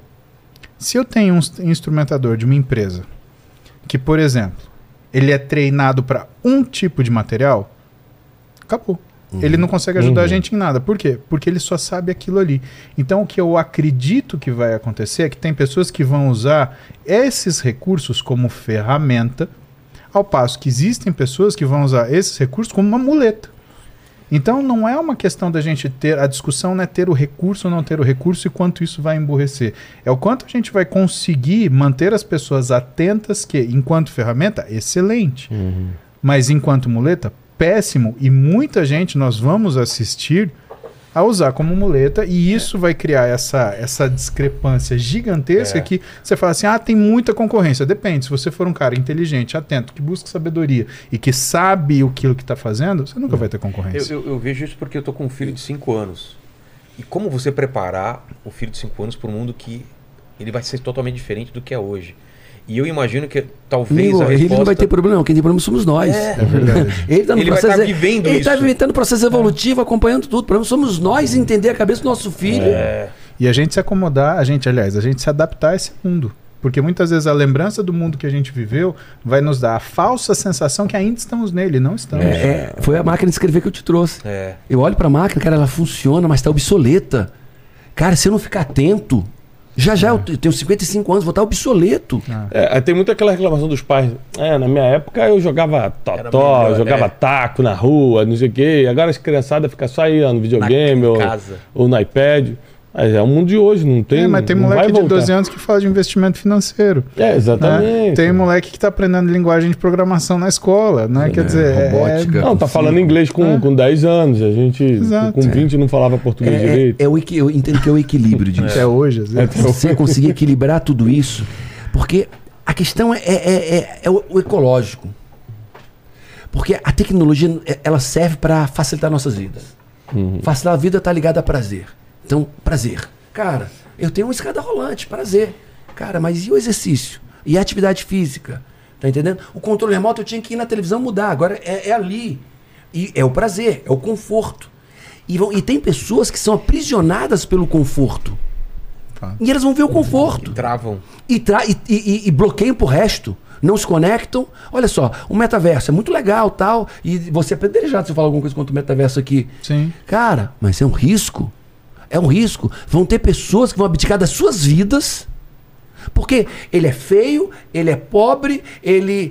Se eu tenho um instrumentador de uma empresa que, por exemplo, ele é treinado para um tipo de material, acabou. Ele não consegue ajudar a gente em nada. Por quê? Porque ele só sabe aquilo ali. Então, o que eu acredito que vai acontecer é que tem pessoas que vão usar esses recursos como ferramenta, ao passo que existem pessoas que vão usar esses recursos como uma muleta. Então, não é uma questão da gente ter... A discussão não é ter o recurso ou não ter o recurso e quanto isso vai emburrecer. É o quanto a gente vai conseguir manter as pessoas atentas que, enquanto ferramenta, excelente. Mas enquanto muleta, péssimo. E muita gente nós vamos assistir a usar como muleta, e isso vai criar essa discrepância gigantesca que você fala assim, tem muita concorrência. Depende, se você for um cara inteligente, atento, que busca sabedoria e que sabe aquilo que está fazendo, você nunca vai ter concorrência. Eu vejo isso porque eu tô com um filho de 5 anos. E como você preparar o filho de 5 anos para um mundo que ele vai ser totalmente diferente do que é hoje? E eu imagino que talvez a resposta... Ele não vai ter problema, quem tem problema somos nós. É verdade. Ele está vai estar vivendo ele isso. Ele está vivendo o processo evolutivo, acompanhando tudo. O problema somos nós entender a cabeça do nosso filho. E a gente se acomodar, a gente se adaptar a esse mundo. Porque muitas vezes a lembrança do mundo que a gente viveu vai nos dar a falsa sensação que ainda estamos nele, não estamos. Foi a máquina de escrever que eu te trouxe. Eu olho para a máquina, cara, ela funciona, mas está obsoleta. Cara, se eu não ficar atento... Já eu tenho 55 anos, vou estar obsoleto. Tem muita aquela reclamação dos pais. Na minha época eu jogava totó, jogava taco na rua, não sei o quê. Agora as criançadas ficam só aí no videogame ou no iPad. É o mundo de hoje, não tem. Mas tem moleque de 12 anos que fala de investimento financeiro. Exatamente. Né? Tem moleque que está aprendendo linguagem de programação na escola, né? Quer dizer, robótica. Não, tá falando inglês com 10 anos. A gente com 20 não falava português direito. Eu entendo que é o equilíbrio disso. Até hoje, às vezes. Você conseguir equilibrar tudo isso. Porque a questão é o ecológico. Porque a tecnologia ela serve para facilitar nossas vidas. Facilitar a vida está ligada a prazer. Então, prazer. Cara, eu tenho uma escada rolante, prazer. Cara, mas e o exercício? E a atividade física? Tá entendendo? O controle remoto eu tinha que ir na televisão mudar, agora é ali. E é o prazer, é o conforto. E tem pessoas que são aprisionadas pelo conforto. E elas vão ver o conforto. Travam. E bloqueiam pro resto. Não se conectam. Olha só, o metaverso é muito legal, tal. E você é apedrejado se eu falar alguma coisa contra o metaverso aqui. Sim. Cara, mas é um risco. É um risco. Vão ter pessoas que vão abdicar das suas vidas, porque ele é feio, ele é pobre, ele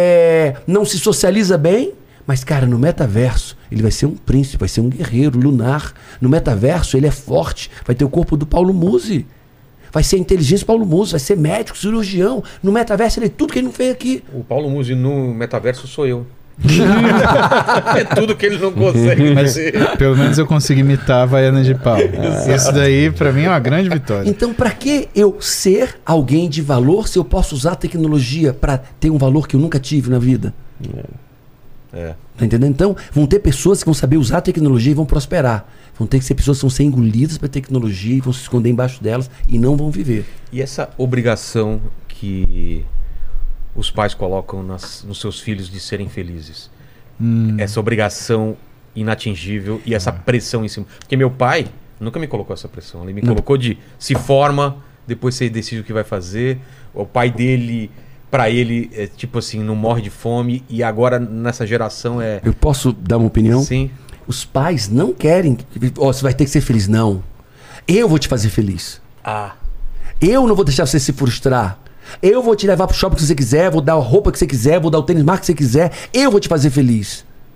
não se socializa bem. Mas, cara, no metaverso, ele vai ser um príncipe, vai ser um guerreiro lunar. No metaverso, ele é forte, vai ter o corpo do Paulo Musi. Vai ser a inteligência do Paulo Musi, vai ser médico, cirurgião. No metaverso, ele é tudo que ele não fez aqui. O Paulo Musi no metaverso sou eu. É tudo que ele não consegue. Mas pelo menos eu consegui imitar a Havaiana de pau. Isso daí pra mim é uma grande vitória. Então pra que eu ser alguém de valor se eu posso usar a tecnologia pra ter um valor que eu nunca tive na vida? Tá entendendo? Então vão ter pessoas que vão saber usar a tecnologia e vão prosperar. Vão ter que ser pessoas que vão ser engolidas pela tecnologia e vão se esconder embaixo delas e não vão viver. E essa obrigação que os pais colocam nos seus filhos de serem felizes. Essa obrigação inatingível e essa pressão em cima. Porque meu pai nunca me colocou essa pressão. Ele me colocou de se forma, depois você decide o que vai fazer. O pai dele, pra ele, é tipo assim, não morre de fome. E agora nessa geração é... Eu posso dar uma opinião? Sim. Os pais não querem... você vai ter que ser feliz. Não. Eu vou te fazer feliz. Eu não vou deixar você se frustrar. Eu vou te levar pro shopping que você quiser, vou dar a roupa que você quiser, vou dar o tênis marca que você quiser. Eu vou te fazer feliz.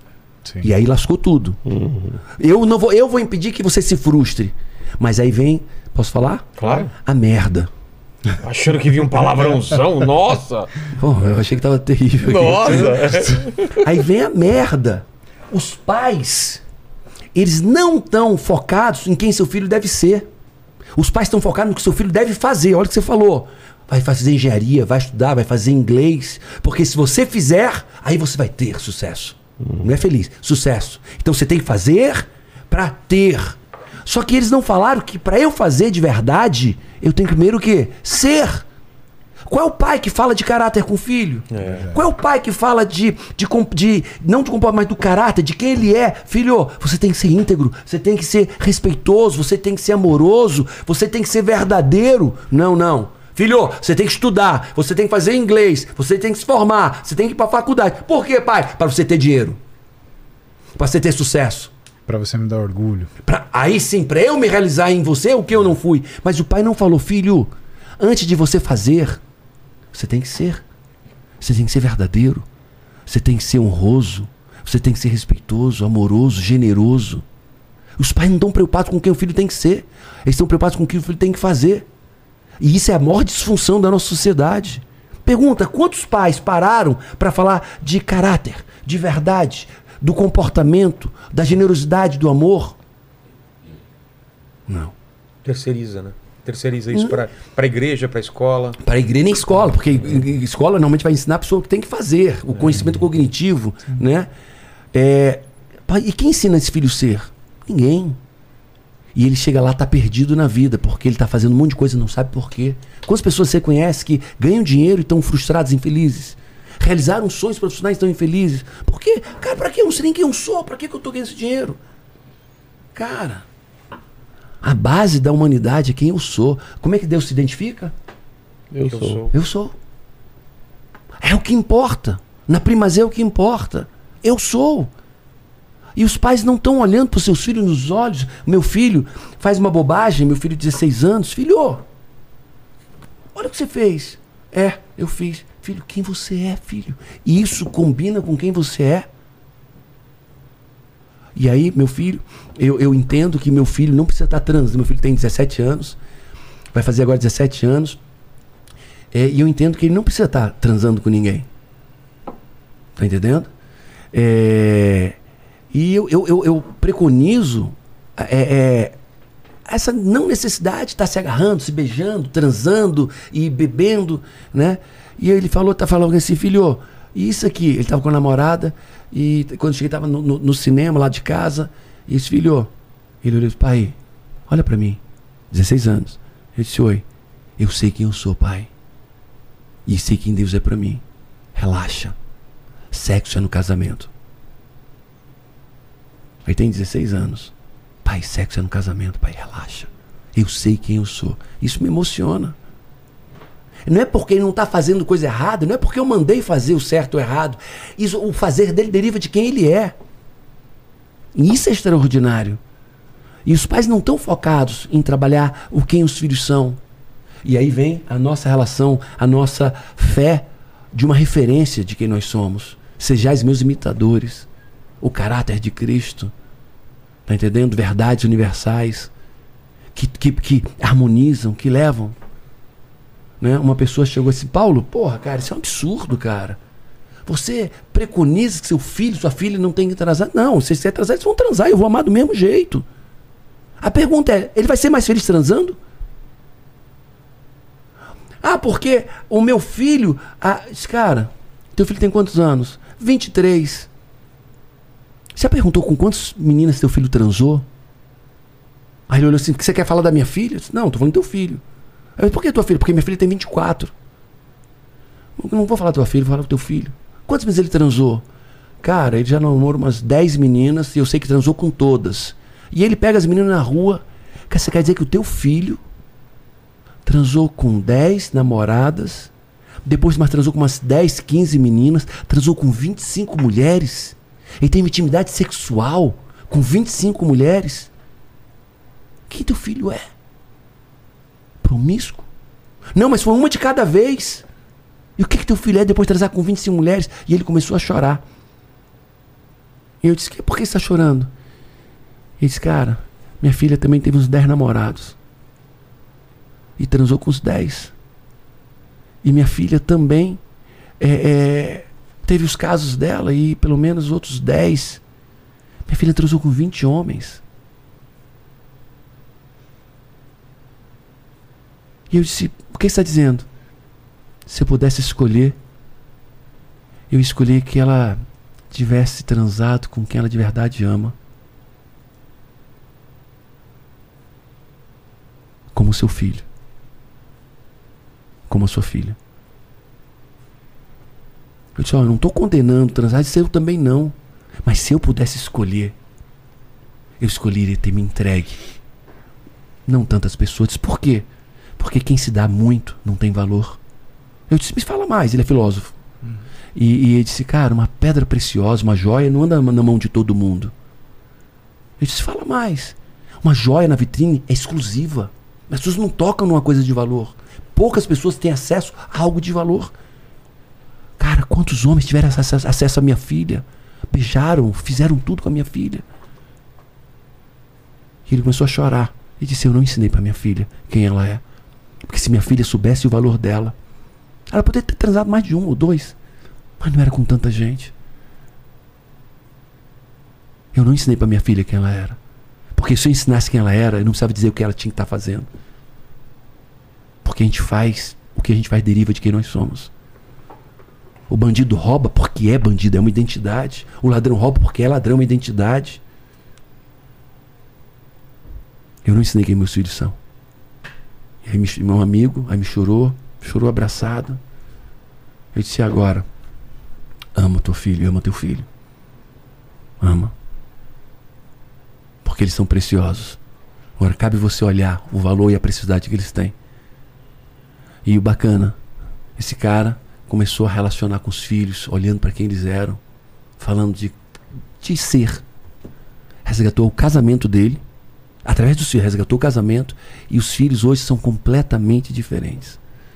Sim. E aí lascou tudo. Eu vou impedir que você se frustre. Mas aí vem, posso falar? Claro. A merda. Achando que vinha um palavrãozão, nossa! Pô, eu achei que tava terrível aqui. Nossa! Aí vem a merda. Os pais, eles não estão focados em quem seu filho deve ser. Os pais estão focados no que seu filho deve fazer. Olha o que você falou. Vai fazer engenharia, vai estudar, vai fazer inglês. Porque se você fizer, aí você vai ter sucesso. Não é feliz, sucesso. Então você tem que fazer para ter. Só que eles não falaram que para eu fazer de verdade, eu tenho primeiro o quê? Ser. Qual é o pai que fala de caráter com o filho? Qual é o pai que fala não de comportamento, mas do caráter, de quem ele é? Filho, você tem que ser íntegro, você tem que ser respeitoso, você tem que ser amoroso, você tem que ser verdadeiro. Não. Filho, você tem que estudar, você tem que fazer inglês, você tem que se formar, você tem que ir pra faculdade. Por quê, pai? Para você ter dinheiro. Para você ter sucesso. Pra você me dar orgulho. Aí sim, pra eu me realizar em você o que eu não fui. Mas o pai não falou, filho, antes de você fazer, você tem que ser. Você tem que ser verdadeiro. Você tem que ser honroso. Você tem que ser respeitoso, amoroso, generoso. Os pais não estão preocupados com quem o filho tem que ser. Eles estão preocupados com o que o filho tem que fazer. E isso é a maior disfunção da nossa sociedade. Pergunta, quantos pais pararam para falar de caráter, de verdade, do comportamento, da generosidade, do amor? Não. Terceiriza, né? Terceiriza isso para a igreja, para a escola. Para a igreja nem escola, porque escola normalmente vai ensinar a pessoa o que tem que fazer, o conhecimento cognitivo, né? E quem ensina esse filho a ser? Ninguém. E ele chega lá, tá perdido na vida, porque ele tá fazendo um monte de coisa e não sabe por quê. Quantas pessoas você conhece que ganham dinheiro e estão frustrados, infelizes? Realizaram sonhos profissionais e estão infelizes? Por quê? Cara, pra quê? Eu não sei nem quem eu sou, pra que eu tô ganhando esse dinheiro? Cara, a base da humanidade é quem eu sou. Como é que Deus se identifica? Eu sou. Eu sou. É o que importa. Na primazia é o que importa. Eu sou. E os pais não estão olhando para os seus filhos nos olhos. Meu filho faz uma bobagem, meu filho de 16 anos. Filho, olha o que você fez. Eu fiz. Filho, quem você é, filho? E isso combina com quem você é. E aí, meu filho, eu entendo que meu filho não precisa estar transando. Meu filho tem 17 anos, vai fazer agora 17 anos. E eu entendo que ele não precisa estar transando com ninguém. Tá entendendo? E eu preconizo essa não necessidade de estar se agarrando, se beijando, transando e bebendo, né? E ele tá falando assim, filho, e isso aqui? Ele estava com a namorada e quando eu cheguei estava no cinema lá de casa e esse filho, ele olhou e disse, pai, olha pra mim, 16 anos. Ele disse, oi, eu sei quem eu sou, pai. E sei quem Deus é pra mim. Relaxa. Sexo é no casamento. Ele tem 16 anos. Pai, sexo é no casamento. Pai, relaxa. Eu sei quem eu sou. Isso me emociona. Não é porque ele não está fazendo coisa errada. Não é porque eu mandei fazer o certo ou errado. Isso, o fazer dele deriva de quem ele é. E isso é extraordinário. E os pais não estão focados em trabalhar o quem os filhos são. E aí vem a nossa relação, a nossa fé de uma referência de quem nós somos. Sejais meus imitadores. O caráter de Cristo, tá entendendo? Verdades universais que harmonizam, que levam, né? Uma pessoa chegou assim, Paulo, porra, cara, isso é um absurdo, cara. Você preconiza que seu filho, sua filha não tem que transar. Não, se você transar, eles vão transar, eu vou amar do mesmo jeito. A pergunta é, ele vai ser mais feliz transando? Porque o meu filho... cara, teu filho tem quantos anos? 23. Você já perguntou com quantas meninas teu filho transou? Aí ele olhou assim, você quer falar da minha filha? Eu disse, não, tô falando do teu filho. Eu disse, por que tua filha? Porque minha filha tem 24. Eu não vou falar da tua filha, vou falar do teu filho. Quantas vezes ele transou? Cara, ele já namorou umas 10 meninas e eu sei que transou com todas. E ele pega as meninas na rua. Você quer dizer que o teu filho transou com 10 namoradas, depois mais transou com umas 10, 15 meninas, transou com 25 mulheres? Ele tem intimidade sexual com 25 mulheres? Quem teu filho é? Promíscuo? Não, mas foi uma de cada vez. E o que teu filho é depois de transar com 25 mulheres? E ele começou a chorar. E eu disse, por que você tá chorando? Ele disse, cara, minha filha também teve uns 10 namorados. E transou com os 10. E minha filha também teve os casos dela e pelo menos outros 10. Minha filha transou com 20 homens. E eu disse, o que você está dizendo? Se eu pudesse escolher, eu escolhi que ela tivesse transado com quem ela de verdade ama. Como seu filho. Como a sua filha. Eu disse, eu não estou condenando transar, eu também não. Mas se eu pudesse escolher, eu escolheria ter me entregue. Não tantas pessoas. Eu disse, por quê? Porque quem se dá muito não tem valor. Eu disse, me fala mais, ele é filósofo. E ele disse, cara, uma pedra preciosa, uma joia não anda na mão de todo mundo. Eu disse, fala mais. Uma joia na vitrine é exclusiva. As pessoas não tocam numa coisa de valor. Poucas pessoas têm acesso a algo de valor. Cara, quantos homens tiveram acesso à minha filha? Beijaram, fizeram tudo com a minha filha. E ele começou a chorar. Ele disse, eu não ensinei para minha filha quem ela é. Porque se minha filha soubesse o valor dela, ela poderia ter transado mais de 1 ou 2. Mas não era com tanta gente. Eu não ensinei para minha filha quem ela era. Porque se eu ensinasse quem ela era, eu não precisava dizer o que ela tinha que estar fazendo. Porque a gente faz, o que a gente faz deriva de quem nós somos. O bandido rouba porque é bandido, é uma identidade. O ladrão rouba porque é ladrão, é uma identidade. Eu não ensinei quem meus filhos são. E aí meu amigo, aí me chorou abraçado. Eu disse, agora, ama teu filho, ama teu filho. Ama. Porque eles são preciosos. Agora cabe você olhar o valor e a preciosidade que eles têm. E o bacana, esse cara começou a relacionar com os filhos, olhando para quem eles eram, falando de ser. Resgatou o casamento dele, através dos filhos, resgatou o casamento, e os filhos hoje são completamente diferentes.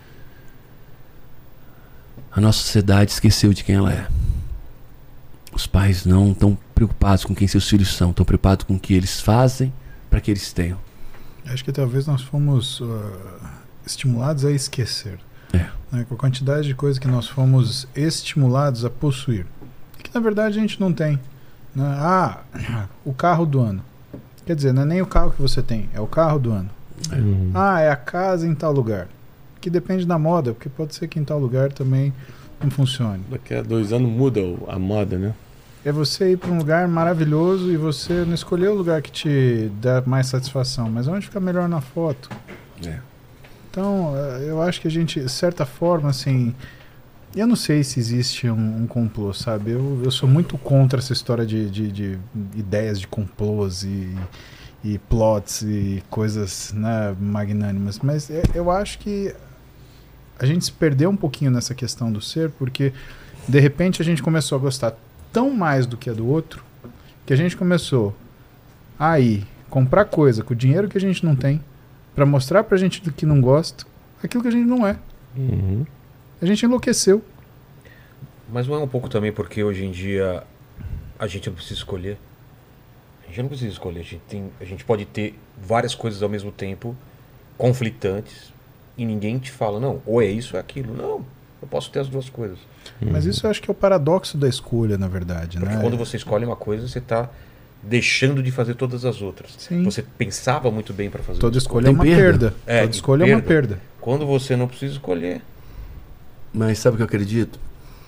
A nossa sociedade esqueceu de quem ela é. Os pais não estão preocupados com quem seus filhos são, estão preocupados com o que eles fazem para que eles tenham. Acho que talvez nós fomos estimulados a esquecer. Né, com a quantidade de coisas que nós fomos estimulados a possuir. Que na verdade a gente não tem. Né? O carro do ano. Quer dizer, não é nem o carro que você tem, é o carro do ano. É a casa em tal lugar. Que depende da moda, porque pode ser que em tal lugar também não funcione. Daqui a 2 anos muda a moda, né? É você ir para um lugar maravilhoso e você não escolher o lugar que te dá mais satisfação, mas onde fica melhor na foto. Então, eu acho que a gente, de certa forma, assim, eu não sei se existe um complô, sabe? Eu sou muito contra essa história de ideias de complôs e plots e coisas, né, magnânimas, mas eu acho que a gente se perdeu um pouquinho nessa questão do ser, porque de repente a gente começou a gostar tão mais do que a do outro, que a gente começou a comprar coisa com o dinheiro que a gente não tem, para mostrar pra gente do que não gosta aquilo que a gente não é. A gente enlouqueceu. Mas não é um pouco também porque hoje em dia a gente não precisa escolher? A gente não precisa escolher. A gente pode ter várias coisas ao mesmo tempo, conflitantes, e ninguém te fala, não, ou é isso ou é aquilo. Não, eu posso ter as duas coisas. Mas isso eu acho que é o paradoxo da escolha, na verdade. Porque né? quando você escolhe uma coisa, você está deixando de fazer todas as outras. Sim. Você pensava muito bem para fazer. Toda escolha é Tem uma perda. perda. Toda escolha é uma perda. Quando você não precisa escolher. Mas sabe o que eu acredito?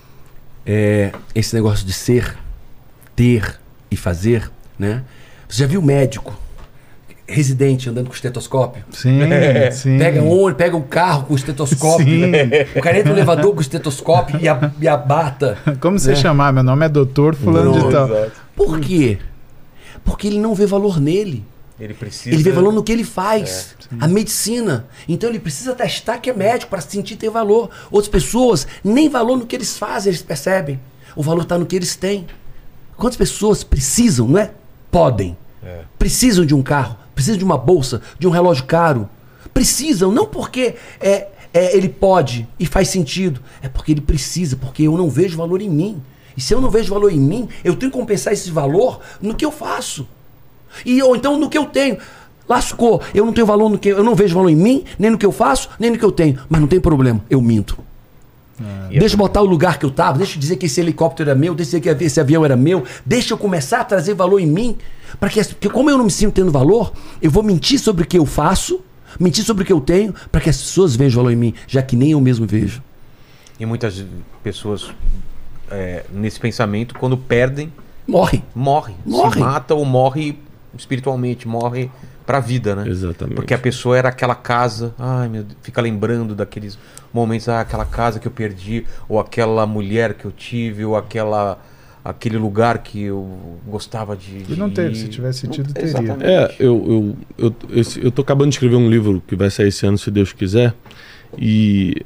Esse negócio de ser, ter e fazer, né? Você já viu médico, residente andando com estetoscópio? Sim, sim. Pega um carro com estetoscópio, Sim. né? O cara entra no elevador com estetoscópio e a bata. Como você chamar? Meu nome é doutor fulano de tal. Por quê? Porque ele não vê valor nele. Ele precisa. Ele vê valor no que ele faz. A medicina. Então ele precisa testar que é médico para sentir ter valor. Outras pessoas, nem valor no que eles fazem, eles percebem. O valor está no que eles têm. Quantas pessoas precisam, não é? Podem. Precisam de um carro, precisam de uma bolsa, de um relógio caro. Precisam, não porque ele pode e faz sentido. É porque ele precisa, porque eu não vejo valor em mim. E se eu não vejo valor em mim, eu tenho que compensar esse valor no que eu faço. Ou então no que eu tenho. Lascou. Eu não tenho valor no que eu não vejo valor em mim, nem no que eu faço, nem no que eu tenho. Mas não tem problema, eu minto. Deixa eu botar o lugar que eu tava, deixa eu dizer que esse helicóptero era meu, deixa eu dizer que esse avião era meu, deixa eu começar a trazer valor em mim, porque como eu não me sinto tendo valor, eu vou mentir sobre o que eu faço, mentir sobre o que eu tenho, para que as pessoas vejam valor em mim, já que nem eu mesmo vejo. E muitas pessoas nesse pensamento, quando perdem, morre. Se mata ou morre espiritualmente, morre pra vida, né? Exatamente. Porque a pessoa era aquela casa, ai meu Deus, fica lembrando daqueles momentos, aquela casa que eu perdi, ou aquela mulher que eu tive, ou aquele lugar que eu gostava de E não teve, se tivesse tido, teria. Exatamente. Eu tô acabando de escrever um livro que vai sair esse ano, se Deus quiser, e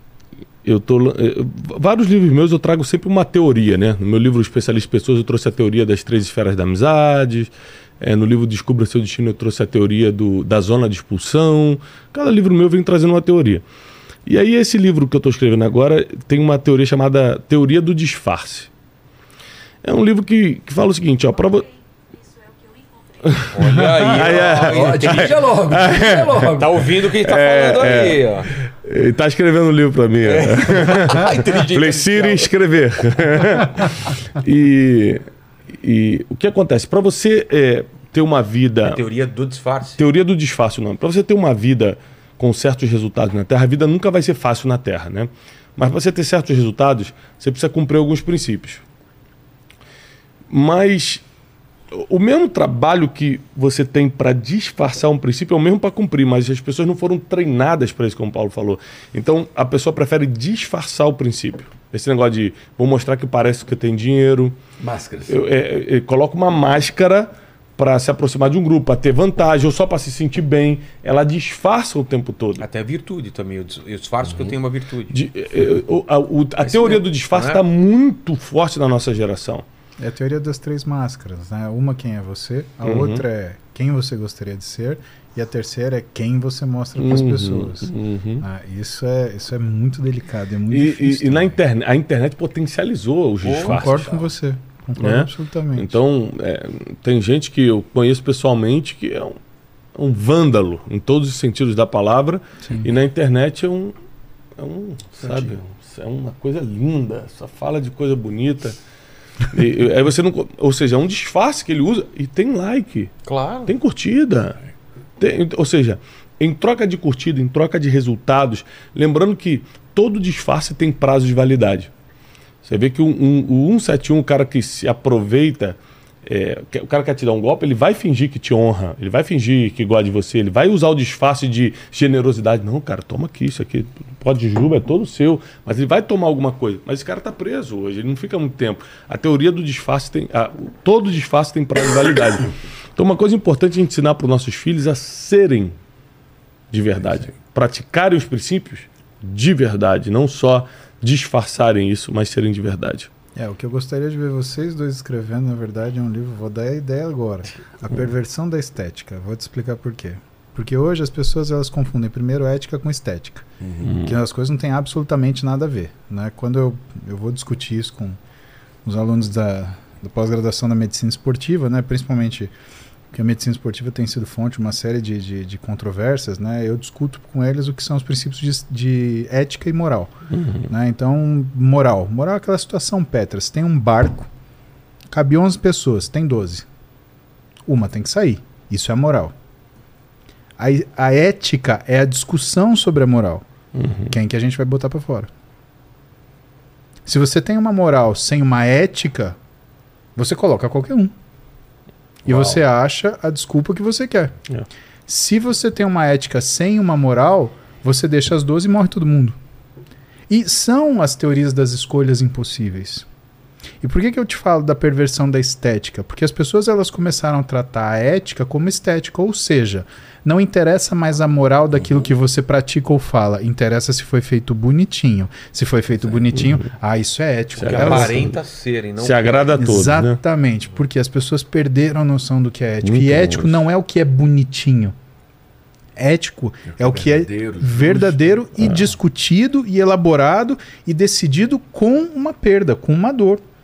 vários livros meus eu trago sempre uma teoria, né? No meu livro Especialista em Pessoas eu trouxe a teoria das 3 esferas da amizade. No livro Descubra Seu Destino eu trouxe a teoria da zona de expulsão. Cada livro meu vem trazendo uma teoria. E aí esse livro que eu estou escrevendo agora tem uma teoria chamada Teoria do Disfarce. É um livro que fala o seguinte, ó, Olha aí, Diga logo. Tá ouvindo quem tá falando aí, ó. Ele tá escrevendo um livro para mim. Falei, Siri, escrever. E o que acontece? Para você ter uma vida... A teoria do disfarce. Teoria do disfarce, o nome. Para você ter uma vida com certos resultados na Terra, a vida nunca vai ser fácil na Terra, né? Mas para você ter certos resultados, você precisa cumprir alguns princípios. Mas o mesmo trabalho que você tem para disfarçar um princípio é o mesmo para cumprir, mas as pessoas não foram treinadas para isso, como o Paulo falou. Então a pessoa prefere disfarçar o princípio. Esse negócio de vou mostrar que parece que eu tenho dinheiro. Máscaras. Eu coloco uma máscara para se aproximar de um grupo, para ter vantagem, ou só para se sentir bem. Ela disfarça o tempo todo. Até a virtude também. Eu disfarço que eu tenho uma virtude. A teoria do disfarce está muito forte na nossa geração. É a teoria das 3 máscaras, né? Uma, quem é você, a outra é quem você gostaria de ser, e a terceira é quem você mostra para as pessoas. Isso é muito delicado, é muito difícil. E a internet potencializou os disfarces. Concordo com você, concordo absolutamente. Então, tem gente que eu conheço pessoalmente que é um vândalo, em todos os sentidos da palavra, e na internet sabe, é uma coisa linda, só fala de coisa bonita. Aí você não, ou seja, é um disfarce que ele usa e tem like, claro, tem curtida, ou seja, em troca de curtida, em troca de resultados, lembrando que todo disfarce tem prazo de validade. Você vê que o 171, o cara que se aproveita, o cara que quer te dar um golpe, ele vai fingir que te honra, ele vai fingir que gosta de você, ele vai usar o disfarce de generosidade. Não, cara, toma aqui, isso aqui, pode de juba, é todo seu, mas ele vai tomar alguma coisa. Mas esse cara tá preso hoje, ele não fica muito tempo. A teoria do disfarce todo disfarce tem prazo de validade. Então uma coisa importante é ensinar para os nossos filhos a serem de verdade, praticarem os princípios de verdade, não só disfarçarem isso, mas serem de verdade. O que eu gostaria de ver vocês dois escrevendo, na verdade, é um livro, vou dar a ideia agora. A perversão da estética. Vou te explicar por quê. Porque hoje as pessoas elas confundem primeiro ética com estética. Que as coisas não têm absolutamente nada a ver. Né? Quando eu vou discutir isso com os alunos da pós-graduação da medicina esportiva, né? Principalmente porque a medicina esportiva tem sido fonte de uma série de controvérsias, né? Eu discuto com eles o que são os princípios de ética e moral. Né? Então, moral é aquela situação pétrea. Você tem um barco, cabe 11 pessoas, tem 12. Uma tem que sair. Isso é a moral. A ética é a discussão sobre a moral. Quem que a gente vai botar para fora? Se você tem uma moral sem uma ética, você coloca qualquer um. E você acha a desculpa que você quer. Se você tem uma ética sem uma moral, você deixa as 12 e morre todo mundo. E são as teorias das escolhas impossíveis. E por que eu te falo da perversão da estética? Porque as pessoas elas começaram a tratar a ética como estética, ou seja, não interessa mais a moral daquilo que você pratica ou fala, interessa se foi feito bonitinho. Se foi feito bonitinho, isso é ético. Porque aparenta serem, não se agrada a todos. Exatamente, né? Porque as pessoas perderam a noção do que é ético. E ético não é o que é bonitinho. Ético é o que é verdadeiro e discutido e elaborado e decidido com uma perda, com uma dor.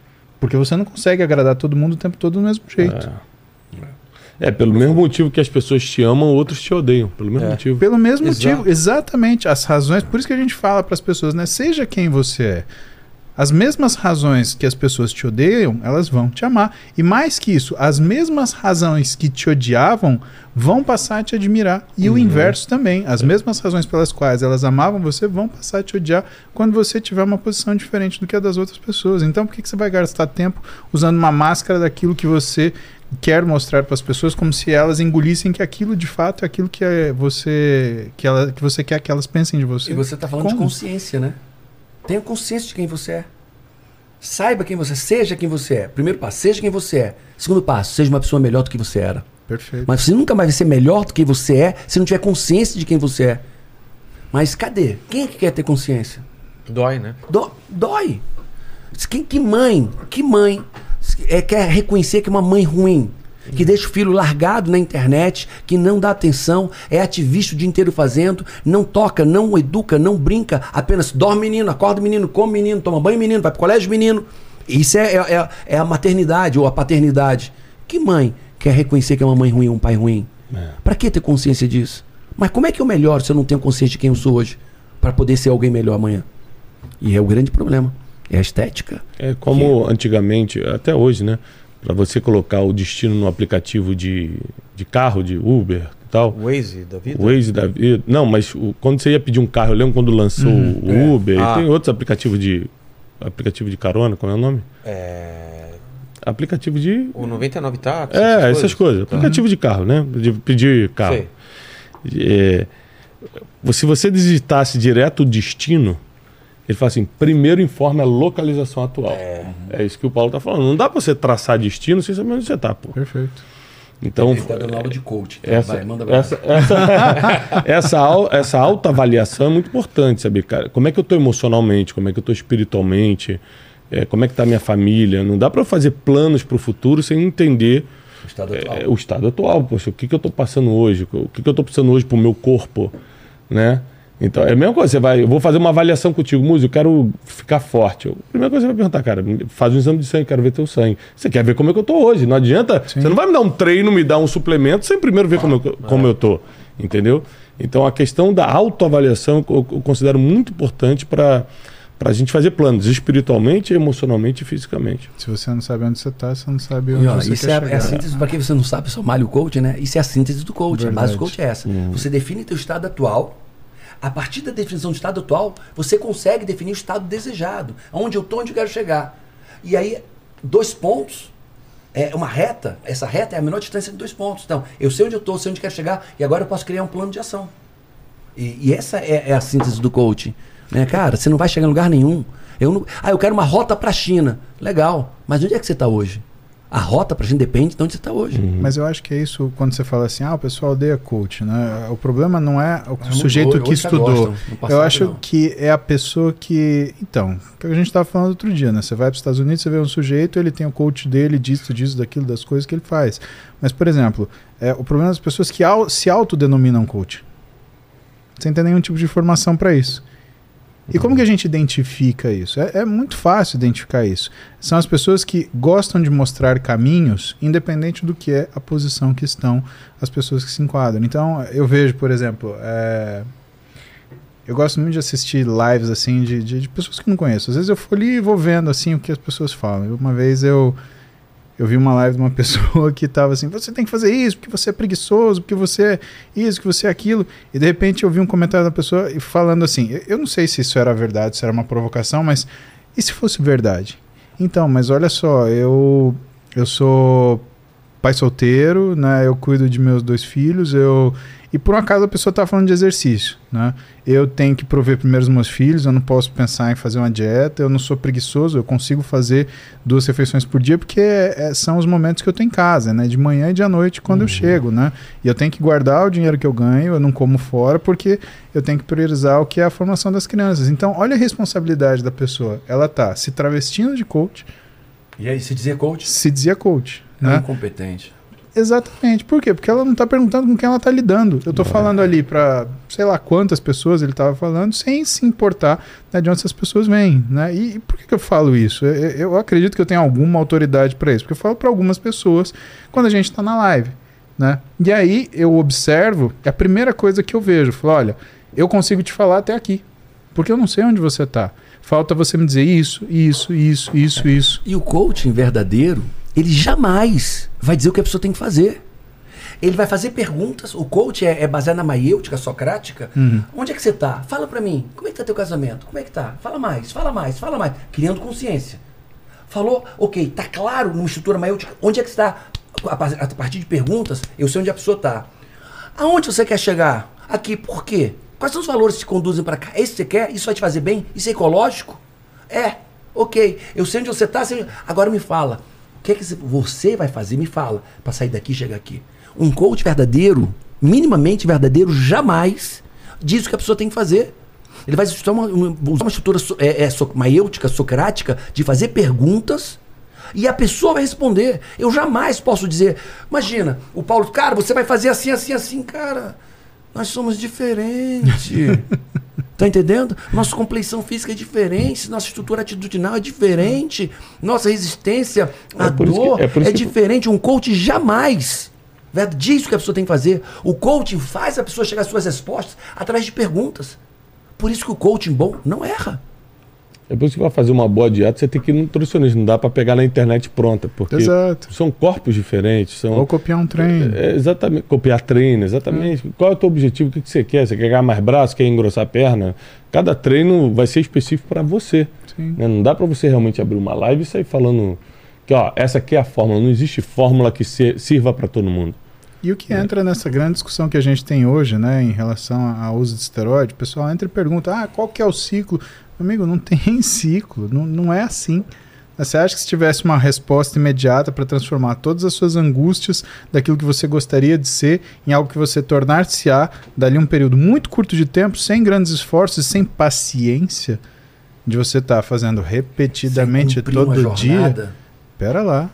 Porque você não consegue agradar todo mundo o tempo todo do mesmo jeito. Pelo mesmo motivo que as pessoas te amam, outros te odeiam. Pelo mesmo motivo. Pelo mesmo motivo, exatamente. As razões, por isso que a gente fala para as pessoas, né? Seja quem você é. As mesmas razões que as pessoas te odeiam, elas vão te amar. E mais que isso, as mesmas razões que te odiavam vão passar a te admirar. E o inverso também. As mesmas razões pelas quais elas amavam você vão passar a te odiar quando você tiver uma posição diferente do que a das outras pessoas. Então, por que você vai gastar tempo usando uma máscara daquilo que você quer mostrar para as pessoas, como se elas engolissem que aquilo de fato é aquilo que você quer que elas pensem de você? E você está falando de consciência, né? Tenha consciência de quem você é. Saiba quem você é, seja quem você é. Primeiro passo, seja quem você é. Segundo passo, seja uma pessoa melhor do que você era. Perfeito. Mas você nunca mais vai ser melhor do que você é se não tiver consciência de quem você é. Mas cadê? Quem é que quer ter consciência? Dói, né? Dói. Que mãe quer reconhecer que é uma mãe ruim? Que deixa o filho largado na internet, que não dá atenção, é ativista o dia inteiro fazendo, não toca, não educa, não brinca, apenas dorme menino, acorda menino, come menino, toma banho menino, vai pro colégio menino. Isso é a maternidade ou a paternidade. Que mãe quer reconhecer que é uma mãe ruim, um pai ruim? Pra que ter consciência disso? Mas como é que eu melhoro se eu não tenho consciência de quem eu sou hoje? Pra poder ser alguém melhor amanhã? E é o grande problema. É a estética. É como antigamente, até hoje, né? Para você colocar o destino no aplicativo de carro, de Uber e tal. Waze da vida? Waze da vida. Não, mas quando você ia pedir um carro, eu lembro quando lançou o Uber, e tem outros aplicativos de carona, como é o nome? Aplicativo de... O 99 táxi. Essas coisas. Aplicativo de carro, né? De pedir carro. Se você digitasse direto o destino, ele fala assim, primeiro informe a localização atual. É isso que o Paulo está falando. Não dá para você traçar destino sem saber onde você está, pô. Perfeito. Então, ele está dando aula de coach. Essa autoavaliação é muito importante, saber, cara, como é que eu estou emocionalmente, como é que eu estou espiritualmente, como é que está a minha família. Não dá para eu fazer planos para o futuro sem entender o estado atual. Poxa, o que eu estou passando hoje, o que eu estou precisando hoje para o meu corpo, né? Então, é a mesma coisa, eu vou fazer uma avaliação contigo, Muzi, eu quero ficar forte. A primeira coisa que você vai perguntar, cara, faz um exame de sangue, quero ver teu sangue. Você quer ver como é que eu tô hoje, não adianta, Sim. Você não vai me dar um treino, me dar um suplemento, sem primeiro ver como eu tô, entendeu? Então, a questão da autoavaliação eu considero muito importante para a gente fazer planos, espiritualmente, emocionalmente e fisicamente. Se você não sabe onde você está, você não sabe onde você isso quer chegar. É a síntese, para quem você não sabe, só malha o coach, né? Isso é a síntese do coach, Verdade. A base do coach é essa. Você define teu estado atual. A partir da definição do estado atual, você consegue definir o estado desejado. Onde eu estou, onde eu quero chegar. E aí, 2 pontos, uma reta. Essa reta é a menor distância de 2 pontos. Então, eu sei onde eu estou, sei onde eu quero chegar, e agora eu posso criar um plano de ação. E essa é a síntese do coaching. Né? Cara, você não vai chegar em lugar nenhum. Eu quero uma rota para a China. Legal, mas onde é que você está hoje? A rota pra gente depende de onde você está hoje. Mas eu acho que é isso quando você fala assim, o pessoal odeia coach, né? O problema não é o sujeito que estudou. Eu acho que é a pessoa que... Então, o que a gente estava falando outro dia, né? Você vai para os Estados Unidos, você vê um sujeito, ele tem o coach dele, disso, daquilo, das coisas que ele faz. Mas, por exemplo, o problema das pessoas que se autodenominam coach. Sem ter nenhum tipo de formação para isso. E como que a gente identifica isso? É muito fácil identificar isso. São as pessoas que gostam de mostrar caminhos, independente do que é a posição que estão as pessoas que se enquadram. Então, eu vejo, por exemplo, eu gosto muito de assistir lives assim de pessoas que eu não conheço. Às vezes eu vou ali e vou vendo assim o que as pessoas falam. Uma vez eu vi uma live de uma pessoa que estava assim, você tem que fazer isso, porque você é preguiçoso, porque você é isso, que você é aquilo. E de repente eu vi um comentário da pessoa falando assim, eu não sei se isso era verdade, se era uma provocação, mas e se fosse verdade? Então, mas olha só, eu sou pai solteiro, né? Eu cuido de meus 2 filhos, e por um acaso a pessoa está falando de exercício, né? Eu tenho que prover primeiro os meus filhos, eu não posso pensar em fazer uma dieta, eu não sou preguiçoso, eu consigo fazer 2 refeições por dia, porque são os momentos que eu estou em casa, né? De manhã e de noite quando eu chego, né? E eu tenho que guardar o dinheiro que eu ganho, eu não como fora, porque eu tenho que priorizar o que é a formação das crianças. Então, olha a responsabilidade da pessoa. Ela está se travestindo de coach. E aí, se dizia coach? Se dizia coach. É né? incompetente. Exatamente. Por quê? Porque ela não tá perguntando com quem ela tá lidando. Eu tô falando ali pra, sei lá, quantas pessoas ele tava falando, sem se importar, né, de onde essas pessoas vêm, né? E por que eu falo isso? Eu acredito que eu tenho alguma autoridade para isso, porque eu falo para algumas pessoas quando a gente tá na live, né? E aí eu observo, é a primeira coisa que eu vejo, eu falo, olha, eu consigo te falar até aqui, porque eu não sei onde você tá. Falta você me dizer isso. E o coaching verdadeiro, ele jamais vai dizer o que a pessoa tem que fazer. Ele vai fazer perguntas. O coach é baseado na maiêutica socrática. Onde é que você tá? Fala pra mim. Como é que tá teu casamento? Como é que tá? Fala mais. Criando consciência. Falou, ok, tá claro numa estrutura maiêutica. Onde é que você tá? A partir de perguntas, eu sei onde a pessoa tá. Aonde você quer chegar? Aqui, por quê? Quais são os valores que te conduzem pra cá? É isso que você quer? Isso vai te fazer bem? Isso é ecológico? É, ok. Eu sei onde você tá. Agora me fala. O que é que você vai fazer? Me fala. Pra sair daqui e chegar aqui. Um coach verdadeiro, minimamente verdadeiro, jamais diz o que a pessoa tem que fazer. Ele vai usar uma estrutura maiêutica, socrática, de fazer perguntas e a pessoa vai responder. Eu jamais posso dizer, imagina, o Paulo, cara, você vai fazer assim, cara. Nós somos diferentes. Tá entendendo? Nossa compleição física é diferente, nossa estrutura atitudinal é diferente, nossa resistência à dor é diferente. Um coach jamais diz o que a pessoa tem que fazer. O coaching faz a pessoa chegar às suas respostas através de perguntas. Por isso que o coaching bom não erra. É por isso que para fazer uma boa dieta você tem que ir no nutricionista, não dá para pegar na internet pronta, porque são corpos diferentes. Ou copiar um treino. Exatamente, copiar treino, exatamente. Qual é o teu objetivo? O que você quer? Você quer ganhar mais braço? Quer engrossar a perna? Cada treino vai ser específico para você. Né? Não dá para você realmente abrir uma live e sair falando que essa aqui é a fórmula. Não existe fórmula que sirva para todo mundo. E o que entra nessa grande discussão que a gente tem hoje, né, em relação ao uso de esteroide, o pessoal entra e pergunta, qual que é o ciclo? Amigo, não tem ciclo, não é assim. Você acha que se tivesse uma resposta imediata para transformar todas as suas angústias daquilo que você gostaria de ser em algo que você tornar-se-á dali um período muito curto de tempo, sem grandes esforços e sem paciência, de você estar fazendo repetidamente todo dia? Pera lá.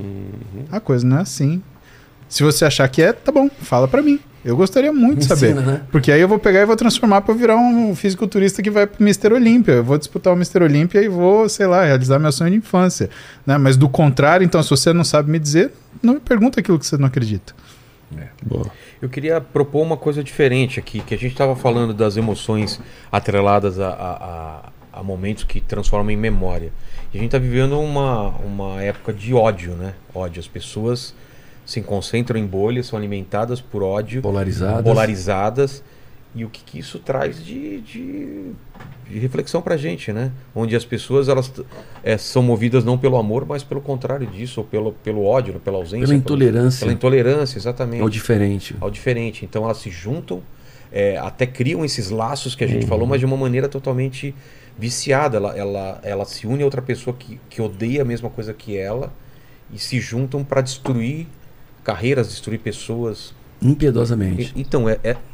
A coisa não é assim. Se você achar que tá bom, fala pra mim. Eu gostaria muito de saber. Né? Porque aí eu vou pegar e vou transformar pra eu virar um fisiculturista que vai pro Mr. Olímpia. Eu vou disputar o Mr. Olímpia e vou, sei lá, realizar meu sonho de infância. Né? Mas do contrário, então, se você não sabe me dizer, não me pergunta aquilo que você não acredita. Boa. Eu queria propor uma coisa diferente aqui, que a gente estava falando das emoções atreladas a momentos que transformam em memória. E a gente está vivendo uma época de ódio, né? Ódio. As pessoas se concentram em bolhas, são alimentadas por ódio, polarizadas, e o que isso traz de reflexão pra gente, né? Onde as pessoas elas são movidas não pelo amor, mas pelo contrário disso, ou pelo ódio, pela ausência, pela intolerância. Pela intolerância, exatamente. Ao diferente. Ao diferente. Então elas se juntam, até criam esses laços que a gente falou, mas de uma maneira totalmente viciada. Ela se une a outra pessoa que odeia a mesma coisa que ela e se juntam para destruir carreiras, destruir pessoas. Impiedosamente. Então,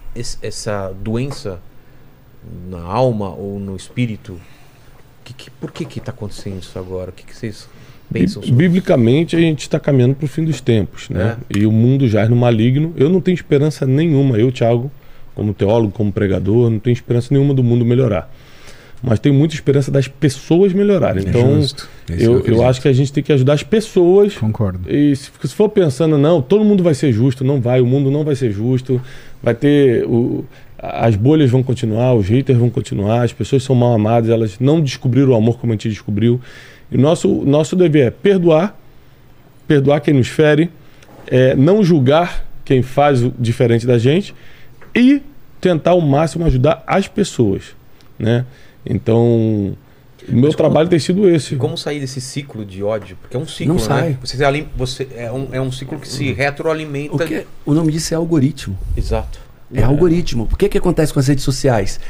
essa doença na alma ou no espírito, por que está acontecendo isso agora? O que vocês pensam sobre? Biblicamente, a gente está caminhando para o fim dos tempos, né? E o mundo jaz no maligno. Eu não tenho esperança nenhuma, Thiago, como teólogo, como pregador, não tenho esperança nenhuma do mundo melhorar. Mas tenho muita esperança das pessoas melhorarem. Então, eu acho que a gente tem que ajudar as pessoas. Concordo. E se for pensando, não, todo mundo vai ser justo, não vai, o mundo não vai ser justo, vai ter... as bolhas vão continuar, os haters vão continuar, as pessoas são mal amadas, elas não descobriram o amor como a gente descobriu. E o nosso dever é perdoar quem nos fere, não julgar quem faz o diferente da gente e tentar ao máximo ajudar as pessoas, né? Então, o meu trabalho tem sido esse. Como sair desse ciclo de ódio? Porque é um ciclo, não sai. É um ciclo que se retroalimenta. Porque o nome disso é algoritmo. Exato. É algoritmo. O que acontece com as redes sociais?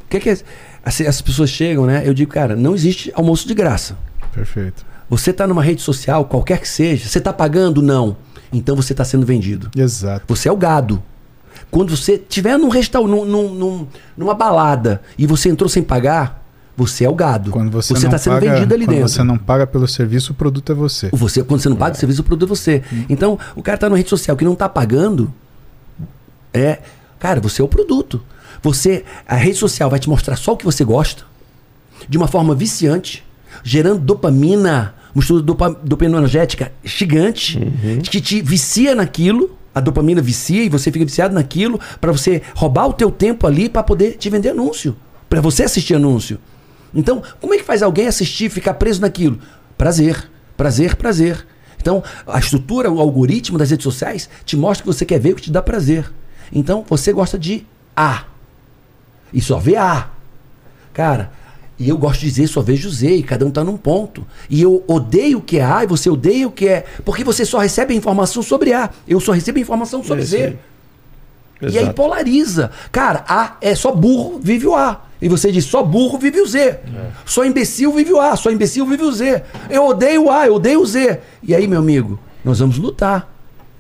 As pessoas chegam, né? Eu digo, cara, não existe almoço de graça. Perfeito. Você está numa rede social, qualquer que seja, você está pagando? Não. Então você está sendo vendido. Exato. Você é o gado. Quando você estiver num restaurante, numa balada, e você entrou sem pagar, Você é o gado. Quando você está sendo vendido ali dentro. Quando você não paga pelo serviço, o produto é você. Quando você não paga o serviço, o produto é você. Então, o cara tá na rede social que não tá pagando, cara, você é o produto. A rede social vai te mostrar só o que você gosta, de uma forma viciante, gerando dopamina, mistura dopaminogética gigante, que te vicia naquilo. A dopamina vicia e você fica viciado naquilo para você roubar o teu tempo ali para poder te vender anúncio, para você assistir anúncio. Então, como é que faz alguém assistir e ficar preso naquilo? Prazer, prazer, prazer. Então, a estrutura, o algoritmo das redes sociais te mostra que você quer ver o que te dá prazer. Então, você gosta de A. E só vê A. Cara, e eu gosto de dizer, só vejo Z, e cada um tá num ponto. E eu odeio o que é A, e você odeia o que é... Porque você só recebe a informação sobre A. Eu só recebo a informação sobre Z. E aí polariza. Cara, A é só burro, vive o A. E você diz, só burro vive o Z. Só imbecil vive o A, só imbecil vive o Z. Eu odeio o A, eu odeio o Z. E aí, meu amigo, nós vamos lutar.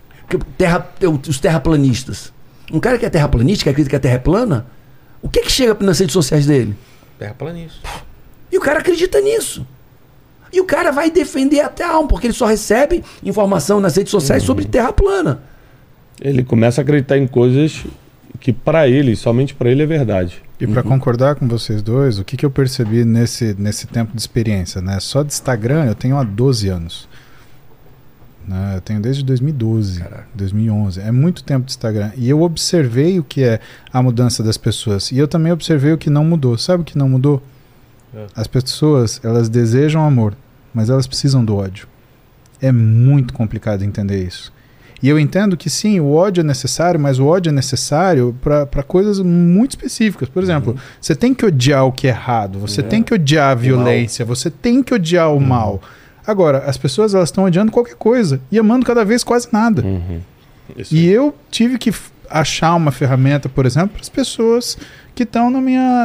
Os terraplanistas. Um cara que é terraplanista, que acredita que a Terra é plana, o que chega nas redes sociais dele? Terraplanista. E o cara acredita nisso. E o cara vai defender até a alma, porque ele só recebe informação nas redes sociais sobre Terra plana. Ele começa a acreditar em coisas que para ele, somente para ele, é verdade. E para concordar com vocês dois, o que eu percebi nesse tempo de experiência, né? Só de Instagram eu tenho há 12 anos. Né? Eu tenho desde 2012, 2011. É muito tempo de Instagram. E eu observei o que é a mudança das pessoas. E eu também observei o que não mudou. Sabe o que não mudou? As pessoas, elas desejam amor, mas elas precisam do ódio. É muito complicado entender isso. E eu entendo que sim, o ódio é necessário, mas o ódio é necessário para coisas muito específicas. Por exemplo, você tem que odiar o que é errado, você tem que odiar a violência, você tem que odiar o mal. Agora, as pessoas elas estão odiando qualquer coisa e amando cada vez quase nada. E eu tive que achar uma ferramenta, por exemplo, para as pessoas que estão no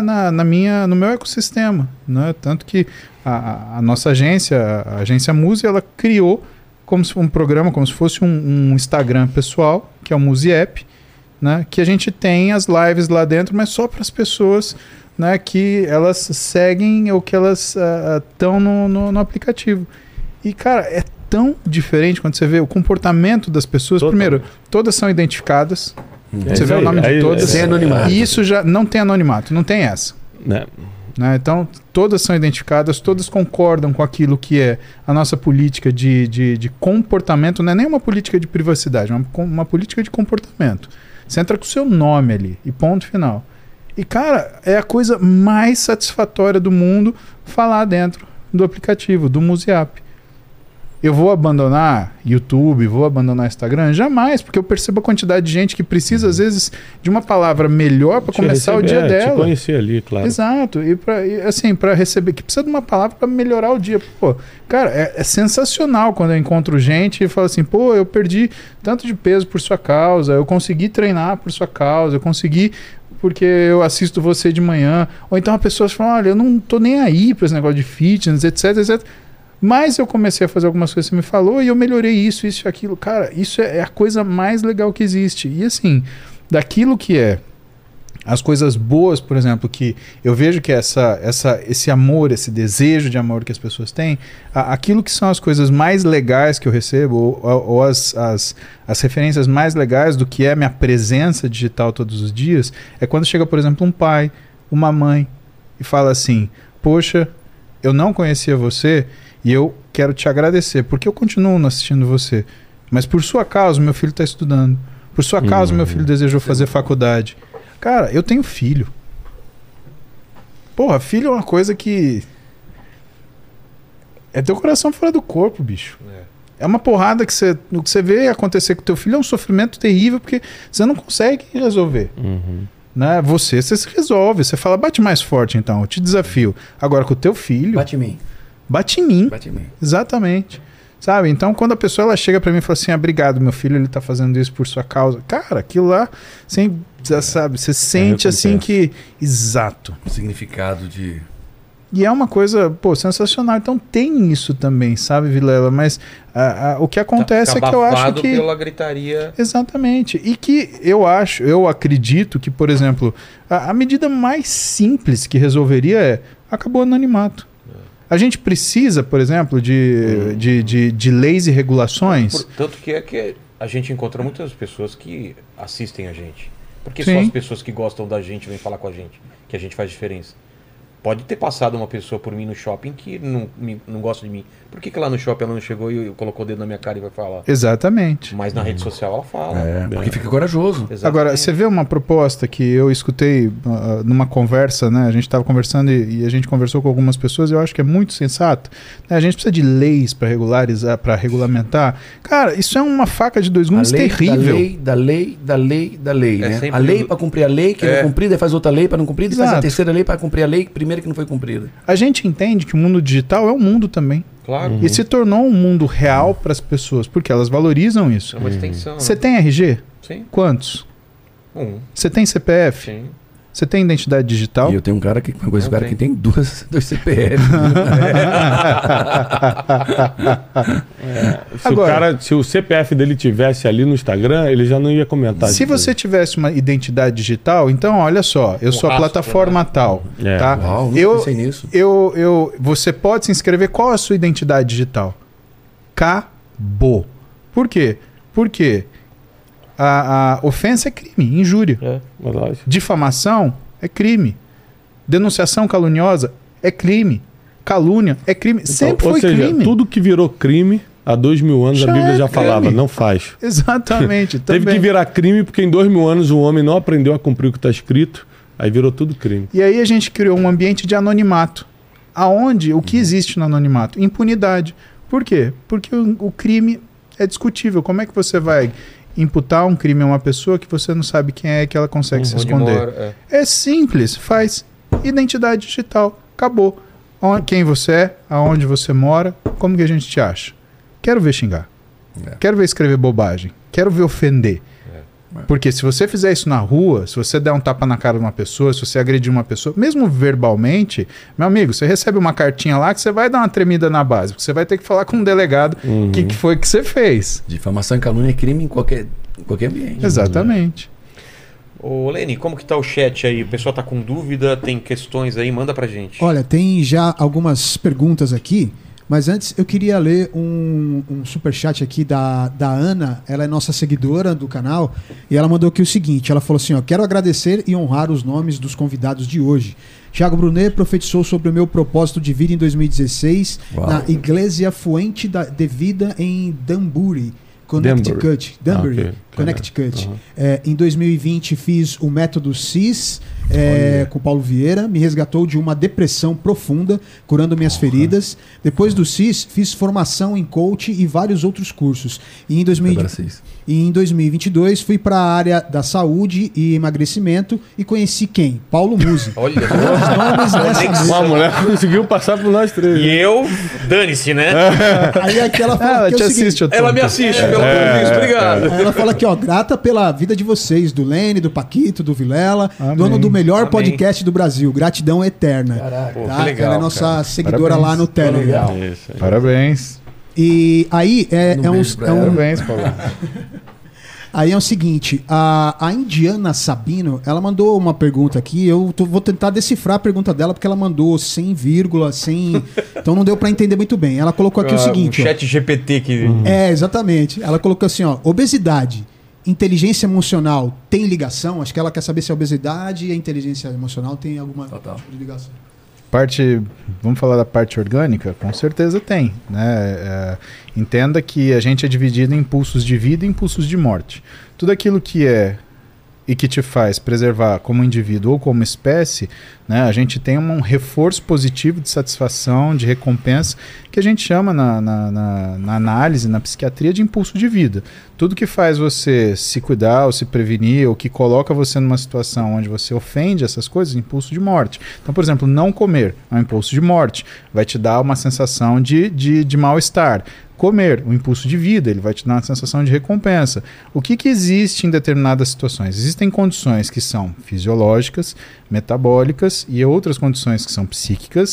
meu ecossistema. Né? Tanto que a nossa agência, a agência Muzi, ela criou como se um programa, como se fosse um Instagram pessoal, que é o Muzi App, né? Que a gente tem as lives lá dentro, mas só para as pessoas, né, que elas seguem ou que elas estão no aplicativo. E, cara, é tão diferente quando você vê o comportamento das pessoas. Total. Primeiro, todas são identificadas. Você vê o nome de todas. Sem anonimato. E isso já não tem anonimato, não tem essa. Né? Então, todas são identificadas, todas concordam com aquilo que é a nossa política de comportamento. Não é nem uma política de privacidade, é uma política de comportamento. Você entra com o seu nome ali e ponto final. E, cara, é a coisa mais satisfatória do mundo falar dentro do aplicativo, do Muzi App. Eu vou abandonar YouTube, vou abandonar Instagram? Jamais, porque eu percebo a quantidade de gente que precisa, às vezes, de uma palavra melhor para começar o dia dela. Te conhecer ali, claro. Exato. E para receber, que precisa de uma palavra para melhorar o dia. Pô, cara, é sensacional quando eu encontro gente e falo assim, pô, eu perdi tanto de peso por sua causa, eu consegui treinar por sua causa, eu consegui porque eu assisto você de manhã. Ou então a pessoa fala, olha, eu não tô nem aí para esse negócio de fitness, etc, etc. Mas eu comecei a fazer algumas coisas que você me falou e eu melhorei isso e aquilo. Cara, isso é a coisa mais legal que existe. E assim, daquilo que é as coisas boas, por exemplo, que eu vejo que esse amor, esse desejo de amor que as pessoas têm, aquilo que são as coisas mais legais que eu recebo, ou as referências mais legais do que é a minha presença digital todos os dias, é quando chega, por exemplo, um pai, uma mãe e fala assim, poxa, eu não conhecia você e eu quero te agradecer, porque eu continuo não assistindo você. Mas por sua causa, meu filho está estudando. Por sua causa, meu filho desejou fazer faculdade. Cara, eu tenho filho. Porra, filho é uma coisa que... é teu coração fora do corpo, bicho. É uma porrada que você vê acontecer com teu filho, é um sofrimento terrível, porque você não consegue resolver. Né? Você se resolve. Você fala, bate mais forte então, eu te desafio. Agora com o teu filho... Bate em mim. Bate em mim. Bate em mim. Exatamente. Sabe? Então, quando a pessoa ela chega pra mim e fala assim, obrigado, meu filho, ele tá fazendo isso por sua causa. Cara, aquilo lá, já sabe, você sente assim que... Exato. O significado de... E é uma coisa, pô, sensacional. Então tem isso também, sabe, Vilela? Mas o que acontece é que eu acho que... pela gritaria. Exatamente. E que eu acredito que, por exemplo, a medida mais simples que resolveria acabou o anonimato. A gente precisa, por exemplo, de leis e regulações. Tanto que é que a gente encontra muitas pessoas que assistem a gente. Porque Sim. só as pessoas que gostam da gente vêm falar com a gente, que a gente faz diferença. Pode ter passado uma pessoa por mim no shopping que não gosta de mim. Por que lá no shopping ela não chegou e colocou o dedo na minha cara e vai falar? Exatamente. Mas na rede social ela fala. Porque fica corajoso. Exatamente. Agora, você vê uma proposta que eu escutei numa conversa, né? A gente estava conversando e a gente conversou com algumas pessoas, eu acho que é muito sensato. Né? A gente precisa de leis para regularizar, para regulamentar. Cara, isso é uma faca de dois gumes terrível. Da lei, É né? sempre A lei para cumprir a lei, que não cumprida, aí faz outra lei para não cumprir, e faz a Exato. terceira lei para cumprir a lei primeira que não foi cumprida. A gente entende que o mundo digital é um mundo também. Claro. E se tornou um mundo real para as pessoas, porque elas valorizam isso. É uma extensão. Você Né? tem RG? Sim. Quantos? Você tem CPF? Sim. Você tem identidade digital? E eu tenho um cara que conheço um cara que tem dois CPF. Se o CPF dele tivesse ali no Instagram, ele já não ia comentar. Se você tivesse uma identidade digital, então olha só, eu sou a rastro, plataforma tal, É. tá? Uau, nunca eu, pensei nisso. você pode se inscrever. Qual a sua identidade digital? Acabou. Por quê? Porque a ofensa é crime, injúria. Mas lógico. Difamação é crime. Denunciação caluniosa é crime. Calúnia é crime. Sempre Ou foi seja, crime. tudo que virou crime, há 2000 anos Já a Bíblia já é falava, crime. não faz. Exatamente. Teve também. que virar crime porque em 2000 anos o homem não aprendeu a cumprir o que está escrito, aí virou tudo crime. E aí a gente criou um ambiente de anonimato. Aonde o que existe no anonimato? Impunidade. Por quê? Porque o crime é discutível. Como é que você vai imputar um crime a uma pessoa que você não sabe quem é, que ela consegue se Onde esconder? mora, É simples, faz identidade digital, acabou. Quem você é, aonde você mora, como que a gente te acha? Quero ver xingar, quero ver escrever bobagem, quero ver ofender. Porque se você fizer isso na rua, se você der um tapa na cara de uma pessoa, se você agredir uma pessoa, mesmo verbalmente, meu amigo, você recebe uma cartinha lá que você vai dar uma tremida na base, porque você vai ter que falar com um delegado o que foi que você fez. Difamação e calúnia é crime em qualquer ambiente. Exatamente. Ô, Lene, como que tá o chat aí? O pessoal tá com dúvida, tem questões aí? Manda pra gente. Olha, tem já algumas perguntas aqui, mas antes eu queria ler um superchat aqui da Ana. Ela é nossa seguidora do canal e ela mandou aqui o seguinte, ela falou assim, ó, quero agradecer e honrar os nomes dos convidados de hoje. Tiago Brunet profetizou sobre o meu propósito de vida em 2016 na Igreja Fuente de Vida em Danbury, Connecticut. Okay. Connecticut. Em 2020 fiz o método CIS com Paulo Vieira, me resgatou de uma depressão profunda, curando minhas feridas. Depois do CIS, fiz formação em coach e vários outros cursos. E em 2022 fui para a área da saúde e emagrecimento e conheci quem? Paulo Musi. Olha, Os nomes nessa mesa. Uma mulher conseguiu passar por nós três. e eu, dane-se, né? Aí aqui ela fala Ela que te é o seguinte, assiste, ô Ela me tonto. assiste, pelo amor de Deus, obrigado. Aí ela fala aqui, ó, grata pela vida de vocês, do Lene, do Paquito, do Vilela, Amém. dono do melhor Amém. podcast do Brasil. Gratidão eterna. Caraca. Pô, Tá? que legal, Ela é nossa cara. seguidora Parabéns. lá no Telegram. Legal. Isso aí. Parabéns. E aí Um beijo pra ela. Parabéns, Paulo. aí é o seguinte, a Indiana Sabino, ela mandou uma pergunta aqui, vou tentar decifrar a pergunta dela, porque ela mandou sem vírgula, sem... Então não deu pra entender muito bem. Ela colocou aqui o seguinte, Um ó. chat GPT que... Exatamente. Ela colocou assim, ó, obesidade, inteligência emocional tem ligação? Acho que ela quer saber se a obesidade e a inteligência emocional tem alguma Total. tipo de ligação. Vamos falar da parte orgânica? Com certeza tem. Né? Entenda que a gente é dividido em impulsos de vida e impulsos de morte. Tudo aquilo que é e que te faz preservar como indivíduo ou como espécie, né, a gente tem um reforço positivo de satisfação, de recompensa, que a gente chama na análise, na psiquiatria, de impulso de vida. Tudo que faz você se cuidar ou se prevenir, ou que coloca você numa situação onde você ofende essas coisas, é impulso de morte. Então, por exemplo, não comer é um impulso de morte, vai te dar uma sensação de mal-estar. Comer, o impulso de vida, ele vai te dar uma sensação de recompensa. O que existe em determinadas situações? Existem condições que são fisiológicas, metabólicas e outras condições que são psíquicas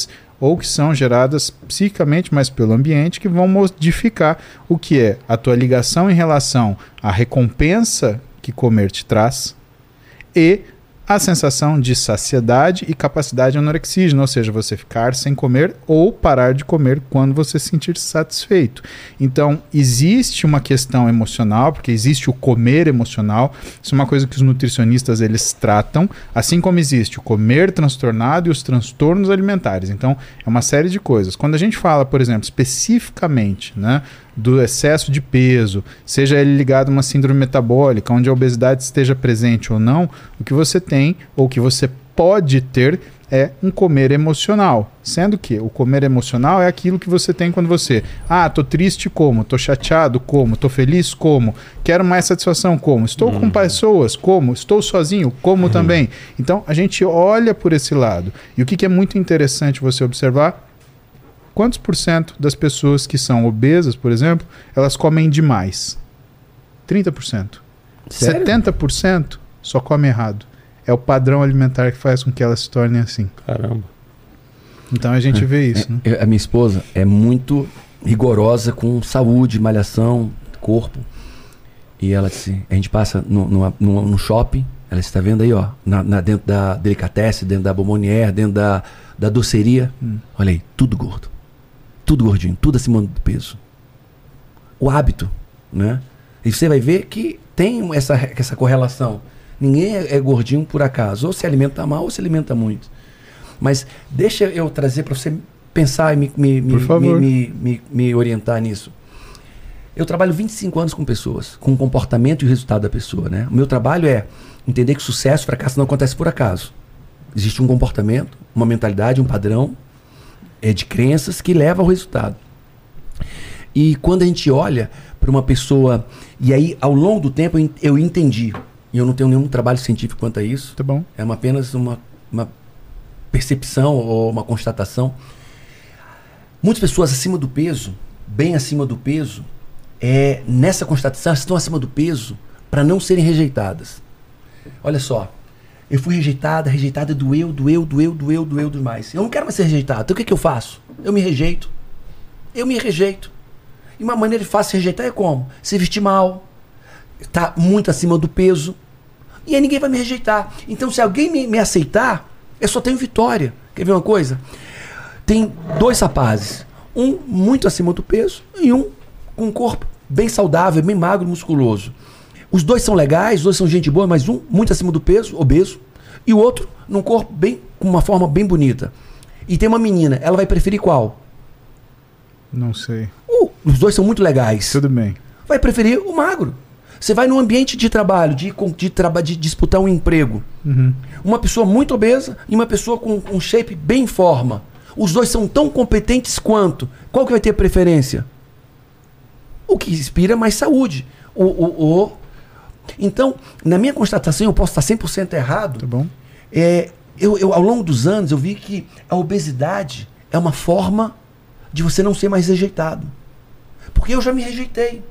ou que são geradas psicamente, mas pelo ambiente, que vão modificar o que é a tua ligação em relação à recompensa que comer te traz e a sensação de saciedade e capacidade anorexígena, ou seja, você ficar sem comer ou parar de comer quando você se sentir satisfeito. Então, existe uma questão emocional, porque existe o comer emocional, isso é uma coisa que os nutricionistas eles tratam, assim como existe o comer transtornado e os transtornos alimentares. Então, é uma série de coisas. Quando a gente fala, por exemplo, especificamente, né, do excesso de peso, seja ele ligado a uma síndrome metabólica, onde a obesidade esteja presente ou não, o que você tem, ou que você pode ter, é um comer emocional. Sendo que o comer emocional é aquilo que você tem quando você, tô triste como, tô chateado como, tô feliz como, quero mais satisfação como, estou com pessoas como, estou sozinho como também. Então, a gente olha por esse lado. E o que é muito interessante você observar, quantos por cento das pessoas que são obesas, por exemplo, elas comem demais? 30%. Sério? 70% só come errado. É o padrão alimentar que faz com que elas se tornem assim. Caramba. Então a gente vê isso, né? A minha esposa é muito rigorosa com saúde, malhação, corpo. E ela disse, a gente passa no shopping, ela está vendo aí, ó, dentro da Delicatessen, dentro da Bombonière, dentro da doceria. Olha aí, tudo gordo. Tudo gordinho, tudo acima do peso. O hábito, né? E você vai ver que tem essa correlação. Ninguém é gordinho por acaso. Ou se alimenta mal ou se alimenta muito. Mas deixa eu trazer para você pensar e me orientar nisso. Eu trabalho 25 anos com pessoas, com o comportamento e o resultado da pessoa, né? O meu trabalho é entender que sucesso e fracasso não acontece por acaso. Existe um comportamento, uma mentalidade, um padrão de crenças que leva ao resultado. E quando a gente olha para uma pessoa, e aí ao longo do tempo eu entendi, e eu não tenho nenhum trabalho científico quanto a isso, Tá bom. é apenas uma percepção ou uma constatação. Muitas pessoas acima do peso, bem acima do peso, nessa constatação, estão acima do peso para não serem rejeitadas. Olha só, eu fui rejeitada doeu demais. Eu não quero mais ser rejeitado. Então o que eu faço? Eu me rejeito. E uma maneira fácil de rejeitar é como? Se vestir mal, tá muito acima do peso, e aí ninguém vai me rejeitar. Então se alguém me aceitar, eu só tenho vitória. Quer ver uma coisa? Tem 2 rapazes, um muito acima do peso e um com um corpo bem saudável, bem magro, musculoso. Os 2 são legais, os 2 são gente boa, mas um muito acima do peso, obeso, e o outro num corpo com uma forma bem bonita. E tem uma menina, ela vai preferir qual? Não sei. Os 2 são muito legais. Tudo bem. Vai preferir o magro. Você vai num ambiente de trabalho, de disputar um emprego. Uma pessoa muito obesa e uma pessoa com um shape bem em forma. Os 2 são tão competentes quanto. Qual que vai ter preferência? O que inspira mais saúde. Então, na minha constatação, eu posso estar 100% errado. Tá bom. Eu, ao longo dos anos, eu vi que a obesidade é uma forma de você não ser mais rejeitado. Porque eu já me rejeitei.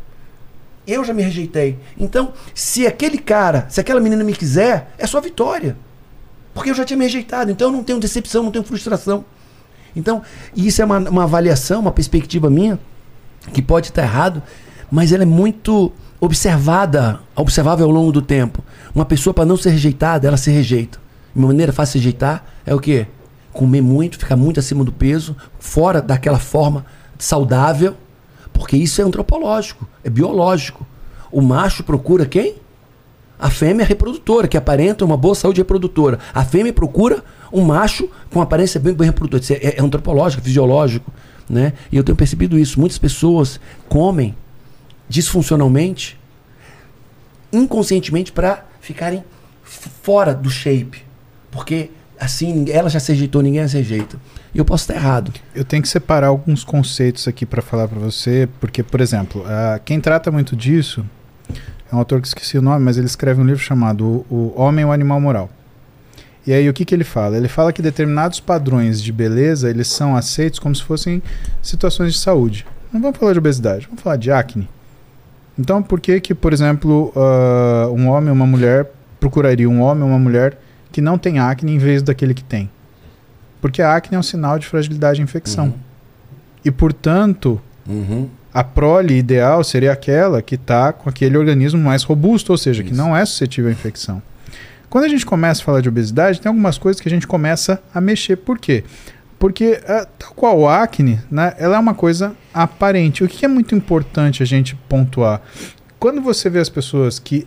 Então, se aquela menina me quiser, é só vitória. Porque eu já tinha me rejeitado. Então, eu não tenho decepção, não tenho frustração. Então, isso é uma avaliação, uma perspectiva minha, que pode estar errado, mas ela é muito observável ao longo do tempo. Uma pessoa, para não ser rejeitada, ela se rejeita. Uma maneira fácil de rejeitar é o quê? Comer muito, ficar muito acima do peso, fora daquela forma saudável, porque isso é antropológico, é biológico. O macho procura quem? A fêmea reprodutora, que aparenta uma boa saúde reprodutora. A fêmea procura um macho com aparência bem reprodutora. Isso é antropológico, fisiológico, né? E eu tenho percebido isso. Muitas pessoas comem disfuncionalmente, inconscientemente, para ficarem fora do shape. Porque assim, ela já se rejeitou, ninguém as rejeita. E eu posso estar errado. Eu tenho que separar alguns conceitos aqui para falar para você, porque, por exemplo, quem trata muito disso é um autor que esqueci o nome, mas ele escreve um livro chamado O Homem e o Animal Moral. E aí o que ele fala? Ele fala que determinados padrões de beleza, eles são aceitos como se fossem situações de saúde. Não vamos falar de obesidade, vamos falar de acne. Então, por que, por exemplo, um homem ou uma mulher procuraria um homem ou uma mulher que não tem acne em vez daquele que tem? Porque a acne é um sinal de fragilidade e infecção. E, portanto, a prole ideal seria aquela que está com aquele organismo mais robusto, ou seja, que não é suscetível à infecção. Quando a gente começa a falar de obesidade, tem algumas coisas que a gente começa a mexer. Por quê? Porque, tal qual a acne, né, ela é uma coisa aparente. O que é muito importante a gente pontuar? Quando você vê as pessoas que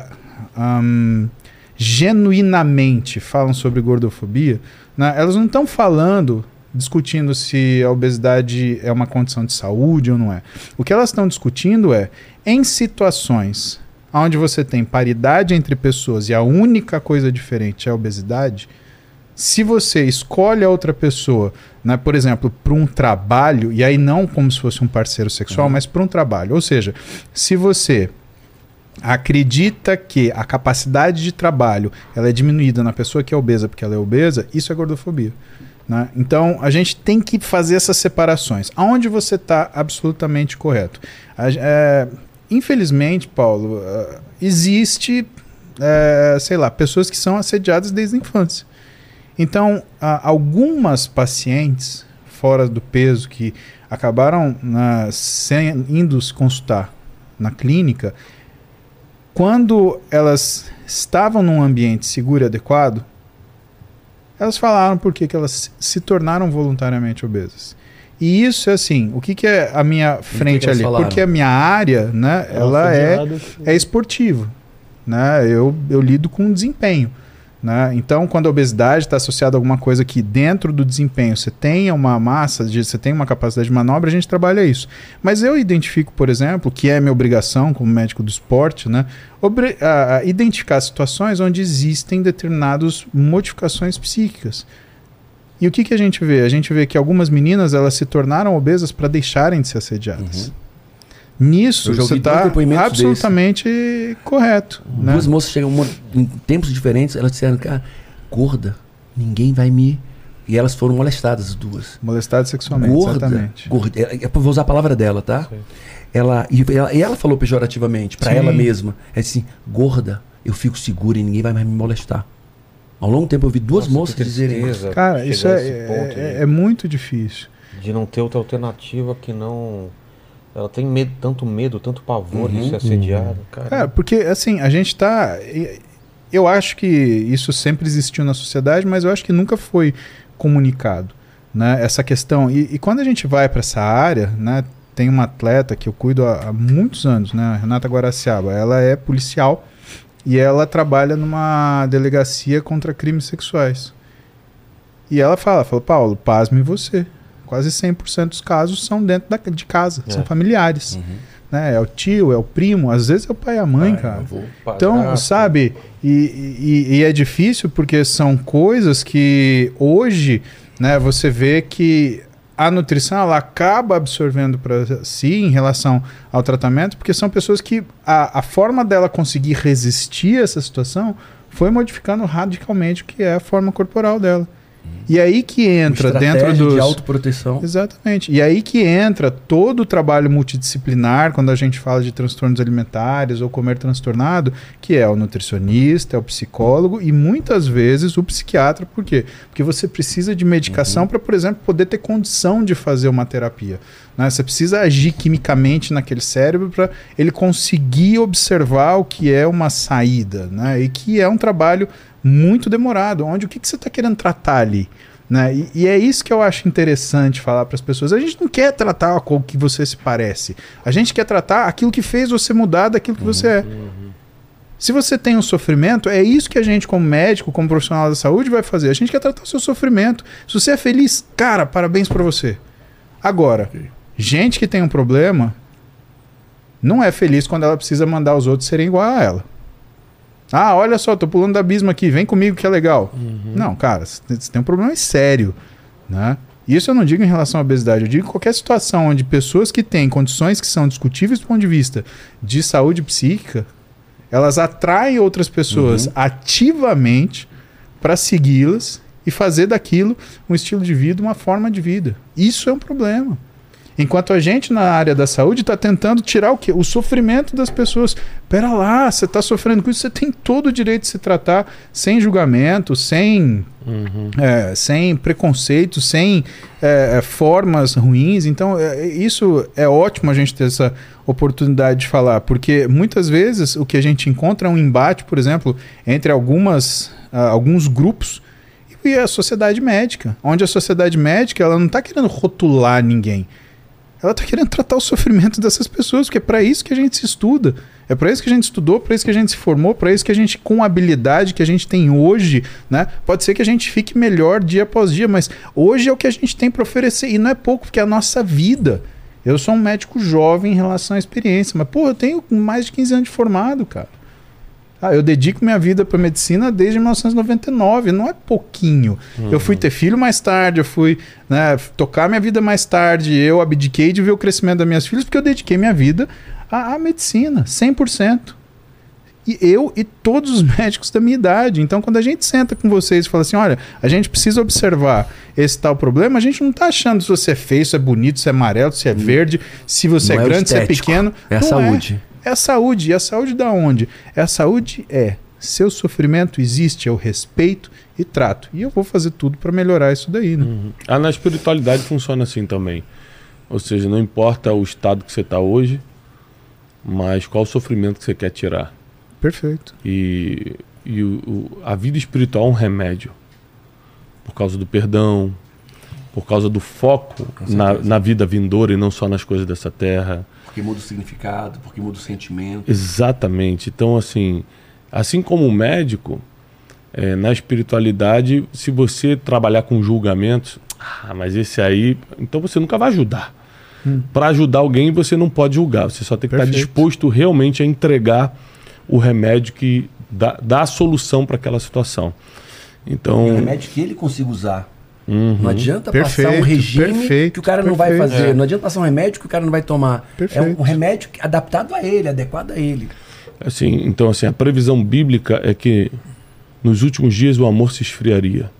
genuinamente falam sobre gordofobia, né, elas não estão discutindo se a obesidade é uma condição de saúde ou não é. O que elas estão discutindo é, em situações onde você tem paridade entre pessoas e a única coisa diferente é a obesidade, se você escolhe a outra pessoa, né, por exemplo, para um trabalho, e aí não como se fosse um parceiro sexual, mas para um trabalho, ou seja, se você acredita que a capacidade de trabalho ela é diminuída na pessoa que é obesa porque ela é obesa, isso é gordofobia. Né? Então, a gente tem que fazer essas separações. Aonde você está absolutamente correto. Infelizmente, Paulo, existe, sei lá, pessoas que são assediadas desde a infância. Então, algumas pacientes fora do peso que acabaram indo se consultar na clínica, quando elas estavam num ambiente seguro e adequado, elas falaram por que elas se tornaram voluntariamente obesas. E isso é assim, o que é a minha frente ali? Falaram? Porque a minha área, né, ela é esportiva. Né? Eu lido com desempenho. Né? Então, quando a obesidade está associada a alguma coisa que dentro do desempenho você tenha uma massa, você tem uma capacidade de manobra, a gente trabalha isso. Mas eu identifico, por exemplo, que é minha obrigação como médico do esporte, né, identificar situações onde existem determinadas modificações psíquicas. E o que a gente vê? A gente vê que algumas meninas elas se tornaram obesas para deixarem de ser assediadas. Nisso, você está absolutamente correto. Né? Duas moças chegam em tempos diferentes, elas disseram, cara, gorda, ninguém vai me... E elas foram molestadas, as duas. Molestadas sexualmente, exatamente. Gorda. Vou usar a palavra dela, tá? Ela falou pejorativamente, para ela mesma. É assim, gorda, eu fico segura e ninguém vai mais me molestar. Ao longo tempo eu vi duas moças dizerem isso. Cara, isso é muito difícil. De não ter outra alternativa que não... Ela tem medo, tanto pavor de ser assediada. Cara, porque assim, a gente tá... Eu acho que isso sempre existiu na sociedade, mas eu acho que nunca foi comunicado, né? Essa questão. E quando a gente vai para essa área, né? Tem uma atleta que eu cuido há muitos anos, né? A Renata Guaraciaba. Ela é policial e ela trabalha numa delegacia contra crimes sexuais. E ela fala, Paulo, pasme você. Quase 100% dos casos são dentro de casa, são familiares. Né? É o tio, é o primo, às vezes é o pai e a mãe, cara. Então, sabe, e é difícil porque são coisas que hoje, né, você vê que a nutrição ela acaba absorvendo para si em relação ao tratamento, porque são pessoas que a forma dela conseguir resistir a essa situação foi modificando radicalmente o que é a forma corporal dela. E aí que entra dentro dos... de autoproteção. Exatamente. E aí que entra todo o trabalho multidisciplinar, quando a gente fala de transtornos alimentares ou comer transtornado, que é o nutricionista, é o psicólogo e muitas vezes o psiquiatra. Por quê? Porque você precisa de medicação para, por exemplo, poder ter condição de fazer uma terapia. Né? Você precisa agir quimicamente naquele cérebro para ele conseguir observar o que é uma saída. Né? E que é um trabalho muito demorado, onde o que você está querendo tratar ali, né? E é isso que eu acho interessante falar para as pessoas. A gente não quer tratar com o que você se parece, a gente quer tratar aquilo que fez você mudar daquilo que você é. Se você tem um sofrimento, é isso que a gente como médico, como profissional da saúde vai fazer. A gente quer tratar o seu sofrimento. Se você é feliz, cara, parabéns para você. Agora, gente que tem um problema não é feliz quando ela precisa mandar os outros serem igual a ela. Ah, olha só, tô pulando do abismo aqui, vem comigo que é legal. Não, cara, você tem um problema sério, né? Isso eu não digo em relação à obesidade, eu digo em qualquer situação onde pessoas que têm condições que são discutíveis do ponto de vista de saúde psíquica, elas atraem outras pessoas ativamente para segui-las e fazer daquilo um estilo de vida, uma forma de vida. Isso é um problema. Enquanto a gente na área da saúde está tentando tirar o quê? O sofrimento das pessoas. Pera lá, você está sofrendo com isso, você tem todo o direito de se tratar sem julgamento, sem preconceito, sem formas ruins. Então, isso é ótimo a gente ter essa oportunidade de falar, porque muitas vezes o que a gente encontra é um embate, por exemplo, entre alguns grupos e a sociedade médica, onde a sociedade médica ela não está querendo rotular ninguém. Ela está querendo tratar o sofrimento dessas pessoas, porque é para isso que a gente se estuda. É para isso que a gente estudou, para isso que a gente se formou, para isso que a gente, com a habilidade que a gente tem hoje, né? Pode ser que a gente fique melhor dia após dia, mas hoje é o que a gente tem para oferecer. E não é pouco, porque é a nossa vida. Eu sou um médico jovem em relação à experiência, mas, pô, eu tenho mais de 15 anos de formado, cara. Eu dedico minha vida para medicina desde 1999, não é pouquinho. Eu fui ter filho mais tarde, eu fui tocar minha vida mais tarde, eu abdiquei de ver o crescimento das minhas filhas porque eu dediquei minha vida à medicina, 100%. E eu e todos os médicos da minha idade. Então, quando a gente senta com vocês e fala assim, olha, a gente precisa observar esse tal problema, a gente não está achando se você é feio, se é bonito, se é amarelo, se é verde, se você é grande, se é pequeno. É a saúde. É a saúde. E a saúde da onde? A saúde seu sofrimento existe, eu respeito e trato. E eu vou fazer tudo para melhorar isso daí, né? Na espiritualidade funciona assim também. Ou seja, não importa o estado que você está hoje, mas qual o sofrimento que você quer tirar. Perfeito. E a vida espiritual é um remédio. Por causa do perdão, por causa do foco na vida vindoura e não só nas coisas dessa terra. Porque muda o significado, porque muda o sentimento. Exatamente. Então, assim como o médico, na espiritualidade, se você trabalhar com julgamentos, mas esse aí, então você nunca vai ajudar. Para ajudar alguém, você não pode julgar. Você só tem que estar disposto realmente a entregar o remédio que dá a solução para aquela situação. Então, o remédio que ele consiga usar. Não adianta passar um regime que o cara não vai fazer. Não adianta passar um remédio que o cara não vai tomar. É um remédio adaptado a ele, adequado a ele. Então, a previsão bíblica é que nos últimos dias o amor se esfriaria.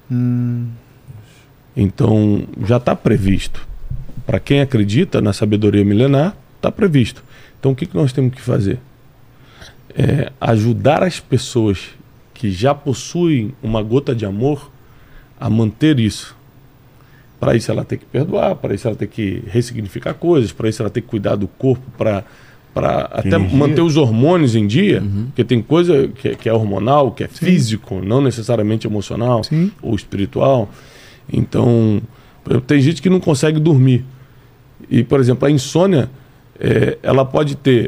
Então, já está previsto. Para quem acredita na sabedoria milenar, está previsto. Então, o que nós temos que fazer? Ajudar as pessoas que já possuem uma gota de amor a manter isso. Para isso ela tem que perdoar, para isso ela tem que ressignificar coisas, para isso ela tem que cuidar do corpo, para até manter os hormônios em dia, porque tem coisa que é hormonal, que é físico, não necessariamente emocional ou espiritual. Então, tem gente que não consegue dormir. E, por exemplo, a insônia, ela pode ter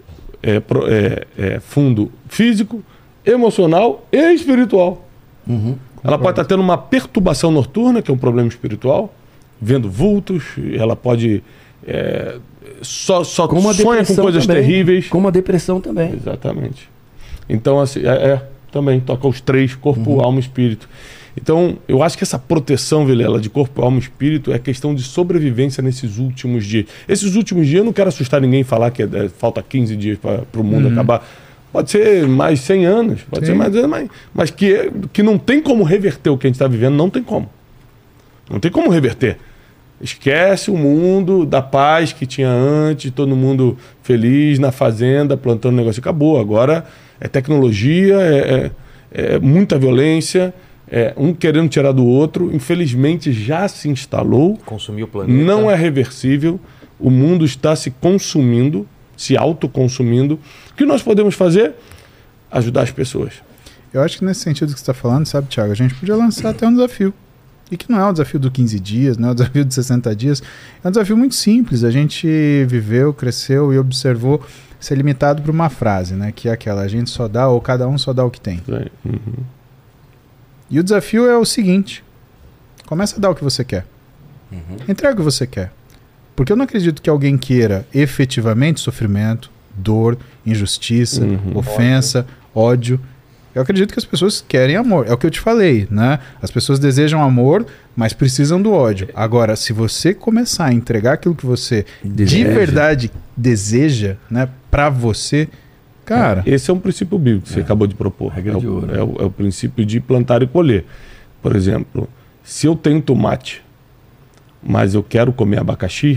fundo físico, emocional e espiritual. Ela pode estar tendo uma perturbação noturna, que é um problema espiritual, vendo vultos, ela pode só sonha com coisas terríveis. Como a depressão também. Exatamente. Então, também toca os três, corpo, alma e espírito. Então, eu acho que essa proteção, Vilela, de corpo, alma e espírito é questão de sobrevivência nesses últimos dias. Esses últimos dias, eu não quero assustar ninguém e falar que falta 15 dias para o mundo acabar. Pode ser mais 100 anos, pode ser mais anos, mas que não tem como reverter o que a gente está vivendo, não tem como. Não tem como reverter. Esquece o mundo da paz que tinha antes, todo mundo feliz na fazenda, plantando negócio. Acabou. Agora é tecnologia, é muita violência, um querendo tirar do outro. Infelizmente já se instalou. Consumiu o planeta. Não é reversível. O mundo está se consumindo, se autoconsumindo. O que nós podemos fazer? Ajudar as pessoas. Eu acho que nesse sentido que você está falando, sabe, Thiago, a gente podia lançar até um desafio. E que não é um desafio do 15 dias, não é um desafio de 60 dias. É um desafio muito simples. A gente viveu, cresceu e observou ser limitado por uma frase, né? Que é aquela, a gente só dá, ou cada um só dá o que tem. E o desafio é o seguinte. Começa a dar o que você quer. Entrega o que você quer. Porque eu não acredito que alguém queira efetivamente sofrimento, dor, injustiça, ofensa, ódio. Eu acredito que as pessoas querem amor. É o que eu te falei, né? As pessoas desejam amor, mas precisam do ódio. Agora, se você começar a entregar aquilo que você de verdade deseja, né, pra você, cara... Esse é um princípio bíblico que você acabou de propor. Regra de ouro. É o princípio de plantar e colher. Por exemplo, se eu tenho tomate, mas eu quero comer abacaxi,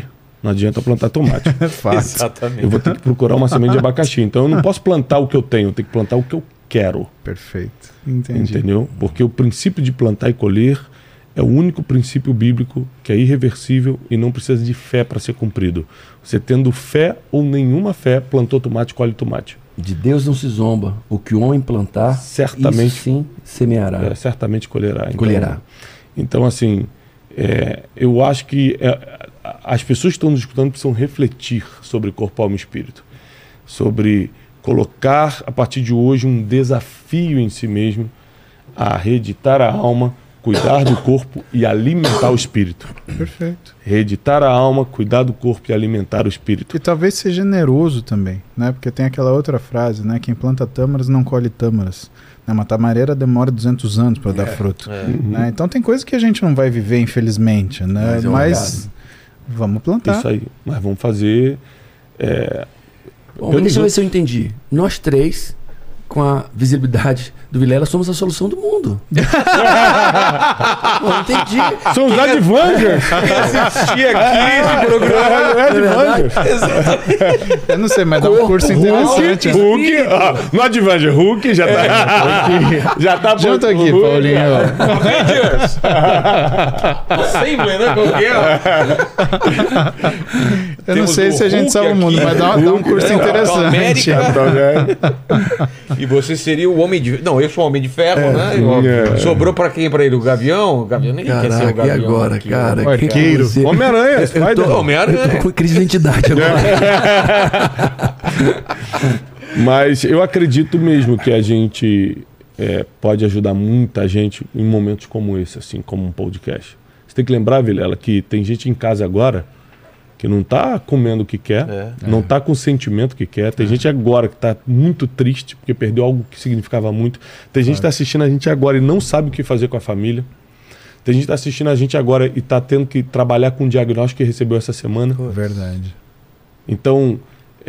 Não adianta plantar tomate. Exatamente. Eu vou ter que procurar uma semente de abacaxi. Então eu não posso plantar o que eu tenho, eu tenho que plantar o que eu quero. Perfeito. Entendi. Entendeu? Porque o princípio de plantar e colher é o único princípio bíblico que é irreversível e não precisa de fé para ser cumprido. Você tendo fé ou nenhuma fé, plantou tomate, colhe tomate. De Deus não se zomba. O que o homem plantar, Certamente. isso sim semeará. Certamente colherá. Colherá. Então, assim, eu acho que as pessoas que estão nos escutando precisam refletir sobre corpo, alma e espírito. Sobre colocar, a partir de hoje, um desafio em si mesmo a reeditar a alma, cuidar do corpo e alimentar o espírito. Perfeito. Reeditar a alma, cuidar do corpo e alimentar o espírito. E talvez ser generoso também, né? Porque tem aquela outra frase, né? Quem planta tâmaras não colhe tâmaras. Né? Uma tamareira demora 200 anos para dar fruto. Né? Então tem coisas que a gente não vai viver, infelizmente, né? Mas vamos plantar. Isso aí. Mas vamos fazer... Bom, deixa eu ver se eu entendi. Nós três, com a visibilidade do Vilela, somos a solução do mundo. Bom, entendi. São os Advangers! Assistir aqui esse programa. Advangers! Eu não sei, mas dá um curso interessante. Hulk, no Advanger, Hulk já tá. Já tá Junto aqui, Hulk. Paulinho. Avengers! Assembly, né? Qual que é? Eu não Temos sei o se a gente Hulk salva o mundo, aqui, mas dá um curso interessante. América. Tá. E você seria o Homem de... Não, eu sou o Homem de Ferro, né? Sobrou pra quem? Pra ele? O Gavião? O Gavião nem quer ser o Caraca, e Gavião. agora, cara? O arqueiro. Homem-Aranha, Eu Spider. tô Homem-Aranha. com crise de identidade agora. Mas eu acredito mesmo que a gente pode ajudar muita gente em momentos como esse, assim, como um podcast. Você tem que lembrar, Vilela, que tem gente em casa agora que não está comendo o que quer, não está com o sentimento que quer. Tem gente agora que está muito triste porque perdeu algo que significava muito. Tem gente que está assistindo a gente agora e não sabe o que fazer com a família. Tem gente que está assistindo a gente agora e está tendo que trabalhar com o diagnóstico que recebeu essa semana. Verdade. Então,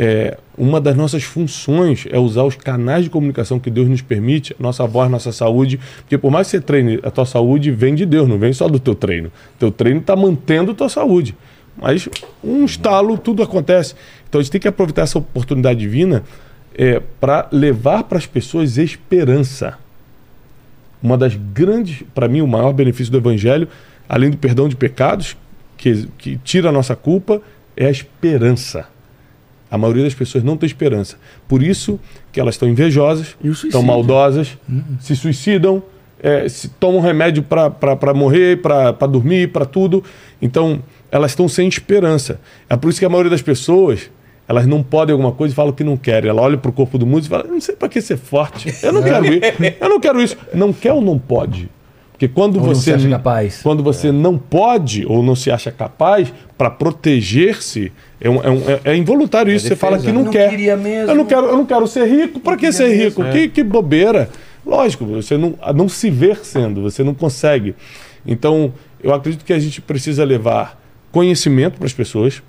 uma das nossas funções é usar os canais de comunicação que Deus nos permite, nossa voz, nossa saúde, porque por mais que você treine, a tua saúde vem de Deus, não vem só do teu treino. Teu treino está mantendo a tua saúde. Mas um estalo, tudo acontece. Então a gente tem que aproveitar essa oportunidade divina para levar para as pessoas esperança. Uma das grandes, para mim, o maior benefício do Evangelho, além do perdão de pecados, que tira a nossa culpa, é a esperança. A maioria das pessoas não tem esperança. Por isso que elas estão invejosas, estão maldosas, se suicidam, tomam remédio para morrer, para dormir, para tudo. Então, elas estão sem esperança. É por isso que a maioria das pessoas, elas não podem alguma coisa e falam que não querem. Ela olha para o corpo do mundo e fala, não sei para que ser forte. Eu não quero isso. Eu não quero isso. Não quer ou não pode? Porque quando você não se acha capaz. Quando você não pode ou não se acha capaz, para proteger-se, é involuntário isso. Você fala que não quer. Mesmo. Eu não quero ser rico. Para que ser rico? Que bobeira. Lógico, você não se vê sendo, você não consegue. Então, eu acredito que a gente precisa levar conhecimento para as pessoas.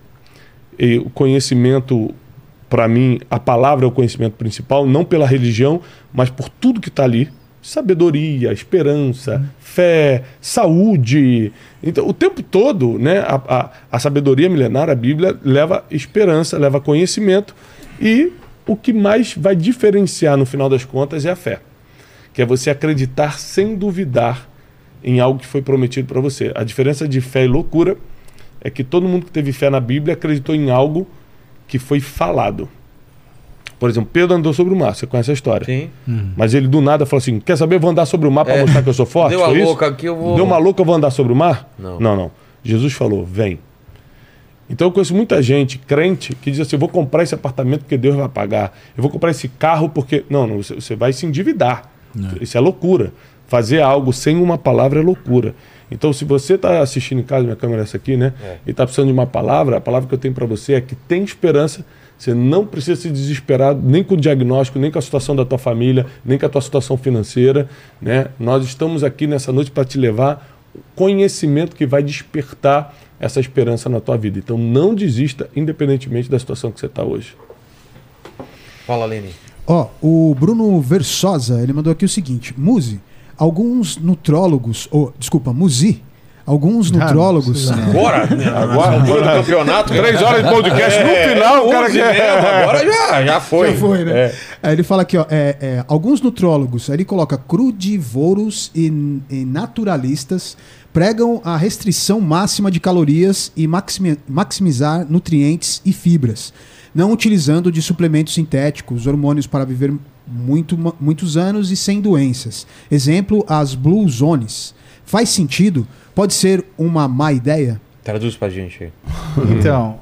E o conhecimento, para mim, a palavra é o conhecimento principal, não pela religião, mas por tudo que está ali. Sabedoria, esperança, fé, saúde. Então, o tempo todo, né, a sabedoria milenar, a Bíblia, leva esperança, leva conhecimento. E o que mais vai diferenciar, no final das contas, é a fé. Que é você acreditar sem duvidar em algo que foi prometido para você. A diferença de fé e loucura é que todo mundo que teve fé na Bíblia acreditou em algo que foi falado. Por exemplo, Pedro andou sobre o mar, você conhece a história. Sim. Mas ele do nada falou assim, quer saber, eu vou andar sobre o mar para mostrar que eu sou forte? Deu uma louca aqui, eu vou... Deu uma louca, eu vou andar sobre o mar? Não. Não. Jesus falou, vem. Então eu conheço muita gente, crente, que diz assim, eu vou comprar esse apartamento porque Deus vai pagar. Eu vou comprar esse carro porque... Não, você vai se endividar. Isso é loucura. Fazer algo sem uma palavra é loucura. Então, se você está assistindo em casa, minha câmera é essa aqui, né? E está precisando de uma palavra, a palavra que eu tenho para você é que tem esperança. Você não precisa se desesperar nem com o diagnóstico, nem com a situação da tua família, nem com a tua situação financeira, né? Nós estamos aqui nessa noite para te levar conhecimento que vai despertar essa esperança na tua vida. Então, não desista, independentemente da situação que você está hoje. Fala, Leni. O Bruno Versosa, ele mandou aqui o seguinte: Muzi, alguns nutrólogos Alguns nutrólogos... Agora do campeonato, 3 horas de podcast, no final o cara quer... Agora já foi. Já foi, né? Aí ele fala aqui, ó, alguns nutrólogos, aí ele coloca crudivoros e naturalistas pregam a restrição máxima de calorias e maximizar nutrientes e fibras, não utilizando de suplementos sintéticos, hormônios para viver muitos anos e sem doenças. Exemplo, as Blue Zones. Faz sentido? Pode ser uma má ideia? Traduz pra gente aí. Então,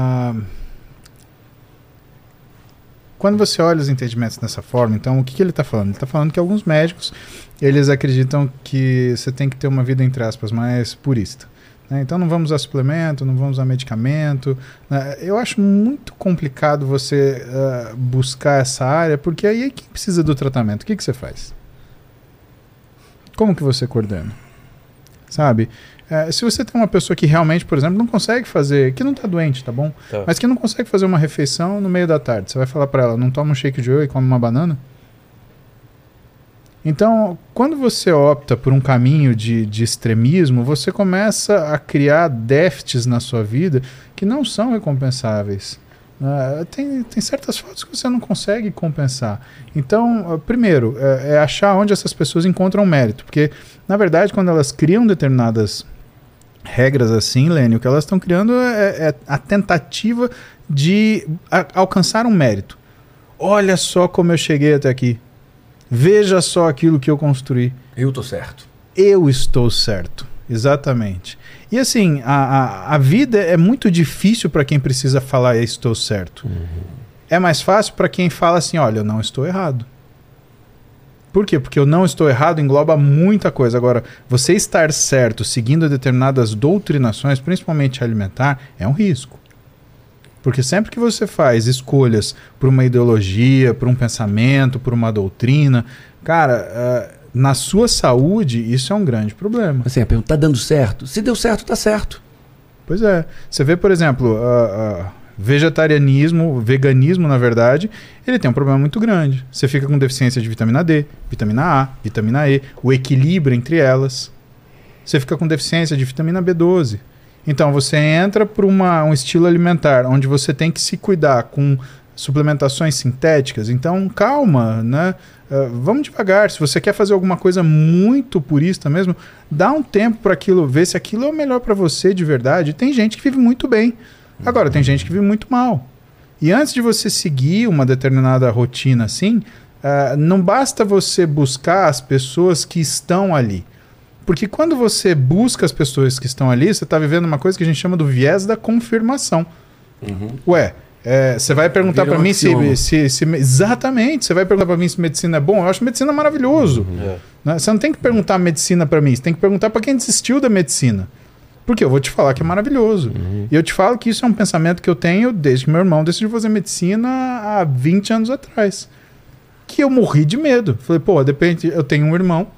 quando você olha os entendimentos dessa forma, então o que ele está falando? Ele está falando que alguns médicos, eles acreditam que você tem que ter uma vida, entre aspas, mais purista. Né? Então não vamos usar suplemento, não vamos usar medicamento. Né? Eu acho muito complicado você buscar essa área, porque aí quem precisa do tratamento, o que você faz? Como que você coordena? Sabe? Se você tem uma pessoa que realmente, por exemplo, não consegue fazer, que não está doente, tá bom? Tá. Mas que não consegue fazer uma refeição no meio da tarde, você vai falar para ela, não toma um shake de whey e come uma banana? Então, quando você opta por um caminho de extremismo, você começa a criar déficits na sua vida que não são recompensáveis. Tem certas faltas que você não consegue compensar. Então, primeiro, é achar onde essas pessoas encontram mérito. Porque, na verdade, quando elas criam determinadas regras assim, Lênin, o que elas estão criando é a tentativa de alcançar um mérito. Olha só como eu cheguei até aqui. Veja só aquilo que eu construí. Eu tô certo. Eu estou certo. Exatamente. E assim, a vida é muito difícil para quem precisa falar eu estou certo. É mais fácil para quem fala assim, olha, eu não estou errado. Por quê? Porque eu não estou errado engloba muita coisa. Agora, você estar certo seguindo determinadas doutrinações, principalmente alimentar, é um risco. Porque sempre que você faz escolhas por uma ideologia, por um pensamento, por uma doutrina, cara, na sua saúde, isso é um grande problema. Assim, a pergunta, tá dando certo? Se deu certo, tá certo. Pois é. Você vê, por exemplo, vegetarianismo, veganismo, na verdade, ele tem um problema muito grande. Você fica com deficiência de vitamina D, vitamina A, vitamina E, o equilíbrio entre elas. Você fica com deficiência de vitamina B12. Então, você entra por um estilo alimentar onde você tem que se cuidar com suplementações sintéticas. Então, calma, né? Vamos devagar. Se você quer fazer alguma coisa muito purista mesmo, dá um tempo para aquilo, ver se aquilo é o melhor para você de verdade. Tem gente que vive muito bem. Agora, tem gente que vive muito mal. E antes de você seguir uma determinada rotina assim, não basta você buscar as pessoas que estão ali. Porque quando você busca as pessoas que estão ali, você está vivendo uma coisa que a gente chama do viés da confirmação. Ué, você vai perguntar para mim se exatamente, você vai perguntar para mim se medicina é bom. Eu acho medicina maravilhoso. Né? Você não tem que perguntar medicina para mim, você tem que perguntar para quem desistiu da medicina. Porque eu vou te falar que é maravilhoso. E eu te falo que isso é um pensamento que eu tenho desde que meu irmão decidiu fazer medicina há 20 anos atrás. Que eu morri de medo. Falei, pô, depende, eu tenho um irmão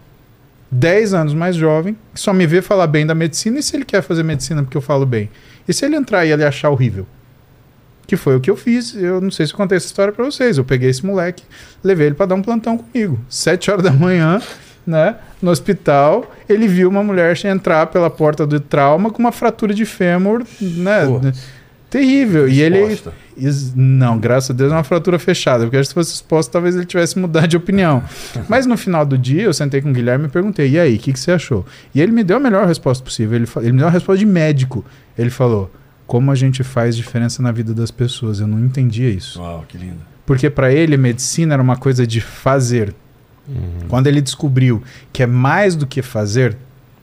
10 anos mais jovem, que só me vê falar bem da medicina, e se ele quer fazer medicina porque eu falo bem? E se ele entrar e ele achar horrível? Que foi o que eu fiz. Eu não sei se eu contei essa história pra vocês. Eu peguei esse moleque, levei ele pra dar um plantão comigo. 7 horas da manhã, né, no hospital, ele viu uma mulher entrar pela porta do trauma com uma fratura de fêmur, né? Terrível. E ele... Não, graças a Deus é uma fratura fechada, porque se fosse exposto, talvez ele tivesse mudado de opinião. Mas no final do dia, eu sentei com o Guilherme e perguntei, e aí, o que você achou? E ele me deu a melhor resposta possível. Ele me deu uma resposta de médico. Ele falou, como a gente faz diferença na vida das pessoas? Eu não entendia isso. Uau, que lindo. Porque para ele, medicina era uma coisa de fazer. Quando ele descobriu que é mais do que fazer,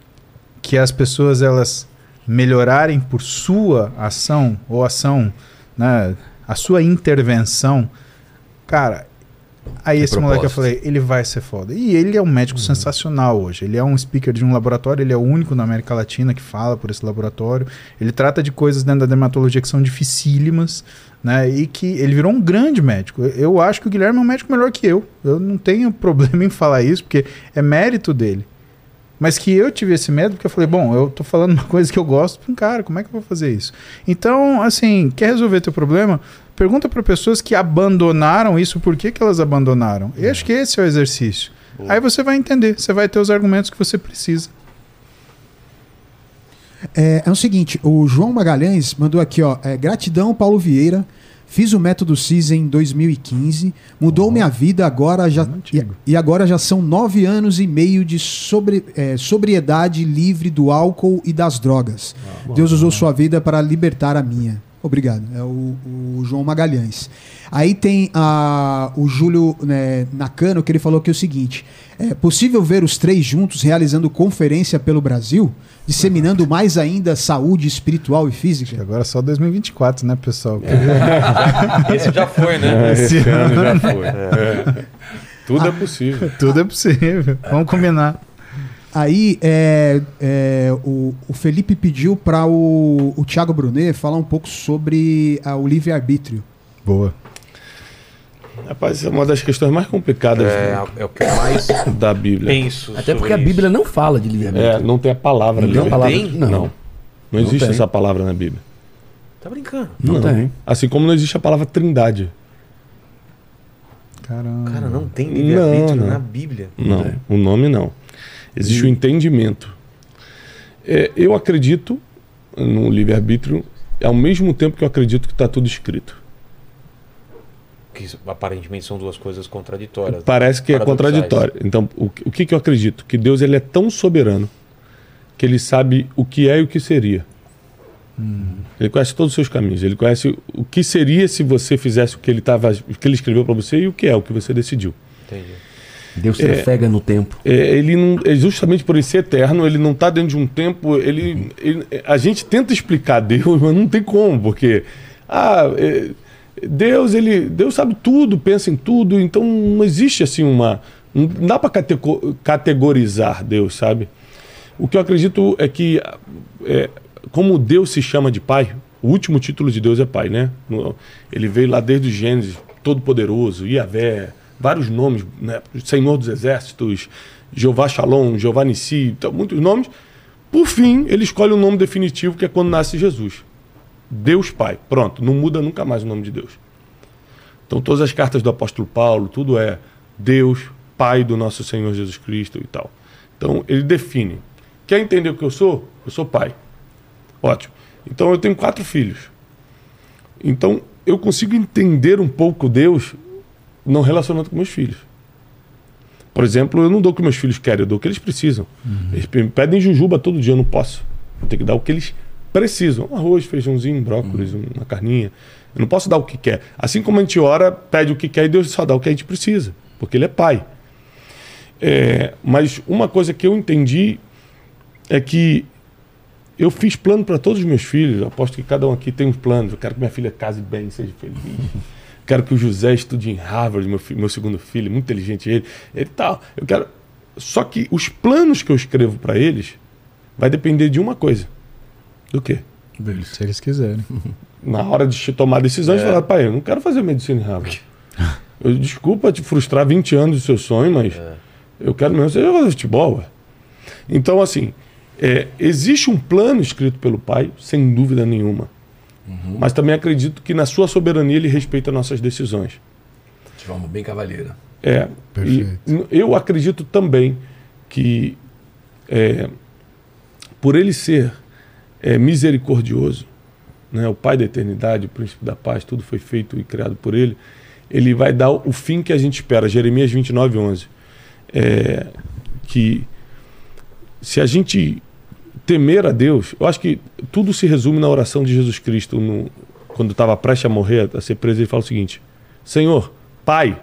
que as pessoas, elas melhorarem por sua ação, ou ação... né, a sua intervenção, cara, aí esse moleque, eu falei, ele vai ser foda. E ele é um médico sensacional hoje. Ele é um speaker de um laboratório, ele é o único na América Latina que fala por esse laboratório. Ele trata de coisas dentro da dermatologia que são dificílimas, né, e que ele virou um grande médico. Eu acho que o Guilherme é um médico melhor que eu. Eu não tenho problema em falar isso, porque é mérito dele. Mas que eu tive esse medo, porque eu falei, bom, eu tô falando uma coisa que eu gosto para um cara, como é que eu vou fazer isso? Então, assim, quer resolver teu problema? Pergunta para pessoas que abandonaram isso, por que elas abandonaram? Eu acho que esse é o exercício. Aí você vai entender, você vai ter os argumentos que você precisa. É o seguinte, o João Magalhães mandou aqui, ó. Gratidão, Paulo Vieira. Fiz o método CIS em 2015. Mudou minha vida agora já. E agora já são 9 anos e meio de sobriedade livre do álcool e das drogas. Deus usou sua vida para libertar a minha. Obrigado. É o João Magalhães. Aí tem o Júlio Nakano, que ele falou que é o seguinte: é possível ver os 3 juntos realizando conferência pelo Brasil, disseminando mais ainda saúde espiritual e física? Agora é só 2024, né, pessoal? Esse já foi, né? Esse ano já foi. Tudo é possível. Tudo é possível. Vamos combinar. Aí o Felipe pediu para o Thiago Brunet falar um pouco sobre o livre-arbítrio. Boa. Rapaz, isso é uma das questões mais complicadas É o que eu mais da Bíblia. penso. Até porque sobre a Bíblia não fala de livre-arbítrio. Não tem a palavra Não tem livre. a palavra. Tem? Não existe tem. essa palavra na Bíblia. Tá brincando. Não tem. Assim como não existe a palavra trindade. Caramba. Cara, não tem livre-arbítrio Não. na Bíblia. Não, o nome não. Existe o entendimento. Eu acredito no livre-arbítrio ao mesmo tempo que eu acredito que está tudo escrito. Que aparentemente são duas coisas contraditórias. Parece que é Paradoxais. contraditório. Então, o que eu acredito? Que Deus ele é tão soberano que ele sabe o que é e o que seria. Ele conhece todos os seus caminhos. Ele conhece o que seria se você fizesse o que ele escreveu para você e o que é o que você decidiu. Entendi. Deus trafega no tempo. Ele não, justamente por ele ser eterno, ele não está dentro de um tempo. A gente tenta explicar Deus, mas não tem como, porque Deus sabe tudo, pensa em tudo, então não existe assim não dá para categorizar Deus, sabe? O que eu acredito é que como Deus se chama de Pai, o último título de Deus é Pai, né? Ele veio lá desde o Gênesis, Todo-Poderoso, Yahvé, vários nomes, né? Senhor dos Exércitos, Jeová Shalom, Jeová Nissi, então, muitos nomes. Por fim, ele escolhe um nome definitivo, que é quando nasce Jesus. Deus Pai. Pronto, não muda nunca mais o nome de Deus. Então todas as cartas do apóstolo Paulo, tudo é Deus, Pai do nosso Senhor Jesus Cristo e tal. Então ele define. Quer entender o que eu sou? Eu sou pai. Ótimo. Então eu tenho 4 filhos. Então eu consigo entender um pouco Deus não relacionando com meus filhos. Por exemplo, eu não dou o que meus filhos querem, eu dou o que eles precisam. Eles me pedem jujuba todo dia, eu não posso. Eu tenho que dar o que eles precisam. Arroz, feijãozinho, brócolis, uma carninha. Eu não posso dar o que quer. Assim como a gente ora, pede o que quer e Deus só dá o que a gente precisa. Porque Ele é Pai. Mas uma coisa que eu entendi é que eu fiz plano para todos os meus filhos. Eu aposto que cada um aqui tem uns planos. Eu quero que minha filha case bem, seja feliz. Quero que o José estude em Harvard, meu segundo filho, muito inteligente ele tal. Eu quero. Só que os planos que eu escrevo para eles vai depender de uma coisa. Do quê? Se eles quiserem. Na hora de tomar decisões, falar, pai, eu não quero fazer medicina em Harvard. Desculpa te frustrar 20 anos do seu sonho, mas eu quero mesmo ser jogador de futebol. Ué. Então, assim, existe um plano escrito pelo pai, sem dúvida nenhuma. Mas também acredito que na sua soberania ele respeita nossas decisões. De forma bem cavalheira. Perfeito. E eu acredito também que por ele ser misericordioso, né, o Pai da eternidade, o Príncipe da paz, tudo foi feito e criado por ele, ele vai dar o fim que a gente espera. Jeremias 29:11. Que se a gente temer a Deus, eu acho que tudo se resume na oração de Jesus Cristo, quando estava prestes a morrer, a ser preso, ele fala o seguinte: Senhor, Pai,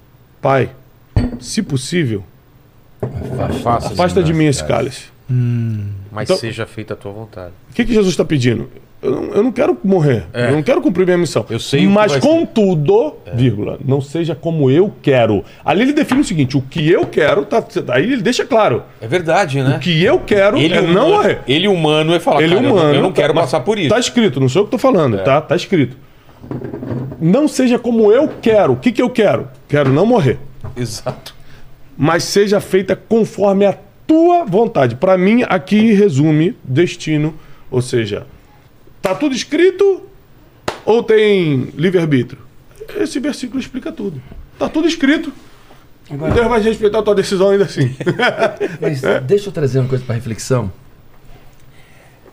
se possível, afasta de mim esse cálice. Mas Então, seja feita a tua vontade. O que Jesus está pedindo? Eu não quero morrer, eu não quero cumprir minha missão. Eu sei o que mas vai contudo, vírgula, não seja como eu quero. Ali ele define o seguinte: o que eu quero, aí ele deixa claro. É verdade, né? O que eu quero não morrer. Ele humano vai falar, Ele cara, humano, eu não quero mas passar por isso. Tá escrito, não sou eu que estou falando, tá? Tá escrito. Não seja como eu quero. O que eu quero? Quero não morrer. Exato. Mas seja feita conforme a tua vontade. Para mim, aqui resume destino, ou seja, tá tudo escrito ou tem livre-arbítrio? Esse versículo explica tudo. Tá tudo escrito. Agora, Deus vai respeitar a tua decisão ainda assim. mas deixa eu trazer uma coisa para reflexão.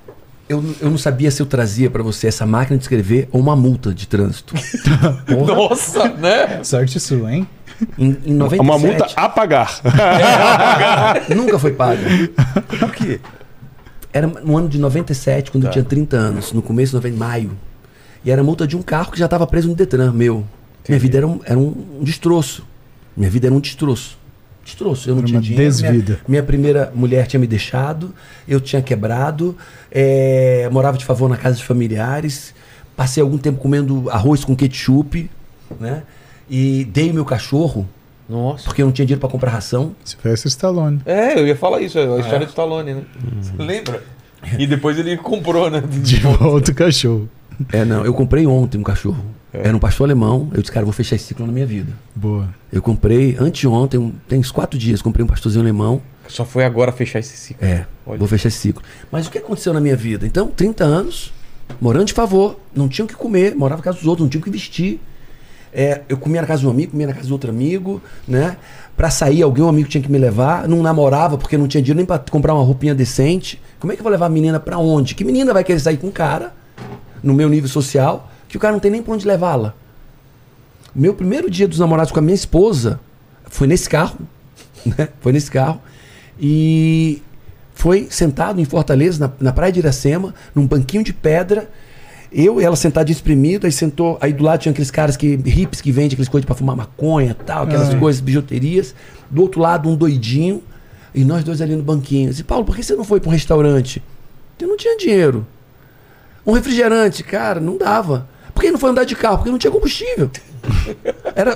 eu não sabia se eu trazia pra você essa máquina de escrever ou uma multa de trânsito. Porra. Nossa, né? Sorte sua, hein? Em 97. Uma multa a pagar. Nunca foi paga. Por quê? Era no ano de 97, quando eu tinha 30 anos, no começo de maio. E era multa de um carro que já estava preso no Detran, meu. Minha vida era um destroço. Minha vida era um destroço. Destroço. Eu não Era tinha uma dinheiro. desvida. Minha primeira mulher tinha me deixado, eu tinha quebrado, morava de favor na casa de familiares, passei algum tempo comendo arroz com ketchup, né? E dei meu cachorro, Nossa. porque eu não tinha dinheiro para comprar ração. Sylvester Stallone. Eu ia falar isso, a história do Stallone, né? Você lembra? E depois ele comprou, né? De volta o cachorro. Não, eu comprei ontem um cachorro. Era um pastor alemão. Eu disse, cara, vou fechar esse ciclo na minha vida. Boa. Eu comprei, anteontem, tem uns 4 dias, comprei um pastorzinho alemão. Só foi agora fechar esse ciclo. Olha. Vou fechar esse ciclo. Mas o que aconteceu na minha vida? Então, 30 anos, morando de favor, não tinha o que comer, morava na casa dos outros, não tinha o que vestir. Eu comia na casa de um amigo, comia na casa de outro amigo, né? Pra sair, um amigo tinha que me levar. Não namorava porque não tinha dinheiro nem pra comprar uma roupinha decente. Como é que eu vou levar a menina pra onde? Que menina vai querer sair com um cara, no meu nível social, que o cara não tem nem pra onde levá-la? Meu primeiro dia dos namorados com a minha esposa foi nesse carro, né? Foi nesse carro. E foi sentado em Fortaleza, na praia de Iracema, num banquinho de pedra. Eu e ela sentadinha espremido, aí do lado tinha aqueles caras hips que vendem aquelas coisas pra fumar maconha e tal, aquelas coisas, bijuterias. Do outro lado, um doidinho, e nós dois ali no banquinho. Eu disse, Paulo, por que você não foi pra um restaurante? Eu não tinha dinheiro. Um refrigerante, cara, não dava. Por que não foi andar de carro? Porque não tinha combustível. Era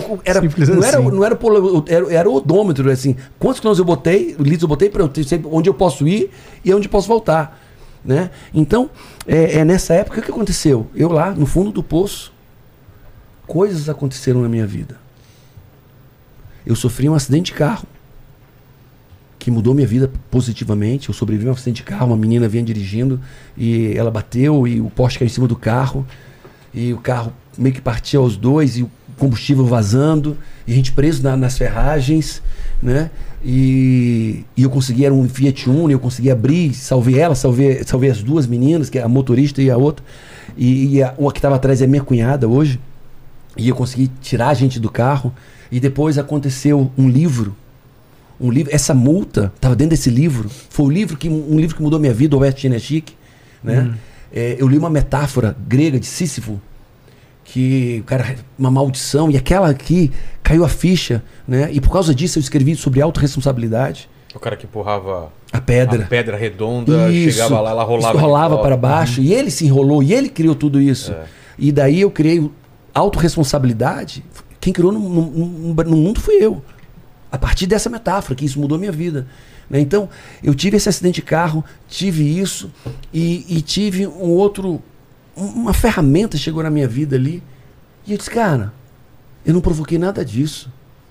o odômetro, assim. Quantos quilômetros eu botei, litros eu botei pra eu ter onde eu posso ir e onde eu posso voltar. Né? Então, nessa época, o que aconteceu? Eu lá, no fundo do poço, coisas aconteceram na minha vida. Eu sofri um acidente de carro que mudou minha vida positivamente. Eu sobrevivi a um acidente de carro, uma menina vinha dirigindo e ela bateu e o poste caiu em cima do carro e o carro meio que partia aos dois e o combustível vazando e a gente preso nas ferragens, né? E eu consegui, era um Fiat Uno, eu consegui abrir, salvei as duas meninas, que é a motorista e a outra, e uma que estava atrás é minha cunhada hoje, e eu consegui tirar a gente do carro, e depois aconteceu um livro, essa multa estava dentro desse livro, foi um livro que mudou minha vida, o Oeste Chique, né? Eu li uma metáfora grega de Sísifo, que o cara, uma maldição, e aquela aqui caiu a ficha, né? E por causa disso eu escrevi sobre autorresponsabilidade. O cara que empurrava a pedra redonda, isso, chegava lá, ela rolava. Rolava para baixo, e ele se enrolou, e ele criou tudo isso. E daí eu criei autorresponsabilidade. Quem criou no mundo fui eu. A partir dessa metáfora, que isso mudou a minha vida. Né? Então, eu tive esse acidente de carro, tive isso, e tive uma ferramenta chegou na minha vida ali, e eu disse, cara, eu não provoquei nada disso.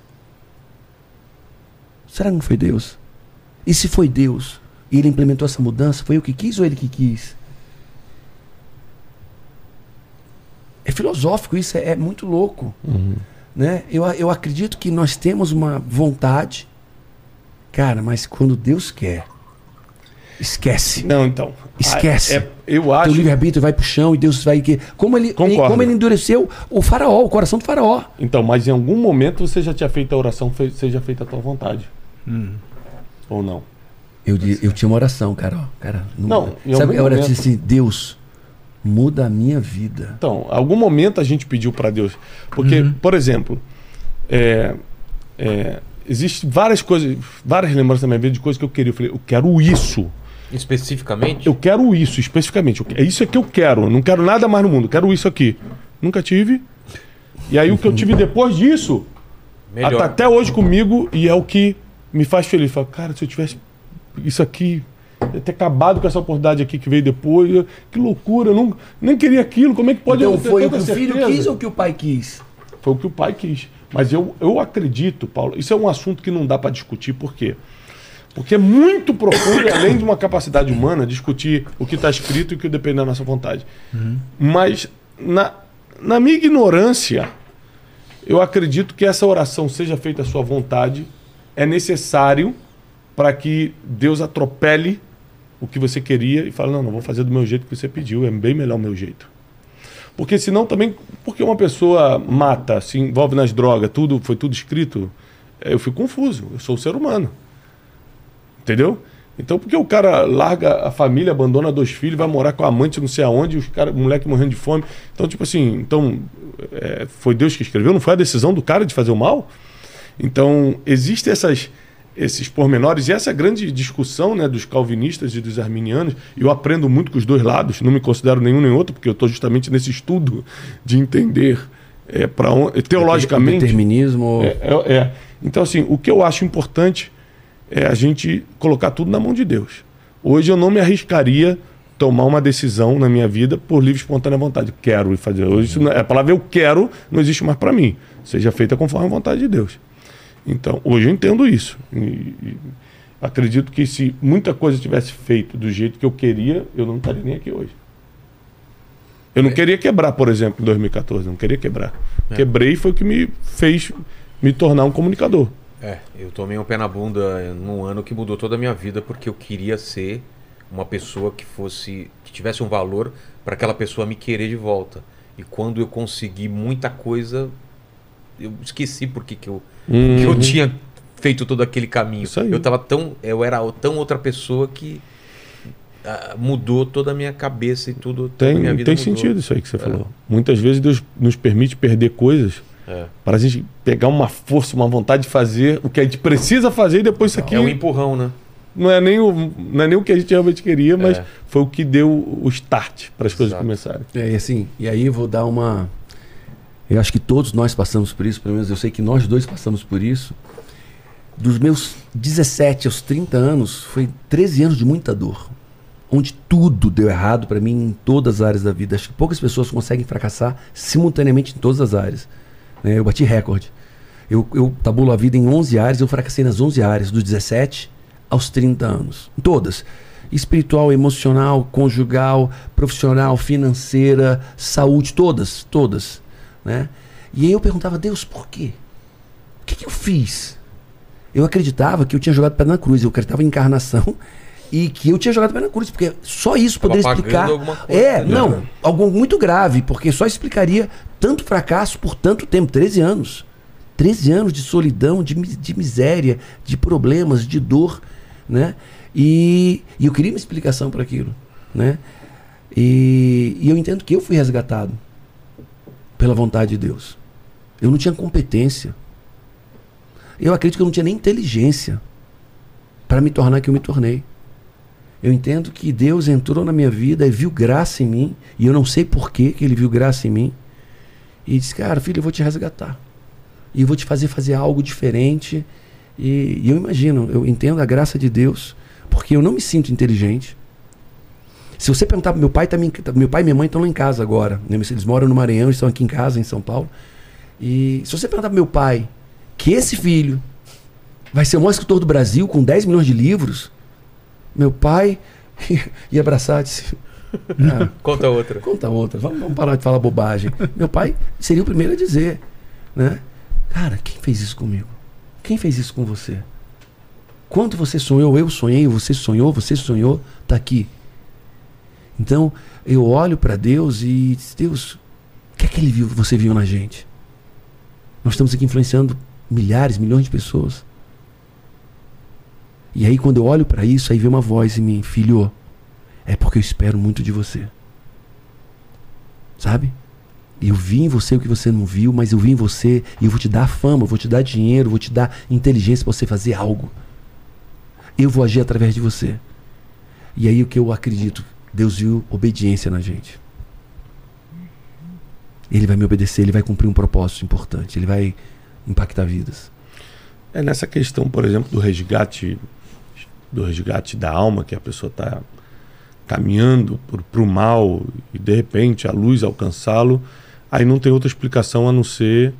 Será que não foi Deus? E se foi Deus, e Ele implementou essa mudança, foi eu que quis ou Ele que quis? É filosófico isso, é muito louco. Né? Eu acredito que nós temos uma vontade, cara, mas quando Deus quer, esquece. Não, então. Esquece. Eu acho. O livre-arbítrio vai pro chão e Deus vai. Como ele endureceu o faraó, o coração do faraó. Então, mas em algum momento você já tinha feito a oração, seja feita a tua vontade. Ou não? Eu tinha uma oração, cara. Não, sabe a oração assim, Deus, muda a minha vida. Então, em algum momento a gente pediu para Deus. Porque, por exemplo, existem várias coisas, várias lembranças na minha vida de coisas que eu queria. Eu falei, eu quero isso. Especificamente? Eu quero isso, especificamente. É isso que eu quero. Eu não quero nada mais no mundo. Eu quero isso aqui. Nunca tive. E aí o que eu tive depois disso, tá até hoje comigo, e é o que me faz feliz. Falo, cara, se eu tivesse isso aqui, eu ia ter acabado com essa oportunidade aqui que veio depois. Que loucura, eu nem queria aquilo. Como é que pode... Então foi o que o filho quis ou o que o pai quis? Foi o que o pai quis. Mas eu acredito, Paulo, isso é um assunto que não dá para discutir. Por quê? Porque é muito profundo, e além de uma capacidade humana, discutir o que está escrito e o que depende da nossa vontade. Mas, na minha ignorância, eu acredito que essa oração seja feita à sua vontade é necessário para que Deus atropele o que você queria e fala, não vou fazer do meu jeito que você pediu, é bem melhor o meu jeito. Porque senão também, porque uma pessoa mata, se envolve nas drogas, foi tudo escrito, eu fico confuso, eu sou um ser humano. Entendeu? Então, porque o cara larga a família, abandona 2 filhos, vai morar com a amante não sei aonde, o moleque morrendo de fome. Então, tipo assim, foi Deus que escreveu, não foi a decisão do cara de fazer o mal? Então, existem esses pormenores e essa grande discussão, né, dos calvinistas e dos arminianos, e eu aprendo muito com os dois lados, não me considero nenhum nem outro, porque eu estou justamente nesse estudo de entender teologicamente... Determinismo... Então, assim, o que eu acho importante é a gente colocar tudo na mão de Deus. Hoje eu não me arriscaria tomar uma decisão na minha vida por livre e espontânea vontade. Quero fazer. Hoje a palavra eu quero não existe mais para mim. Seja feita conforme a vontade de Deus. Então, hoje eu entendo isso. E acredito que se muita coisa tivesse feito do jeito que eu queria, eu não estaria nem aqui hoje. Eu não queria quebrar, por exemplo, em 2014. Não queria quebrar. Quebrei foi o que me fez me tornar um comunicador. Eu tomei um pé na bunda num ano que mudou toda a minha vida, porque eu queria ser uma pessoa que tivesse um valor para aquela pessoa me querer de volta. E quando eu consegui muita coisa, eu esqueci porque que eu tinha feito todo aquele caminho. Eu era tão outra pessoa que mudou toda a minha cabeça e tudo. Tem mudou. sentido isso aí que você falou. Muitas vezes Deus nos permite perder coisas para a gente pegar uma força, uma vontade de fazer o que a gente precisa fazer e depois isso aqui... É um empurrão, né? Não é nem o que a gente realmente queria, mas foi o que deu o start para as coisas começarem. E aí eu vou dar uma... Eu acho que todos nós passamos por isso, pelo menos eu sei que nós dois passamos por isso. Dos meus 17 aos 30 anos, foi 13 anos de muita dor. Onde tudo deu errado para mim em todas as áreas da vida. Acho que poucas pessoas conseguem fracassar simultaneamente em todas as áreas. Eu bati recorde. Eu tabulo a vida em 11 áreas, eu fracassei nas 11 áreas, dos 17 aos 30 anos. Em todas. Espiritual, emocional, conjugal, profissional, financeira, saúde, todas. Né? E aí eu perguntava, Deus, por quê? O que eu fiz? Eu acreditava que eu tinha jogado pé na cruz, eu acreditava em encarnação e que eu tinha jogado pé na cruz, porque só isso poderia explicar. Algo muito grave, porque só explicaria tanto fracasso por tanto tempo, 13 anos. 13 anos de solidão, de miséria, de problemas, de dor, né? E eu queria uma explicação para aquilo, né? E eu entendo que eu fui resgatado pela vontade de Deus. Eu não tinha competência. Eu acredito que eu não tinha nem inteligência para me tornar que eu me tornei. Eu entendo que Deus entrou na minha vida e viu graça em mim, e eu não sei por que ele viu graça em mim, e disse, cara, filho, eu vou te resgatar. E eu vou te fazer algo diferente. E eu imagino, eu entendo a graça de Deus, porque eu não me sinto inteligente. Se você perguntar para meu pai e minha mãe estão lá em casa agora, né? Eles moram no Maranhão, estão aqui em casa, em São Paulo. E se você perguntar para meu pai que esse filho vai ser o maior escritor do Brasil, com 10 milhões de livros, meu pai ia abraçar e disse... Conta outra. Vamos parar de falar bobagem. Meu pai seria o primeiro a dizer, né? Cara, quem fez isso comigo? Quem fez isso com você? Quanto você sonhou, eu sonhei, você sonhou, tá aqui. Então, eu olho para Deus e digo, Deus, o que é que você viu na gente? Nós estamos aqui influenciando milhares, milhões de pessoas. E aí, quando eu olho para isso, aí vem uma voz em mim, filho, é porque eu espero muito de você. Sabe? Eu vi em você o que você não viu, mas eu vi em você e eu vou te dar fama, eu vou te dar dinheiro, eu vou te dar inteligência para você fazer algo. Eu vou agir através de você. E aí o que eu acredito, Deus viu obediência na gente. Ele vai me obedecer, ele vai cumprir um propósito importante, ele vai impactar vidas. Nessa questão, por exemplo, do resgate da alma, que a pessoa está caminhando para o mal e de repente a luz alcançá-lo, aí não tem outra explicação a não ser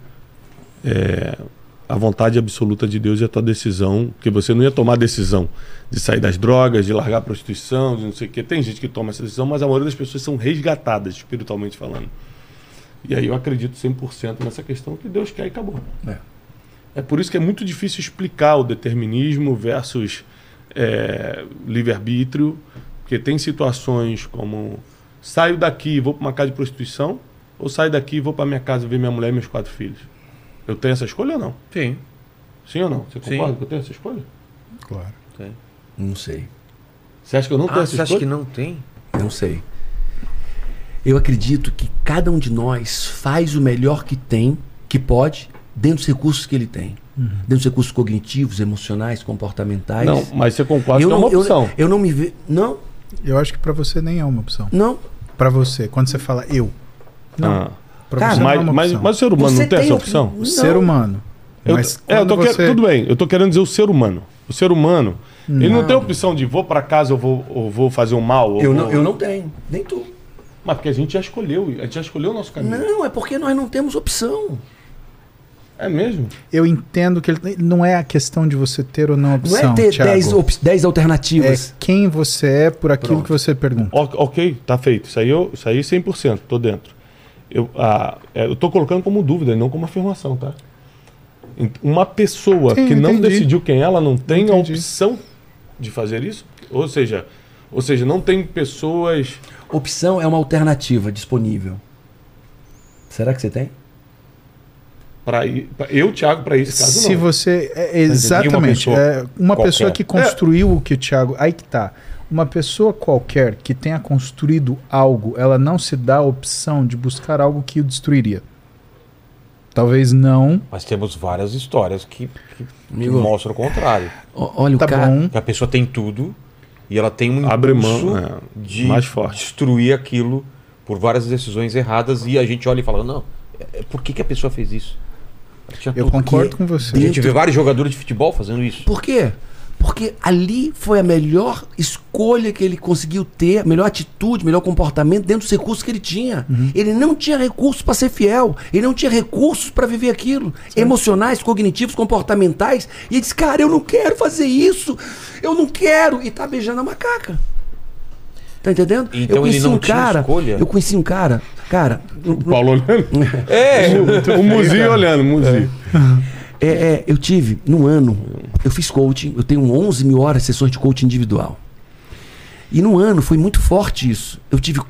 a vontade absoluta de Deus e a tua decisão, porque você não ia tomar a decisão de sair das drogas, de largar a prostituição, de não sei o quê. Tem gente que toma essa decisão, mas a maioria das pessoas são resgatadas, espiritualmente falando. E aí eu acredito 100% nessa questão que Deus quer e acabou. É por isso que é muito difícil explicar o determinismo versus livre-arbítrio, Porque tem situações como saio daqui e vou para uma casa de prostituição, ou saio daqui e vou para minha casa ver minha mulher e meus 4 filhos. Eu tenho essa escolha ou não? Sim. Sim ou não? Você concorda Sim. que eu tenho essa escolha? Claro. Não sei. Você acha que eu não tenho essa Você escolha? acha que não tem? Não sei. Eu acredito que cada um de nós faz o melhor que tem, que pode, dentro dos recursos que ele tem. Dentro dos recursos cognitivos, emocionais, comportamentais. Não, mas você concorda eu que é não, uma opção. eu não me vejo. Não, Eu acho que pra você nem é uma opção. não. Pra você, quando você fala eu. Não. Ah. Pra Cara, você não é Mas, uma mas, opção. mas o ser humano Você não tem essa tem opção? Não. O ser humano. Eu, Mas eu tô quando você... tudo bem, eu tô querendo dizer o ser humano. O ser humano, ele não Não. tem opção de vou para casa ou vou fazer um mal. ou Eu vou- não, eu não tenho. Nem tu. Mas porque a gente já escolheu o nosso caminho. Não, é porque nós não temos opção. É mesmo? Eu entendo que ele não é a questão de você ter ou não Não opção, é ter Thiago. 10 É alternativas. quem você é por aquilo Pronto. que você pergunta. Ok, tá feito. Isso aí 100%, tô dentro. Eu tô colocando como dúvida, não como afirmação, tá? Uma pessoa Sim, que não entendi. decidiu quem ela não tem Entendi. a opção de fazer isso? Ou seja, não tem pessoas... Opção é uma alternativa disponível. Será que você tem? Eu, Thiago, para esse caso, Se não. você. Exatamente. pessoa Uma qualquer. pessoa que construiu o que o Thiago. Aí que tá. Uma pessoa qualquer que tenha construído algo, ela não se dá a opção de buscar algo que o destruiria. Talvez não. Mas temos várias histórias que Amigo. mostram o contrário. Olha, Tá o cara. bom. Que a pessoa tem tudo e ela tem um Abre impulso mão, de mais forte. destruir aquilo por várias decisões erradas e a gente olha e fala, não, por que a pessoa fez isso? Ela tinha Eu tudo. concordo com você. A gente vê vários jogadores de futebol fazendo isso. Por quê? Porque ali foi a melhor escolha que ele conseguiu ter, a melhor atitude, melhor comportamento dentro dos recursos que ele tinha. Ele não tinha recursos para ser fiel, ele não tinha recursos para viver aquilo, emocionais, cognitivos, comportamentais. E ele disse: cara, eu não quero fazer isso, eu não quero. E tá beijando a macaca. Tá entendendo? Então ele não tinha escolha? Eu conheci um cara, O Paulo olhando. O Muzi olhando, Muzi. eu tive, num ano, eu fiz coaching, eu tenho 11 mil horas de sessões de coaching individual. E num ano foi muito forte isso. Eu tive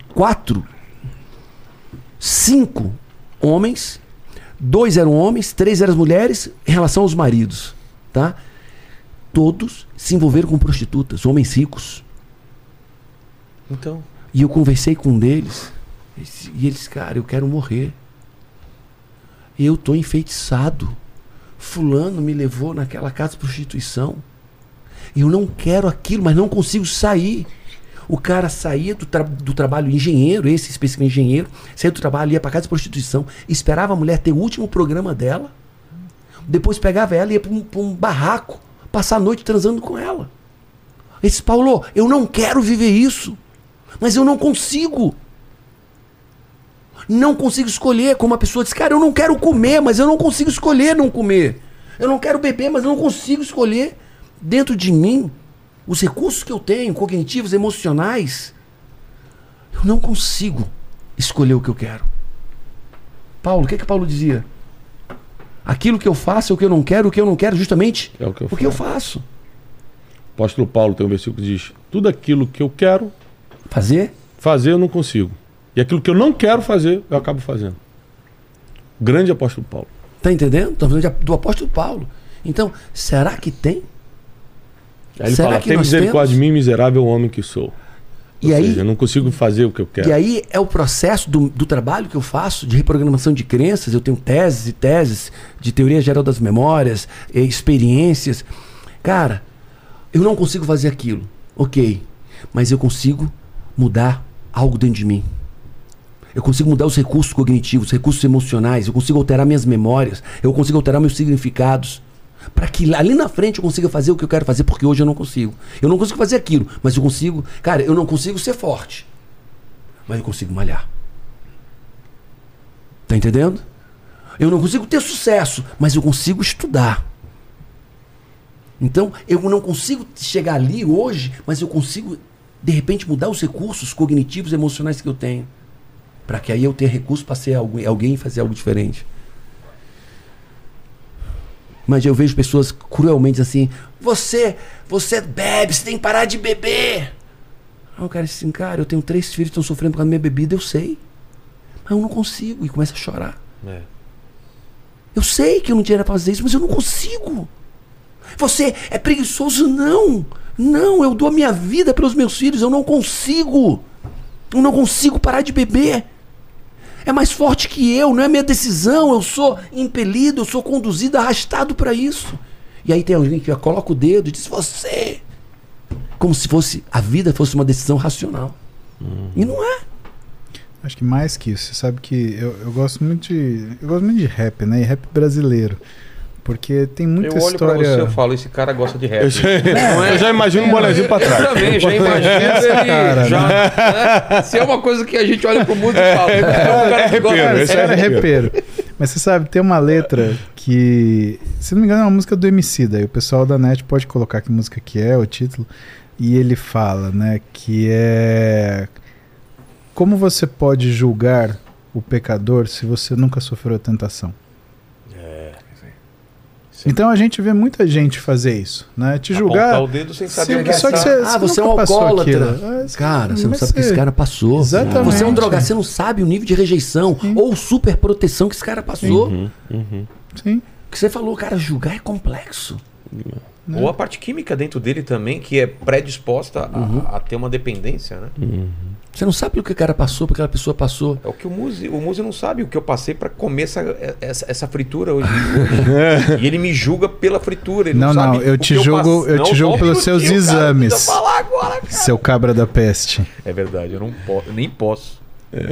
5 homens, 2 eram homens, 3 eram mulheres, em relação aos maridos, tá? Todos se envolveram com prostitutas, homens ricos. Então, E eu conversei com um deles, e eles, cara, eu quero morrer. Eu tô enfeitiçado. Fulano me levou naquela casa de prostituição. Eu não quero aquilo, mas não consigo sair. O cara saía do trabalho, engenheiro, esse específico engenheiro, saía do trabalho, ia pra casa de prostituição, esperava a mulher ter o último programa dela, depois pegava ela e ia pra um barraco, passar a noite transando com ela. Ele disse: Paulo, eu não quero viver isso, mas eu não consigo. Não consigo escolher. Como a pessoa diz: cara, eu não quero comer, mas eu não consigo escolher não comer. Eu não quero beber, mas eu não consigo escolher. Dentro de mim, os recursos que eu tenho, cognitivos, emocionais, eu não consigo escolher o que eu quero. Paulo, o que Paulo dizia? Aquilo que eu faço é o que eu não quero justamente É o que eu eu faço. O apóstolo Paulo tem um versículo que diz: tudo aquilo que eu quero Fazer? fazer eu não consigo. E aquilo que eu não quero fazer, eu acabo fazendo. Grande apóstolo Paulo. Tá entendendo? Estamos falando do apóstolo Paulo. Então, será que tem? Aí ele Será fala: que tem nós misericórdia de temos? mim, miserável homem que sou. E Ou aí, seja, eu não consigo fazer o que eu quero. E aí é o processo do trabalho que eu faço de reprogramação de crenças. Eu tenho teses e teses de teoria geral das memórias, experiências. Cara, eu não consigo fazer aquilo. Ok. Mas eu consigo mudar algo dentro de mim. Eu consigo mudar os recursos cognitivos, os recursos emocionais. Eu consigo alterar minhas memórias. Eu consigo alterar meus significados. Para que ali na frente eu consiga fazer o que eu quero fazer, porque hoje eu não consigo. Eu não consigo fazer aquilo, mas eu consigo... Cara, eu não consigo ser forte, mas eu consigo malhar. Tá entendendo? Eu não consigo ter sucesso, mas eu consigo estudar. Então, eu não consigo chegar ali hoje, mas eu consigo, de repente, mudar os recursos cognitivos e emocionais que eu tenho. Para que aí eu tenha recurso para ser alguém e fazer algo diferente. Mas eu vejo pessoas cruelmente assim: você bebe, você tem que parar de beber. Aí o cara disse assim, cara, eu tenho 3 filhos que estão sofrendo por causa da minha bebida, eu sei. Mas eu não consigo. E começa a chorar. Eu sei que eu não tinha pra fazer isso, mas eu não consigo. Você é preguiçoso? Não. Não, eu dou a minha vida pelos meus filhos, eu não consigo. Eu não consigo parar de beber. É mais forte que eu, não é minha decisão. Eu sou impelido, eu sou conduzido, arrastado para isso. E aí tem alguém que coloca o dedo e diz, você... Como se fosse a vida fosse uma decisão racional. E não é. Acho que mais que isso. Você sabe que eu gosto muito de rap, né? E rap brasileiro. Porque tem muita Eu olho história... pra você e falo, esse cara gosta de rap. Eu já imagino um bonezinho pra trás. Eu também, já imagino ele. Se é uma coisa que a gente olha pro mundo e fala. Esse cara é repeiro. Mas você sabe, tem uma letra que, se não me engano, é uma música do Emicida. Aí o pessoal da net pode colocar que música que é, o título. E ele fala, né, que é... Como você pode julgar o pecador se você nunca sofreu tentação? Então a gente vê muita gente fazer isso, né? Te julgar. Apontar o dedo sem saber o que Só que você é um nunca passou alcoólatra. aquilo. Cara, você não Mas sabe o que esse cara passou. Exatamente. Você é um drogado, você não sabe o nível de rejeição ou super proteção que esse cara passou. Sim. O que você falou, cara, julgar é complexo. Ou a parte química dentro dele também, que é predisposta a ter uma dependência, né? Você não sabe o que o cara passou, porque aquela pessoa passou. É o que o Muzi não sabe, o que eu passei para comer essa fritura hoje. E ele me julga pela fritura. Ele não sabe eu te julgo, eu te julgo pelos seus exames. Cara, falar agora, cara. Seu cabra da peste. É verdade, eu nem posso.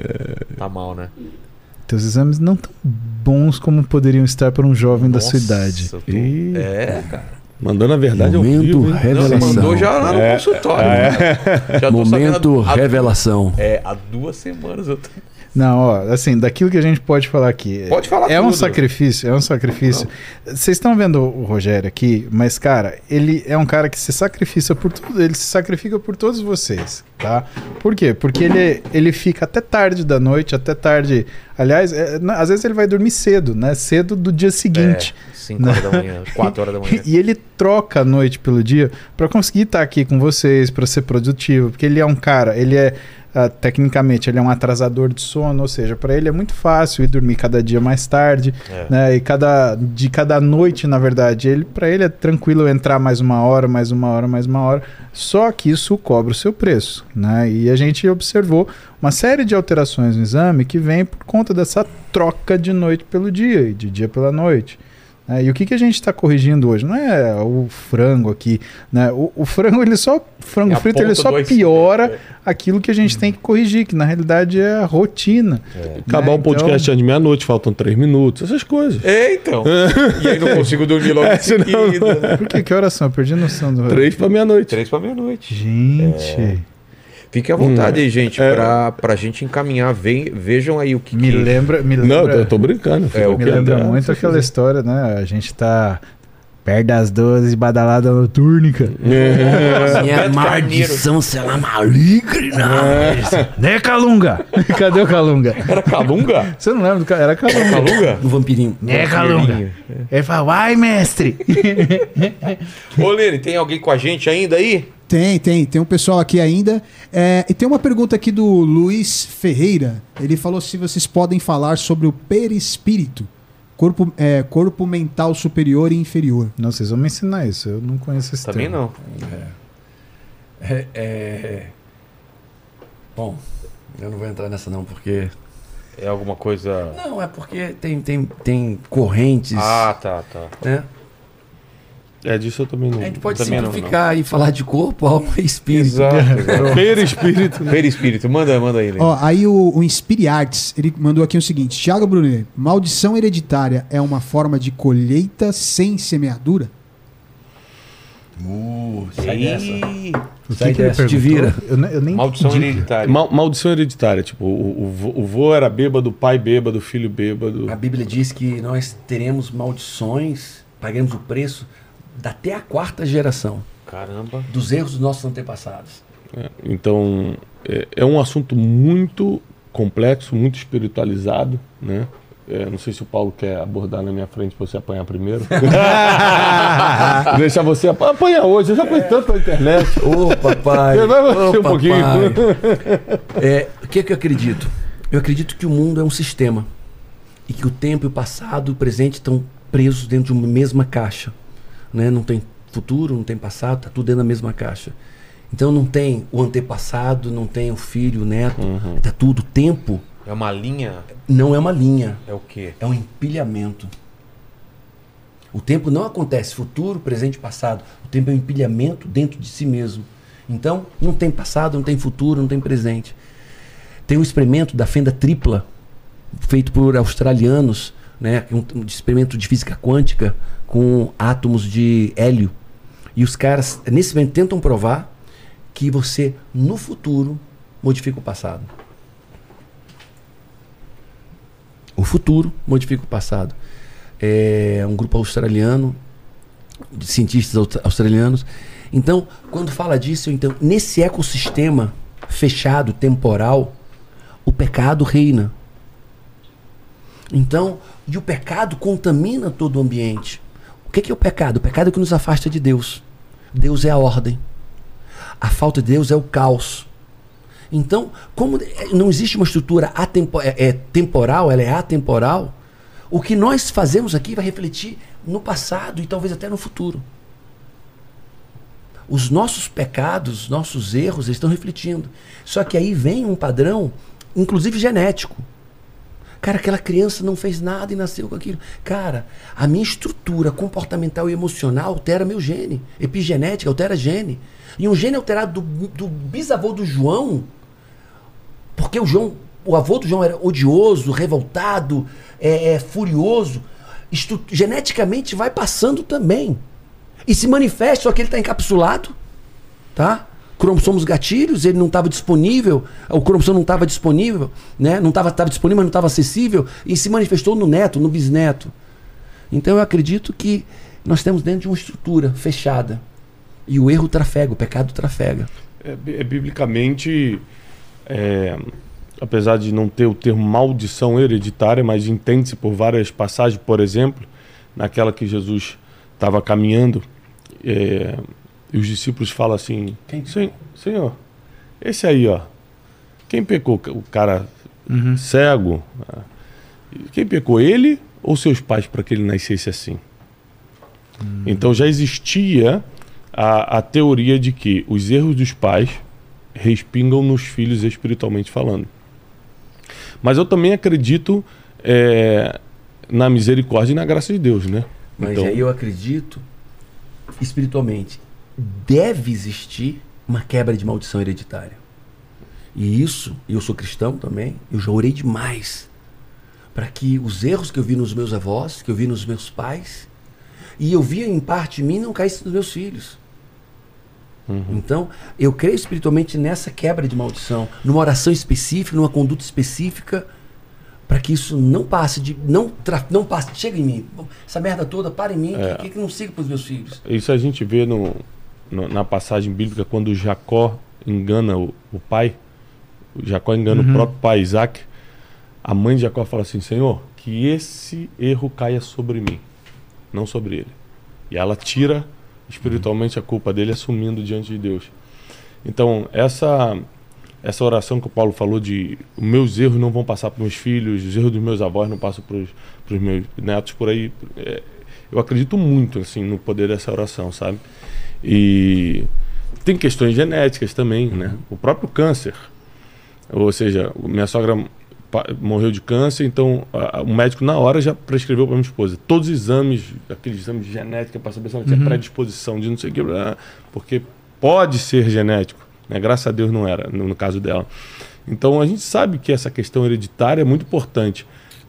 Tá mal, né? Teus exames não tão bons como poderiam estar para um jovem da sua idade. Cara. Mandando a verdade ao Momento vivo, hein? revelação. Não, mandou já lá no consultório. Já tô Momento sabendo revelação. há 2 semanas eu tô... Não, ó, assim, daquilo que a gente pode falar aqui. Pode falar É um tudo. sacrifício, é um sacrifício. Vocês estão vendo o Rogério aqui, mas, cara, ele é um cara que se sacrifica por tudo, ele se sacrifica por todos vocês, tá? Por quê? Porque ele fica até tarde da noite, até tarde. Aliás, às vezes ele vai dormir cedo, né? Cedo do dia seguinte. 5 horas da manhã, 4 horas da manhã. E ele troca a noite pelo dia para conseguir estar aqui com vocês, para ser produtivo, porque ele é um cara, ele é tecnicamente ele é um atrasador de sono, ou seja, para ele é muito fácil ir dormir cada dia mais tarde, né? E cada noite, na verdade, para ele é tranquilo entrar mais uma hora, mais uma hora, mais uma hora. Só que isso cobra o seu preço, né? E a gente observou uma série de alterações no exame que vem por conta dessa troca de noite pelo dia e de dia pela noite. E o que a gente está corrigindo hoje? Não é o frango aqui, né? O frango, frango frito, ele só piora aquilo que a gente tem que corrigir, que na realidade é a rotina. Acabar o podcast de meia-noite, faltam 3 minutos, essas coisas. Então. E aí não consigo dormir logo em seguida. Né? Por quê? Que oração? Eu perdi a noção do... 3 para meia-noite. 3 para meia-noite. Gente... Fique à vontade aí, gente, pra gente encaminhar. Vejam aí o que... Me lembra... Não, eu tô brincando. Me lembra muito aquela história, né? A gente tá perto das 12, badalada noturnica. Minha maldição, sei lá, maligna. Né, Calunga? Cadê o Calunga? Era Calunga? Você não lembra do cara? Era Calunga. Calunga? Do vampirinho. Né, Calunga? Ele fala, vai, mestre! Ô, Lene, tem alguém com a gente ainda aí? Tem um pessoal aqui ainda. E tem uma pergunta aqui do Luiz Ferreira. Ele falou se vocês podem falar sobre o perispírito. Corpo mental superior e inferior. Não, vocês vão me ensinar isso. Eu não conheço esse Também termo. não. Bom, eu não vou entrar nessa não, porque... É alguma coisa... Não, é porque tem correntes. Tá. Né? Disso eu também não. A gente pode Também simplificar e falar de corpo, alma e espírito. Exato. Perispírito. Perispírito. Manda aí, Lene. Ó, aí o Inspiriarts, ele mandou aqui o seguinte: Thiago Brunet, maldição hereditária é uma forma de colheita sem semeadura? Sai dessa. O Sai que ele dessa, te perguntou? vira. Eu nem Maldição entendi. hereditária. Maldição hereditária. Tipo, o vô era bêbado, o pai bêbado, o filho bêbado. A Bíblia diz que nós teremos maldições, pagaremos o preço até a 4ª geração Caramba. dos erros dos nossos antepassados. Então, é um assunto muito complexo, muito espiritualizado, né? não sei se o Paulo quer abordar na minha frente para você apanhar primeiro. Deixa você apanhar hoje, eu já apanhei tanto na internet. Ô, papai. Vai um pouquinho. O que eu acredito? Eu acredito que o mundo é um sistema. E que o tempo, o passado e o presente estão presos dentro de uma mesma caixa. Né? Não tem futuro, não tem passado, está tudo dentro da mesma caixa. Então não tem o antepassado, não tem o filho, o neto. Está tudo. O tempo... É uma linha? Não é uma linha. É o quê? É um empilhamento. O tempo não acontece futuro, presente e passado. O tempo é um empilhamento dentro de si mesmo. Então, não tem passado, não tem futuro, não tem presente. Tem um experimento da fenda tripla, feito por australianos, né? Um experimento de física quântica com átomos de hélio. E os caras, nesse momento, tentam provar que você, no futuro, modifica o passado. O futuro modifica o passado. É um grupo australiano, de cientistas australianos. Então, quando fala disso, então, nesse ecossistema fechado, temporal, o pecado reina. Então, e o pecado contamina todo o ambiente. O que é o pecado? O pecado é o que nos afasta de Deus. Deus é a ordem. A falta de Deus é o caos. Então, como não existe uma estrutura temporal, ela é atemporal, o que nós fazemos aqui vai refletir no passado e talvez até no futuro. Os nossos pecados, nossos erros, eles estão refletindo. Só que aí vem um padrão, inclusive genético. Cara, aquela criança não fez nada e nasceu com aquilo. Cara, a minha estrutura comportamental e emocional altera meu gene. Epigenética altera gene. E um gene alterado do bisavô do João, porque o avô do João era odioso, revoltado, furioso, geneticamente vai passando também. E se manifesta, só que ele está encapsulado, tá? Cromossomos gatilhos, ele não estava disponível, o cromossomo não estava disponível, né? Não estava disponível, mas não estava acessível, e se manifestou no neto, no bisneto. Então eu acredito que nós estamos dentro de uma estrutura fechada. E o erro trafega, o pecado trafega. Biblicamente, apesar de não ter o termo maldição hereditária, mas entende-se por várias passagens, por exemplo, naquela que Jesus estava caminhando, e os discípulos falam assim: Senhor, esse aí, ó, quem pecou? O cara cego? Quem pecou, ele ou seus pais, para que ele nascesse assim? Então já existia a teoria de que os erros dos pais respingam nos filhos espiritualmente falando. Mas eu também acredito na misericórdia e na graça de Deus, né? Mas então, aí eu acredito, espiritualmente, deve existir uma quebra de maldição hereditária. E isso, eu sou cristão também, eu já orei demais para que os erros que eu vi nos meus avós, que eu vi nos meus pais, e eu via em parte em mim, não caísse nos meus filhos. Então, eu creio espiritualmente nessa quebra de maldição, numa oração específica, numa conduta específica, para que isso não passe, não passe, chega em mim, essa merda toda para em mim, que não siga para os meus filhos. Isso a gente vê na passagem bíblica, quando Jacó engana o pai, Jacó engana o próprio pai Isaac, a mãe de Jacó fala assim: Senhor, que esse erro caia sobre mim, não sobre ele. E ela tira espiritualmente a culpa dele, assumindo diante de Deus. Então, essa oração que o Paulo falou de os meus erros não vão passar para os meus filhos, os erros dos meus avós não passam para os meus netos, por aí, eu acredito muito assim, no poder dessa oração, sabe? E tem questões genéticas também, né? O próprio câncer, ou seja, minha sogra morreu de câncer, então o médico na hora já prescreveu para minha esposa todos os exames, aqueles exames de genética para saber se ela tinha predisposição de não sei o que, porque pode ser genético, né? Graças a Deus não era, no caso dela. Então a gente sabe que essa questão hereditária é muito importante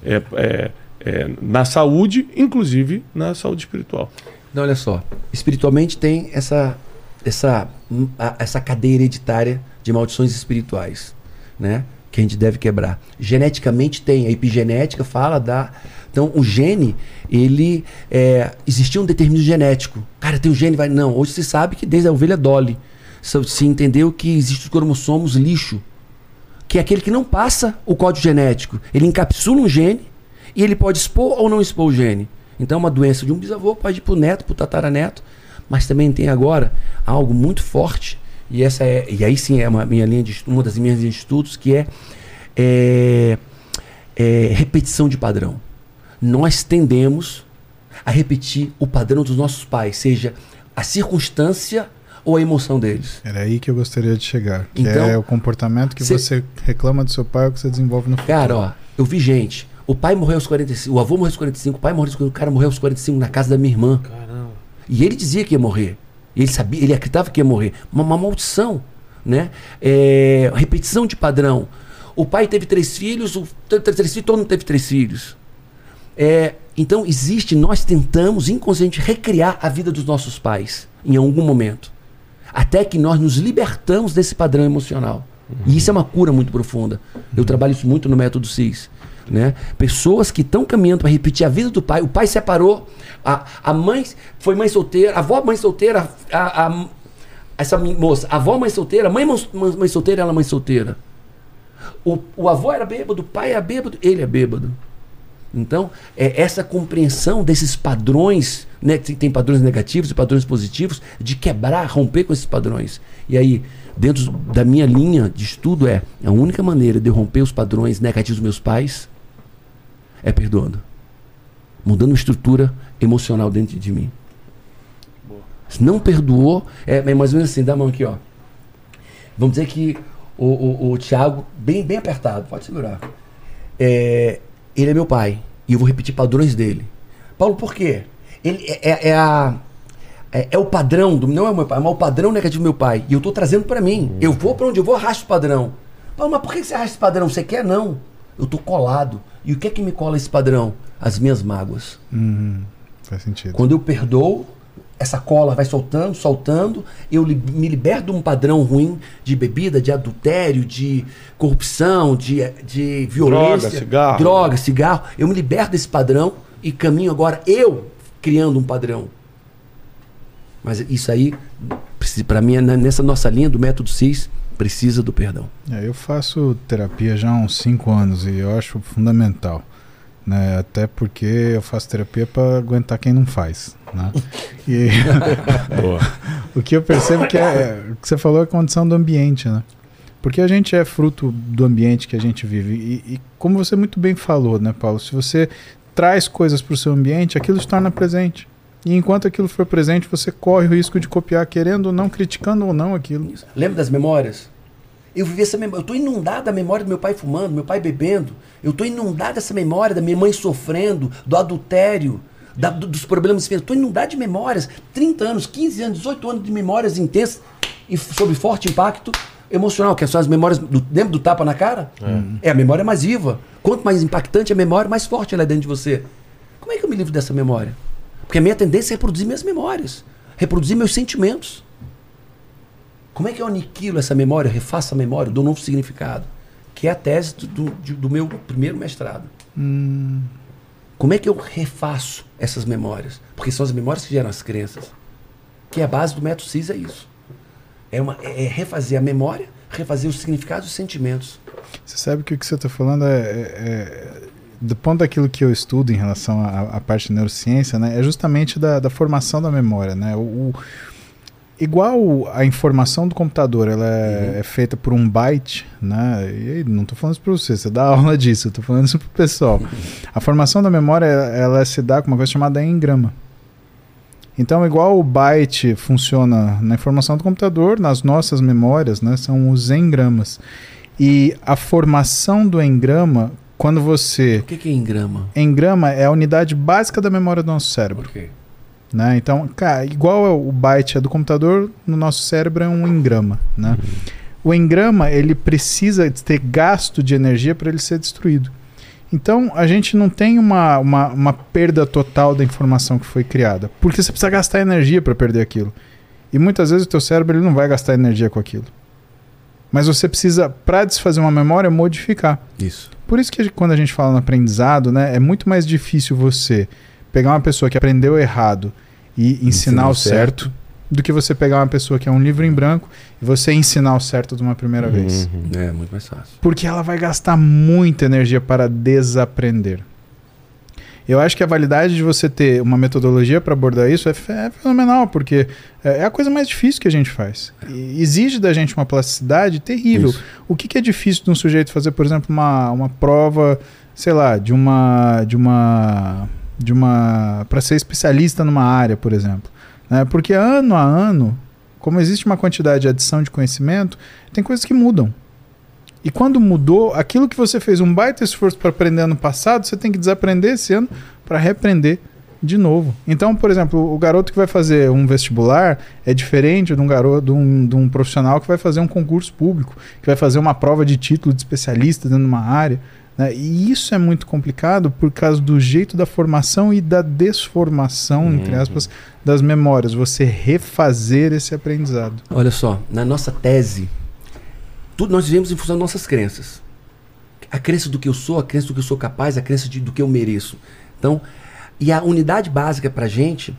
na saúde, inclusive na saúde espiritual. Então, olha só, espiritualmente tem essa cadeia hereditária de maldições espirituais, né? Que a gente deve quebrar. Geneticamente tem, a epigenética fala Então o gene, ele existia um determinismo genético. Cara, tem um gene, vai... Não, hoje se sabe que desde a ovelha Dolly se entendeu que existe os cromossomos lixo, que é aquele que não passa o código genético. Ele encapsula um gene E ele pode expor ou não expor o gene. Então uma doença de um bisavô pode ir para o neto, para o tataraneto, mas também tem agora algo muito forte, e aí sim é uma das minhas linhas de estudos, que é repetição de padrão. Nós tendemos a repetir o padrão dos nossos pais, seja a circunstância ou a emoção deles. Era aí que eu gostaria de chegar. Que Então, é o comportamento que você reclama do seu pai ou que você desenvolve no futuro. Cara, ó, eu vi gente, o pai morreu aos 45, o avô morreu aos 45, o pai morreu aos 45, o cara morreu aos 45 na casa da minha irmã. Caramba. E ele dizia que ia morrer. Ele sabia, ele acreditava que ia morrer. Uma maldição, né? Repetição de padrão. O pai teve 3 filhos, todo mundo teve 3 filhos. Então nós tentamos inconscientemente recriar a vida dos nossos pais em algum momento. Até que nós nos libertamos desse padrão emocional. E isso é uma cura muito profunda. Eu trabalho isso muito no método CIS. Né? Pessoas que estão caminhando para repetir a vida do pai. O pai separou, a mãe foi mãe solteira, a avó mãe solteira, essa moça, a avó mãe solteira, a mãe solteira, ela mãe solteira. O avô era bêbado, o pai é bêbado, ele é bêbado. Então, essa compreensão desses padrões, né, que tem padrões negativos e padrões positivos, de quebrar, romper com esses padrões. E aí, dentro da minha linha de estudo, a única maneira de eu romper os padrões negativos dos meus pais é perdoando. Mudando a estrutura emocional dentro de mim. Boa. Se não perdoou, é mais ou menos assim, dá a mão aqui, ó. Vamos dizer que o Thiago, bem apertado, pode segurar. Ele é meu pai, e eu vou repetir padrões dele. Paulo, por quê? Ele é o padrão, não é o meu pai, mas o padrão negativo do meu pai. E eu estou trazendo para mim. Eu vou para onde eu vou, arrasto o padrão. Paulo, mas por que você arrasta esse padrão? Você quer? Não. Eu estou colado. E o que é que me cola esse padrão? As minhas mágoas. Faz sentido. Quando eu perdoo, essa cola vai soltando, eu me liberto de um padrão ruim de bebida, de adultério, de corrupção, de violência. Droga, cigarro. Eu me liberto desse padrão e caminho agora eu criando um padrão. Mas isso aí, para mim, nessa nossa linha do método CIS, precisa do perdão. Eu faço terapia já há uns 5 anos e eu acho fundamental. Né? Até porque eu faço terapia para aguentar quem não faz. Né? E o que eu percebo que o que você falou é a condição do ambiente. Né? Porque a gente é fruto do ambiente que a gente vive. E como você muito bem falou, né, Paulo? Se você traz coisas para o seu ambiente, aquilo se torna presente. E enquanto aquilo for presente, você corre o risco de copiar, querendo ou não, criticando ou não aquilo. Isso. Lembra das memórias? Eu vivi essa memória. Eu estou inundado da memória do meu pai fumando, meu pai bebendo. Eu estou inundado dessa memória da minha mãe sofrendo, do adultério, dos problemas. Eu estou inundado de memórias. 30 anos, 15 anos, 18 anos de memórias intensas e sob forte impacto emocional, que são as memórias lembra do tapa na cara? É a memória mais viva. Quanto mais impactante a memória, mais forte ela é dentro de você. Como é que eu me livro dessa memória? Porque a minha tendência é reproduzir minhas memórias, reproduzir meus sentimentos. Como é que eu aniquilo essa memória, refaço a memória, dou um novo significado? Que é a tese do meu primeiro mestrado. Como é que eu refaço essas memórias? Porque são as memórias que geram as crenças. Que é a base do método CIS, é isso. É refazer a memória, refazer os significados e os sentimentos. Você sabe que o que você está falando do ponto daquilo que eu estudo em relação à parte de neurociência, né, é justamente da formação da memória, né? Igual a informação do computador, ela é feita por um byte, né? E não estou falando isso para você dá aula disso, eu estou falando isso para o pessoal. A formação da memória, ela se dá com uma coisa chamada engrama. Então, igual o byte funciona na informação do computador, nas nossas memórias, né, são os engramas. E a formação do engrama, quando você... O que é engrama? Engrama é a unidade básica da memória do nosso cérebro. Ok. Né? Então, cara, igual o byte é do computador, no nosso cérebro é um engrama. Né? O engrama, ele precisa ter gasto de energia para ele ser destruído. Então, a gente não tem uma perda total da informação que foi criada, porque você precisa gastar energia para perder aquilo. E muitas vezes o teu cérebro ele não vai gastar energia com aquilo. Mas você precisa, para desfazer uma memória, modificar. Isso. Por isso que quando a gente fala no aprendizado, né, é muito mais difícil você pegar uma pessoa que aprendeu errado e ensinar o certo do que você pegar uma pessoa que é um livro em branco e você ensinar o certo de uma primeira vez. É muito mais fácil. Porque ela vai gastar muita energia para desaprender. Eu acho que a validade de você ter uma metodologia para abordar isso é fenomenal, porque é a coisa mais difícil que a gente faz. E exige da gente uma plasticidade terrível. Isso. O que é difícil de um sujeito fazer, por exemplo, uma prova, sei lá, para ser especialista numa área, por exemplo, né? Porque ano a ano, como existe uma quantidade de adição de conhecimento, tem coisas que mudam. E quando mudou, aquilo que você fez um baita esforço para aprender ano passado, você tem que desaprender esse ano para reaprender de novo. Então, por exemplo, o garoto que vai fazer um vestibular é diferente de um garoto, de um profissional que vai fazer um concurso público, que vai fazer uma prova de título de especialista dentro de uma área, né? E isso é muito complicado por causa do jeito da formação e da desformação, entre aspas, das memórias. Você refazer esse aprendizado. Olha só, na nossa tese, tudo nós vivemos em função das nossas crenças. A crença do que eu sou, a crença do que eu sou capaz, a crença do que eu mereço. Então, e a unidade básica pra gente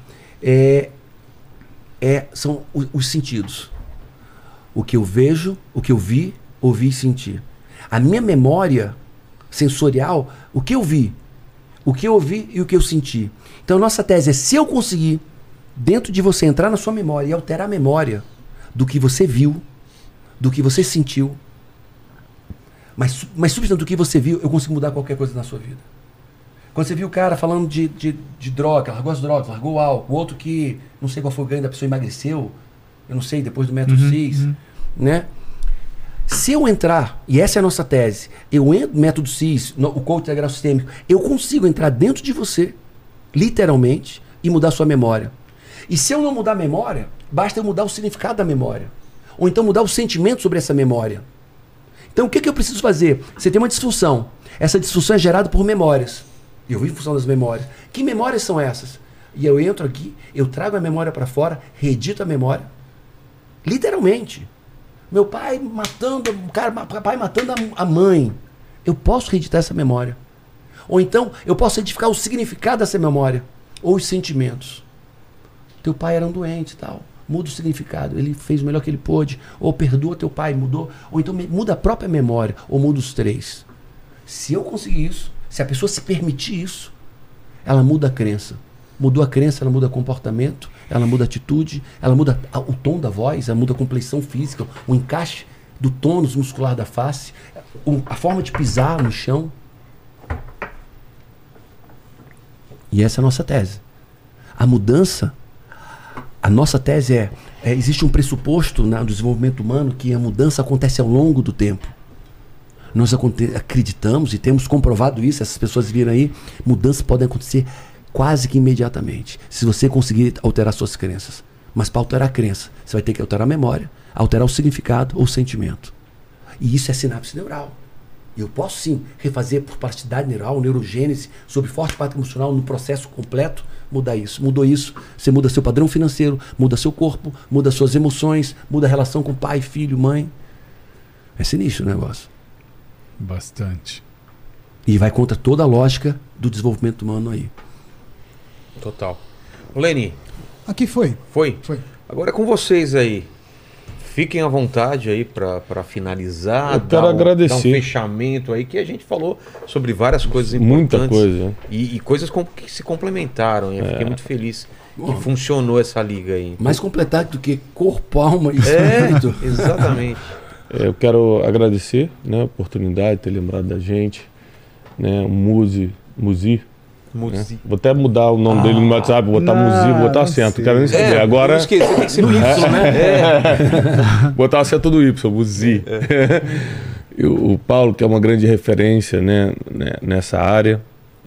são os sentidos. O que eu vejo, o que eu vi, ouvi e senti. A minha memória sensorial, o que eu vi, o que eu ouvi e o que eu senti. Então, a nossa tese é, se eu conseguir, dentro de você, entrar na sua memória e alterar a memória do que você viu, do que você sentiu, mas substância do que você viu, eu consigo mudar qualquer coisa na sua vida. Quando você viu o cara falando de droga, largou as drogas, largou o álcool, o outro que, não sei qual foi o ganho da pessoa, emagreceu, eu não sei, depois do método CIS, né? Se eu entrar, e essa é a nossa tese, eu entro no método CIS, o coach integral sistêmico, eu consigo entrar dentro de você, literalmente, e mudar a sua memória. E se eu não mudar a memória, basta eu mudar o significado da memória. Ou então mudar o sentimento sobre essa memória. Então o que eu preciso fazer? Você tem uma disfunção. Essa disfunção é gerada por memórias. Eu vivo em função das memórias. Que memórias são essas? E eu entro aqui, eu trago a memória para fora, reedito a memória. Literalmente. Meu pai matando, papai matando a mãe. Eu posso reeditar essa memória. Ou então eu posso edificar o significado dessa memória. Ou os sentimentos. Teu pai era um doente e tal. Muda o significado, ele fez o melhor que ele pôde, ou perdoa teu pai, mudou, ou então muda a própria memória, ou muda os três. Se eu conseguir isso, se a pessoa se permitir isso, ela muda a crença. Mudou a crença, ela muda comportamento, ela muda a atitude, ela muda o tom da voz, ela muda a complexão física, o encaixe do tônus muscular da face, a forma de pisar no chão. E essa é a nossa tese. A mudança, a nossa tese existe um pressuposto no desenvolvimento humano que a mudança acontece ao longo do tempo. Nós acreditamos e temos comprovado isso, essas pessoas viram aí, mudanças podem acontecer quase que imediatamente, se você conseguir alterar suas crenças. Mas para alterar a crença, você vai ter que alterar a memória, alterar o significado ou o sentimento. E isso é sinapse neural. Eu posso sim refazer por plasticidade neural, neurogênese, sob forte impacto emocional, no processo completo, mudar isso. Mudou isso, você muda seu padrão financeiro, muda seu corpo, muda suas emoções, muda a relação com pai, filho, mãe. É sinistro o negócio. Bastante. E vai contra toda a lógica do desenvolvimento humano aí. Total. Leni, Aqui foi. foi? Foi. Agora é com vocês aí. Fiquem à vontade aí para finalizar. Eu quero agradecer. Dar um fechamento aí, que a gente falou sobre várias coisas Muita importantes. coisa. E coisas que se complementaram. Eu fiquei muito feliz que funcionou essa liga aí. Mais completado do que corpo, alma e espírito. Exatamente. Eu quero agradecer, né, a oportunidade de ter lembrado da gente, né, o Muzi, né? Vou até mudar o nome dele no WhatsApp, vou botar Muzi, vou botar acento, não quero nem saber. Agora, não esqueça, tem que ser no Y, né? botar o acento do Y, Muzi. E o Paulo, que é uma grande referência, né, nessa área,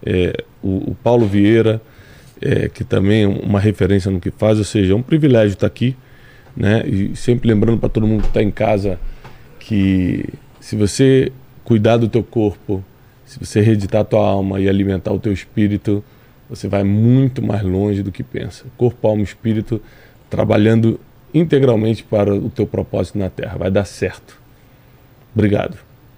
o Paulo Vieira, que também é uma referência no que faz, ou seja, é um privilégio estar aqui, né? E sempre lembrando para todo mundo que está em casa que se você cuidar do teu corpo, se você reeditar a tua alma e alimentar o teu espírito, você vai muito mais longe do que pensa. Corpo, alma e espírito trabalhando integralmente para o teu propósito na Terra. Vai dar certo. Obrigado.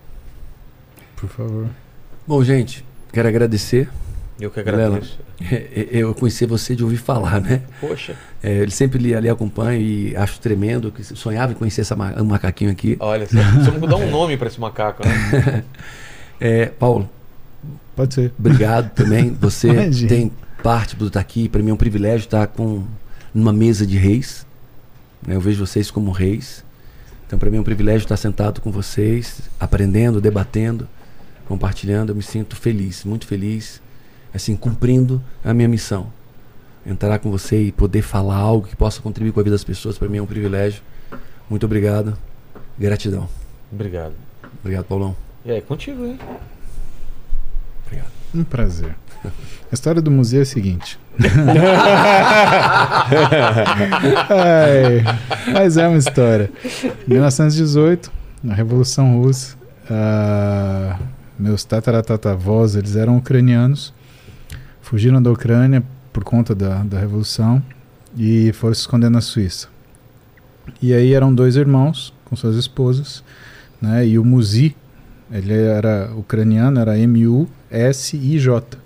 Por favor. Bom, gente, quero agradecer. Eu que agradeço. Eu conheci você de ouvir falar, né? Poxa. Ele sempre ali acompanha e acho tremendo, que sonhava em conhecer um macaquinho aqui. Olha, precisamos dar um nome para esse macaco, né? Paulo, Pode ser. Obrigado também. Você Imagina. tem parte por estar aqui. Para mim é um privilégio estar numa mesa de reis. Né? Eu vejo vocês como reis. Então, para mim é um privilégio estar sentado com vocês, aprendendo, debatendo, compartilhando. Eu me sinto feliz, muito feliz, assim, cumprindo a minha missão. Entrar com você e poder falar algo que possa contribuir com a vida das pessoas, para mim é um privilégio. Muito obrigado. Gratidão. Obrigado. Obrigado, Paulão. E aí, contigo, hein? Obrigado. Um prazer. A história do museu é a seguinte. Mas é uma história. Em 1918, na Revolução Russa, meus tataratatavós, eles eram ucranianos, fugiram da Ucrânia por conta da Revolução e foram se esconder na Suíça. E aí eram 2 irmãos com suas esposas, né? E o Muzi, ele era ucraniano, era M-U-S-I-J.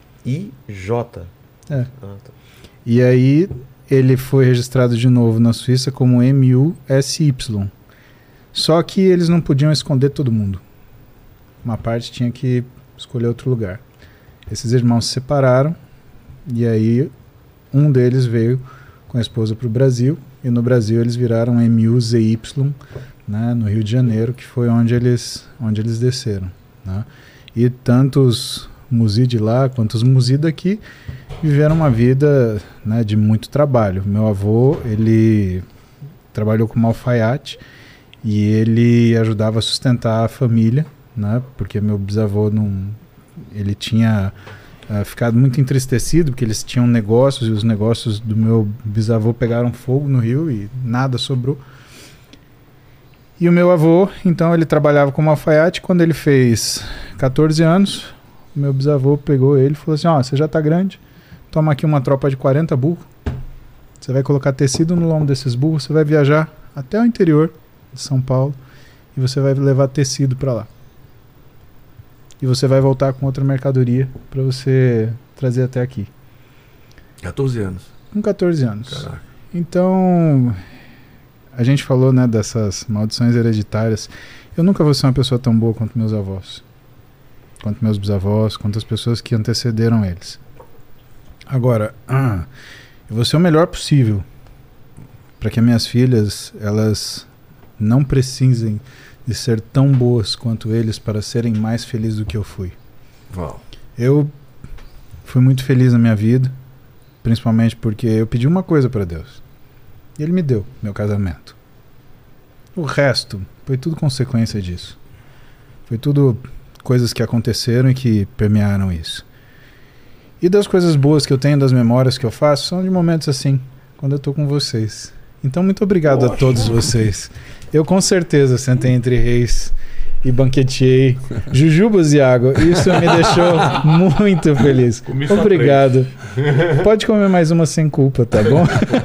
I-J. É. Ah, tá. E aí ele foi registrado de novo na Suíça como M-U-S-Y. Só que eles não podiam esconder todo mundo. Uma parte tinha que escolher outro lugar. Esses irmãos se separaram e aí um deles veio com a esposa para o Brasil e no Brasil eles viraram M-U-Z-Y, né, no Rio de Janeiro, que foi onde eles desceram, né? E tantos Muzi de lá quanto os Muzi daqui viveram uma vida, né, de muito trabalho. Meu avô, ele trabalhou como alfaiate e ele ajudava a sustentar a família, né, porque meu bisavô ele tinha ficado muito entristecido porque eles tinham negócios e os negócios do meu bisavô pegaram fogo no Rio e nada sobrou. E o meu avô, então, ele trabalhava como alfaiate. Quando ele fez 14 anos, o meu bisavô pegou ele e falou assim: ó, você já tá grande, toma aqui uma tropa de 40 burros, você vai colocar tecido no lombo desses burros, você vai viajar até o interior de São Paulo e você vai levar tecido para lá. E você vai voltar com outra mercadoria para você trazer até aqui. 14 anos. Com 14 anos. Caraca. Então, a gente falou, né, dessas maldições hereditárias. Eu nunca vou ser uma pessoa tão boa quanto meus avós, quanto meus bisavós, quanto as pessoas que antecederam eles. Agora, eu vou ser o melhor possível para que as minhas filhas, elas não precisem de ser tão boas quanto eles para serem mais felizes do que eu fui. Uau. Eu fui muito feliz na minha vida, principalmente porque eu pedi uma coisa para Deus. E Ele me deu meu casamento. O resto foi tudo consequência disso. Foi tudo coisas que aconteceram e que permearam isso. E das coisas boas que eu tenho, das memórias que eu faço, são de momentos assim, quando eu tô com vocês. Então, muito obrigado a todos vocês. Eu com certeza sentei entre reis e banqueteei jujubas e água. Isso me deixou muito feliz. Obrigado. Pode comer mais uma sem culpa, tá bom?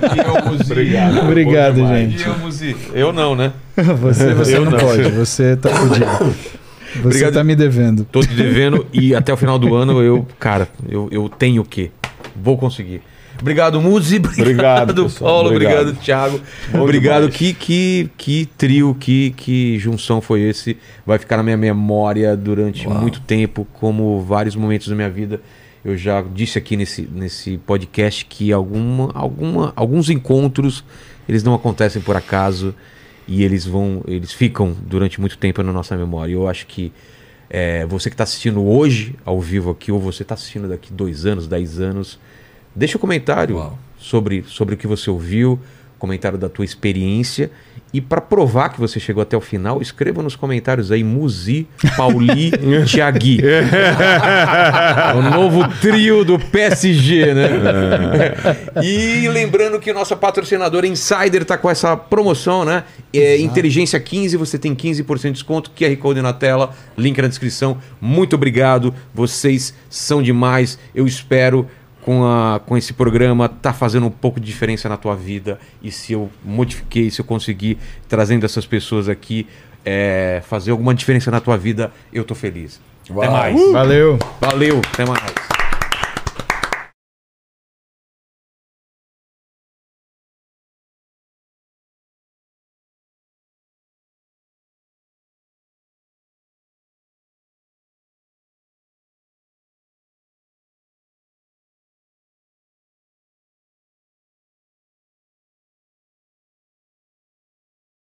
Obrigado, gente. Eu não, né? Você Eu não não. pode, você tá fudido. Você Obrigado. tá me devendo. Tô te devendo e até o final do ano eu tenho o quê? Vou conseguir. Obrigado, Muzi. Obrigado, pessoal. Paulo. Obrigado. Obrigado, Thiago. Bom Obrigado. demais. Que trio, que junção foi esse? Vai ficar na minha memória durante muito tempo, como vários momentos da minha vida. Eu já disse aqui nesse podcast que alguns encontros, eles não acontecem por acaso e eles ficam durante muito tempo na nossa memória. Eu acho que você que está assistindo hoje ao vivo aqui, ou você está assistindo daqui 2 anos, 10 anos, deixa um comentário sobre o que você ouviu, comentário da tua experiência. E para provar que você chegou até o final, escreva nos comentários aí Muzi, Pauli, Thiagui. O novo trio do PSG, né? E lembrando que nossa patrocinadora Insider está com essa promoção, né? Inteligência 15, você tem 15% de desconto, QR Code na tela, link na descrição. Muito obrigado, vocês são demais. Eu espero com esse programa tá fazendo um pouco de diferença na tua vida, e se eu modifiquei, se eu conseguir trazendo essas pessoas aqui fazer alguma diferença na tua vida, eu tô feliz. Até mais. Valeu. Valeu, até mais.